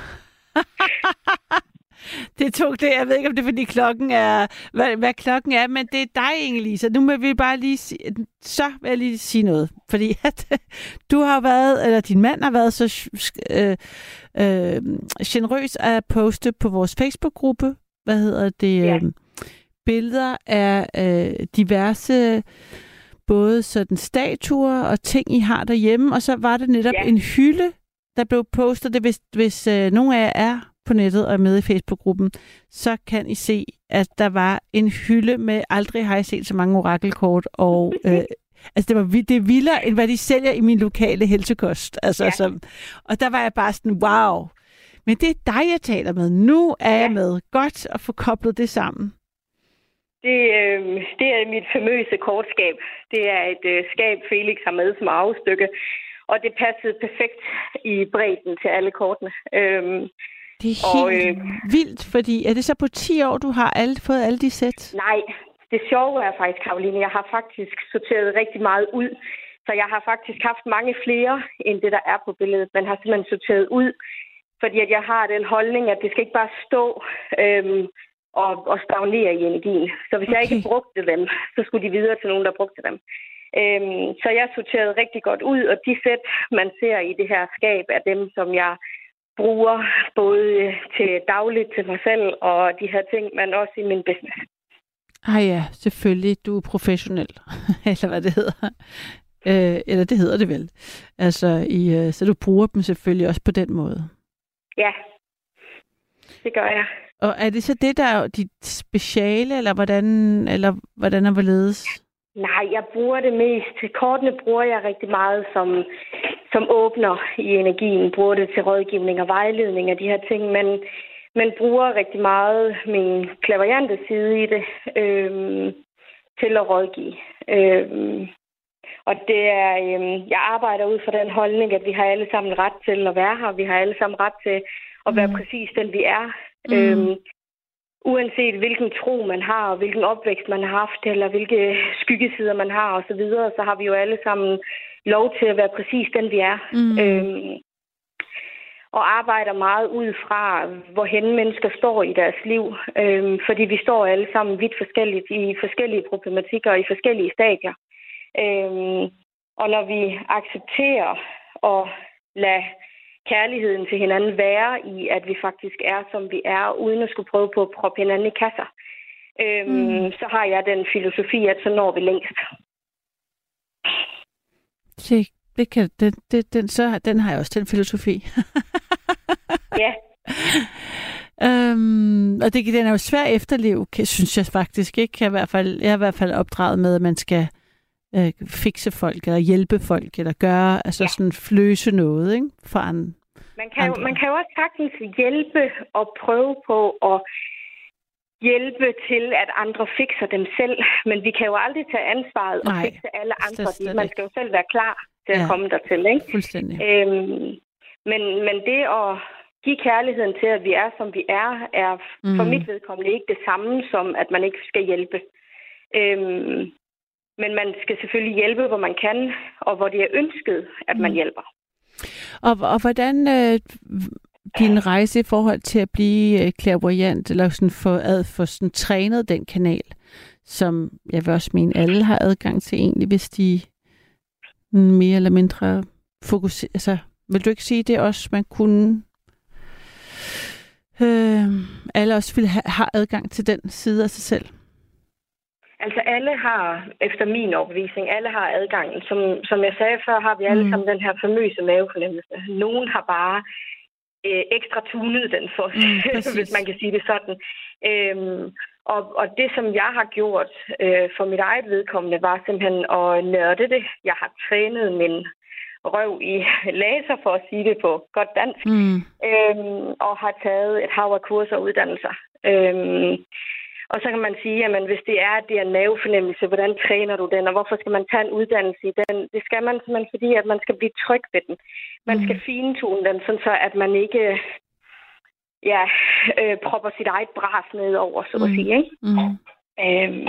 Det tog det. Jeg ved ikke, om det er, fordi klokken er, hvad, hvad klokken er, men det er dig, Inge-Lise. Nu må vi bare lige sige, så vil jeg lige sige noget. Fordi at du har været, eller din mand har været så øh, øh, generøs at poste på vores Facebook-gruppe, hvad hedder det, ja. øh, billeder af øh, diverse både sådan statuer og ting, I har derhjemme, og så var det netop ja. en hylde, der blev postet. Det, hvis, hvis øh, nogen af jer er på nettet og er med i Facebook-gruppen, så kan I se, at der var en hylde med, aldrig har jeg set så mange orakelkort, og øh, altså det, var, det er vildere, end hvad de sælger i min lokale helsekost. Altså, ja. som, og der var jeg bare sådan, wow. Men det er dig, jeg taler med. Nu er ja. jeg med. Godt at få koblet det sammen. Det, øh, det er mit famøse kortskab. Det er et øh, skab, Felix har med som arvestykke, og det passede perfekt i bredden til alle kortene. Øhm, Det er helt og, øh, vildt, fordi er det så på ti år, du har alle, fået alle de sæt? Nej, det sjove er faktisk, Karoline, jeg har faktisk sorteret rigtig meget ud. Så jeg har faktisk haft mange flere, end det, der er på billedet. Man har simpelthen sorteret ud, fordi at jeg har den holdning, at det skal ikke bare stå øhm, og, og stagnere i energien. Så hvis okay. jeg ikke brugte dem, så skulle de videre til nogen, der brugte dem. Øhm, så jeg sorterede rigtig godt ud, og de sæt, man ser i det her skab, er dem, som jeg bruger både til dagligt til mig selv og de her ting, men også i min business. Ah ja, selvfølgelig. Du er professionel, eller hvad det hedder. Øh, eller det hedder det vel. Altså, i, øh, så du bruger dem selvfølgelig også på den måde. Ja, det gør jeg. Og er det så det, der er dit speciale, eller hvordan, eller hvordan er hvorledes? Nej, jeg bruger det mest. Kortene bruger jeg rigtig meget som, som åbner i energien. Bruger det til rådgivning og vejledning af de her ting, men, men bruger rigtig meget min clairvoyante side i det øhm, til at rådgive. Øhm, og det er, øhm, jeg arbejder ud fra den holdning, at vi har alle sammen ret til at være her. Vi har alle sammen ret til at være mm. præcis den, vi er. Mm. Øhm, uanset hvilken tro man har, og hvilken opvækst man har haft, eller hvilke skyggesider man har osv., så, videre, så har vi jo alle sammen lov til at være præcis den, vi er. Mm. Øhm, og arbejder meget ud fra, hvor hen mennesker står i deres liv. Øhm, fordi vi står alle sammen vidt forskelligt i forskellige problematikker og i forskellige stadier. Øhm, og når vi accepterer og lader kærligheden til hinanden være i, at vi faktisk er, som vi er, uden at skulle prøve på at proppe hinanden i kasser, øhm, mm. så har jeg den filosofi, at så når vi længst. Det, det kan, det, det, den, så, den har jeg også, den filosofi. Ja. øhm, og det, den er jo svær at efterleve, synes jeg faktisk ikke. Jeg er i hvert fald, jeg er i hvert fald opdraget med, at man skal øh, fikse folk, eller hjælpe folk, eller gøre, altså ja. sådan fløse noget, ikke? For an, man, kan jo, man kan jo også sagtens hjælpe og prøve på at hjælpe til, at andre fikser dem selv, men vi kan jo aldrig tage ansvaret og Nej, fikse alle andre. Det, man skal jo selv være klar til ja, at komme dertil, ikke? Fuldstændig. Øhm, men, men det at give kærligheden til, at vi er, som vi er, er mm. for mit vedkommende ikke det samme som, at man ikke skal hjælpe. Øhm, men man skal selvfølgelig hjælpe, hvor man kan, og hvor det er ønsket, at man mm. hjælper. Og, og hvordan øh, din rejse i forhold til at blive øh, clairvoyant, eller sådan få, ad, få sådan trænet den kanal, som jeg vil også mene, alle har adgang til egentlig, hvis de mere eller mindre fokuserer. Altså, vil du ikke sige det også, man kunne øh, alle også vil have, har adgang til den side af sig selv? Altså alle har, efter min overbevisning, alle har adgangen. Som, som jeg sagde før, har vi alle mm. sammen den her famøse mavefornemmelse. Nogen har bare øh, ekstra tunet den for os, mm, hvis man kan sige det sådan. Øhm, og, og det, som jeg har gjort øh, for mit eget vedkommende, var simpelthen at nørde det. Jeg har trænet min røv i laser, for at sige det på godt dansk, mm. øhm, og har taget et hav af kurser og uddannelser. Øhm, Og så kan man sige, at hvis det er, at det er en mavefornemmelse, hvordan træner du den, og hvorfor skal man tage en uddannelse i den? Det skal man simpelthen, fordi at man skal blive tryg ved den. Man mm. skal fintune den, sådan så at man ikke ja, øh, propper sit eget bras ned over, så at mm. sige. Ikke? Mm. Øhm,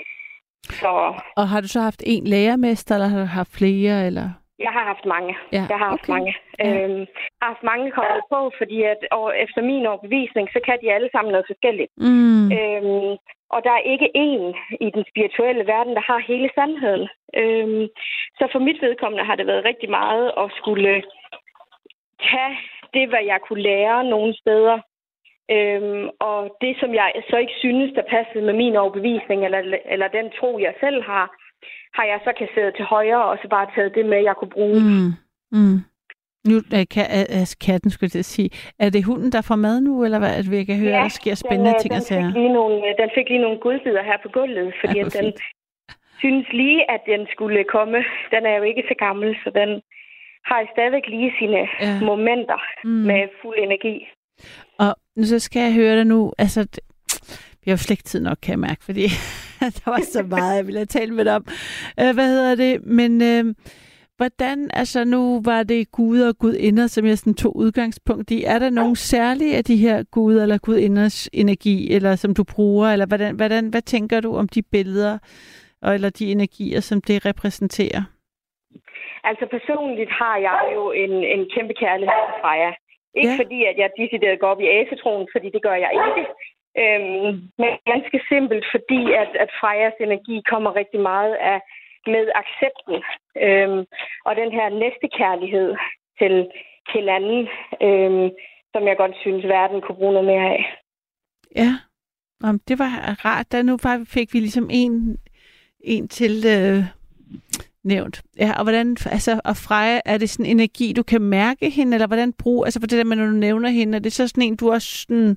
så. Og har du så haft en lærermester, eller har du haft flere? Eller? Jeg har haft mange. Ja, jeg har haft okay. mange. Ja. Øhm, jeg har haft mange kommet på, fordi at, og efter min overbevisning, så kan de alle sammen noget forskelligt. Mm. Øhm, og der er ikke én i den spirituelle verden, der har hele sandheden. Øhm, så for mit vedkommende har det været rigtig meget at skulle tage det, hvad jeg kunne lære nogle steder. Øhm, og det, som jeg så ikke synes, der passede med min overbevisning, eller, eller den tro, jeg selv har, har jeg så kasseret til højre, og så bare taget det med, jeg kunne bruge. Mm. Mm. Nu er katten, skulle jeg sige. Er det hunden, der får mad nu, eller hvad? At vi kan høre, ja, der sker spændende den, ting og sager? Den fik lige nogle godbidder her på gulvet, fordi ja, at den synes lige, at den skulle komme. Den er jo ikke så gammel, så den har stadigvæk lige sine ja. momenter mm. med fuld energi. Og nu så skal jeg høre dig nu, altså vi har jo slet ikke tid nok, kan jeg mærke, fordi der var så meget, jeg ville have talt med dig om. Uh, hvad hedder det? Men uh, hvordan, altså nu var det guder og gudinder, som jeg sådan tog udgangspunkt i. Er der nogen særlige af de her guder eller gudinders energi, eller som du bruger, eller hvordan, hvordan, hvad tænker du om de billeder, eller de energier, som det repræsenterer? Altså personligt har jeg jo en, en kæmpe kærlighed til Freja. Ikke ja. fordi, at jeg decideret går op i asetroen, fordi det gør jeg ikke. Øhm, men ganske simpelt, fordi at, at Frejas energi kommer rigtig meget af med accepten. Øhm, og den her næstekærlighed til hinanden, øhm, som jeg godt synes, verden kunne bruge noget mere af. Ja, Jamen, det var rart. Da nu fik vi ligesom en, en til øh, nævnt. Ja, og hvordan, altså, og Freja, er det sådan energi, du kan mærke hende, eller hvordan bruge, altså for det der med, når du nævner hende, er det så sådan en, du også sådan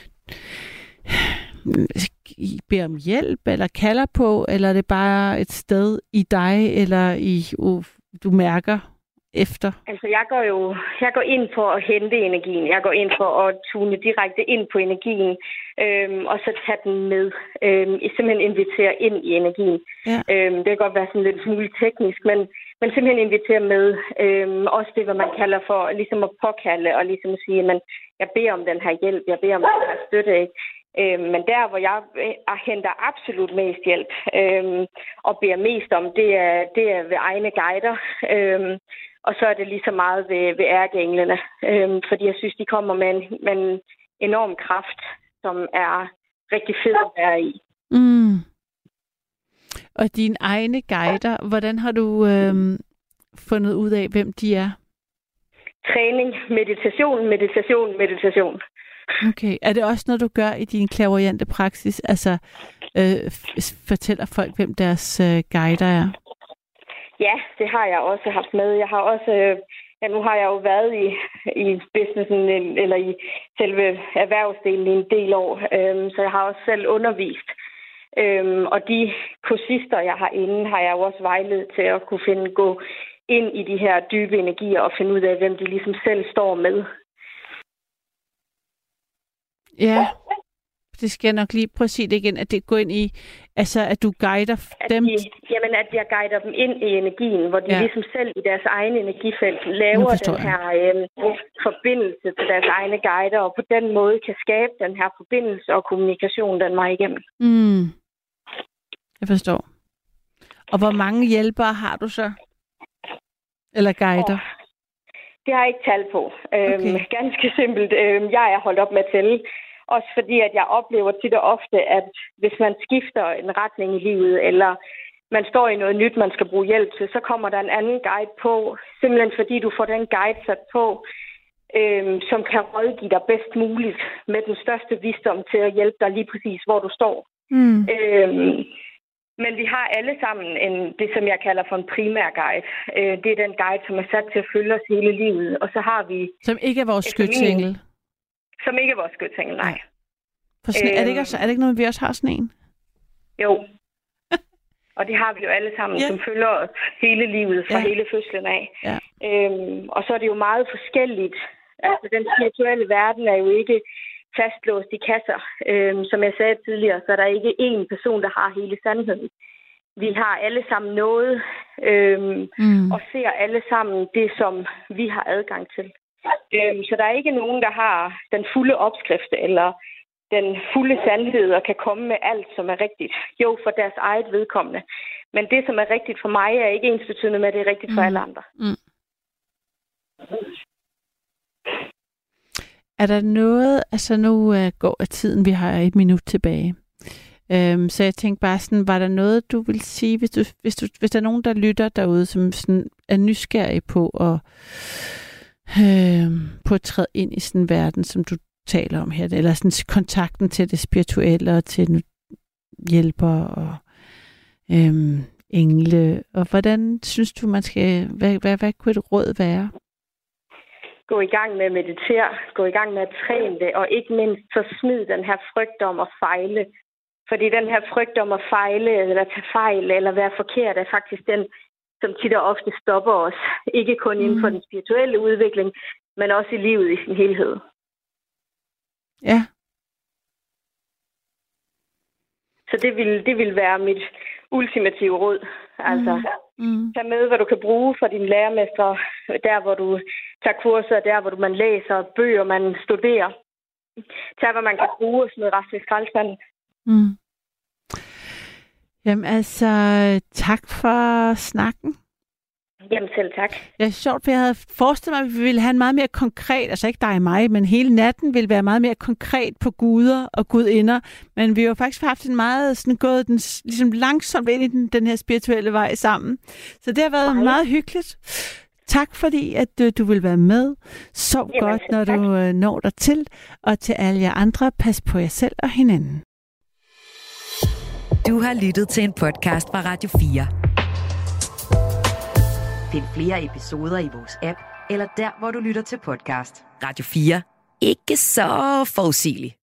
beder om hjælp, eller kalder på, eller er det bare et sted i dig, eller i, uh, du mærker efter? Altså, jeg går jo jeg går ind for at hente energien. Jeg går ind for at tune direkte ind på energien, øhm, og så tage den med. Øhm, simpelthen invitere ind i energien. Ja. Øhm, det kan godt være sådan lidt smule teknisk, men, men simpelthen invitere med. Øhm, også det, hvad man kalder for ligesom at påkalde, og ligesom at sige, at jeg beder om den her hjælp, jeg beder om den her støtte. Ikke? Øh, men der, hvor jeg øh, henter absolut mest hjælp øh, og beder mest om, det er, det er ved egne guider. Øh, og så er det lige så meget ved, ved ærkeenglene. Øh, fordi jeg synes, de kommer med en, med en enorm kraft, som er rigtig fed at være i. Mm. Og dine egne guider, hvordan har du øh, fundet ud af, hvem de er? Træning, meditation, meditation, meditation. Okay. Er det også noget, du gør i din clairvoyante praksis? Altså, øh, f- fortæller folk, hvem deres øh, guider er? Ja, det har jeg også haft med. Jeg har også, øh, ja, nu har jeg jo været i, i businessen, eller i selve erhvervsdelen i en del år, øh, så jeg har også selv undervist. Øh, og de kursister, jeg har inde, har jeg jo også vejledet til at kunne finde, gå ind i de her dybe energier og finde ud af, hvem de ligesom selv står med. Ja, det skal jeg nok lige prøve at sige det igen, at det går ind i, altså at du guider dem. At de, jamen, at jeg guider dem ind i energien, hvor de ja. ligesom selv i deres egen energifelt laver den her øh, forbindelse til deres egne guider, og på den måde kan skabe den her forbindelse og kommunikation den vej igennem. Mm. Jeg forstår. Og hvor mange hjælpere har du så? Eller guider? Oh, det har jeg ikke tal på. Okay. Øhm, ganske simpelt. Øhm, jeg er holdt op med at tælle. Også fordi, at jeg oplever tit og ofte, at hvis man skifter en retning i livet, eller man står i noget nyt, man skal bruge hjælp til, så kommer der en anden guide på. Simpelthen fordi du får den guide sat på, øhm, som kan rådgive dig bedst muligt med den største visdom til at hjælpe dig lige præcis, hvor du står. Mm. Øhm, Men vi har alle sammen en, det, som jeg kalder for en primær guide. Øh, det er den guide, som er sat til at følge os hele livet. Og så har vi... Som ikke er vores skytsengel? Som ikke er vores skytsengel, nej. For sådan, øhm, er, det ikke også, er det ikke noget, vi også har sådan en? Jo. Og det har vi jo alle sammen, yeah. som følger os hele livet, fra yeah. hele fødslen af. Yeah. Øhm, og så er det jo meget forskelligt. Altså, den spirituelle verden er jo ikke fastlåst i kasser. Øhm, som jeg sagde tidligere, så er der ikke én person, der har hele sandheden. Vi har alle sammen noget, øhm, mm. og ser alle sammen det, som vi har adgang til. Øhm, så der er ikke nogen, der har den fulde opskrift, eller den fulde sandhed, og kan komme med alt, som er rigtigt. Jo, for deres eget vedkommende. Men det, som er rigtigt for mig, er ikke ensbetydende med, at det er rigtigt for mm. alle andre. Mm. Er der noget, altså nu uh, går af tiden, vi har et minut tilbage. Um, så jeg tænkte bare sådan, var der noget, du vil sige, hvis, du, hvis, du, hvis der er nogen, der lytter derude, som sådan er nysgerrig på at, uh, på at træde ind i sådan en verden, som du taler om her, eller sådan kontakten til det spirituelle og til hjælper og um, engle, og hvordan synes du, man skal, hvad, hvad, hvad kunne et råd være? Gå i gang med at meditere, gå i gang med at træne det, og ikke mindst så smid den her frygt om at fejle. Fordi den her frygt om at fejle, eller tage fejl, eller være forkert, er faktisk den, som tit og ofte stopper os. Ikke kun mm. inden for den spirituelle udvikling, men også i livet i sin helhed. Ja. Så det vil, det vil være mit ultimative råd. Altså, mm. tag med, hvad du kan bruge for din lærermester, der hvor du tager kurser, der hvor du, man læser bøger, man studerer. Tag, hvad man kan bruge og smide resten i skraldespanden. Mm. Jamen altså, tak for snakken. Jamen selv tak. Det er sjovt, for jeg havde forestillet mig, at vi ville have en meget mere konkret, altså ikke dig og mig, men hele natten ville være meget mere konkret på guder og gudinder. Men vi har jo faktisk haft en meget sådan gået den, ligesom langsomt ind i den, den her spirituelle vej sammen. Så det har været Nej. meget hyggeligt. Tak fordi, at du, du vil være med. Sov Jamen, godt, når tak. du uh, når dig til. Og til alle jer andre, pas på jer selv og hinanden. Du har lyttet til en podcast fra Radio fire. Find flere episoder i vores app, eller der, hvor du lytter til podcast. Radio fire. Ikke så forudsigeligt.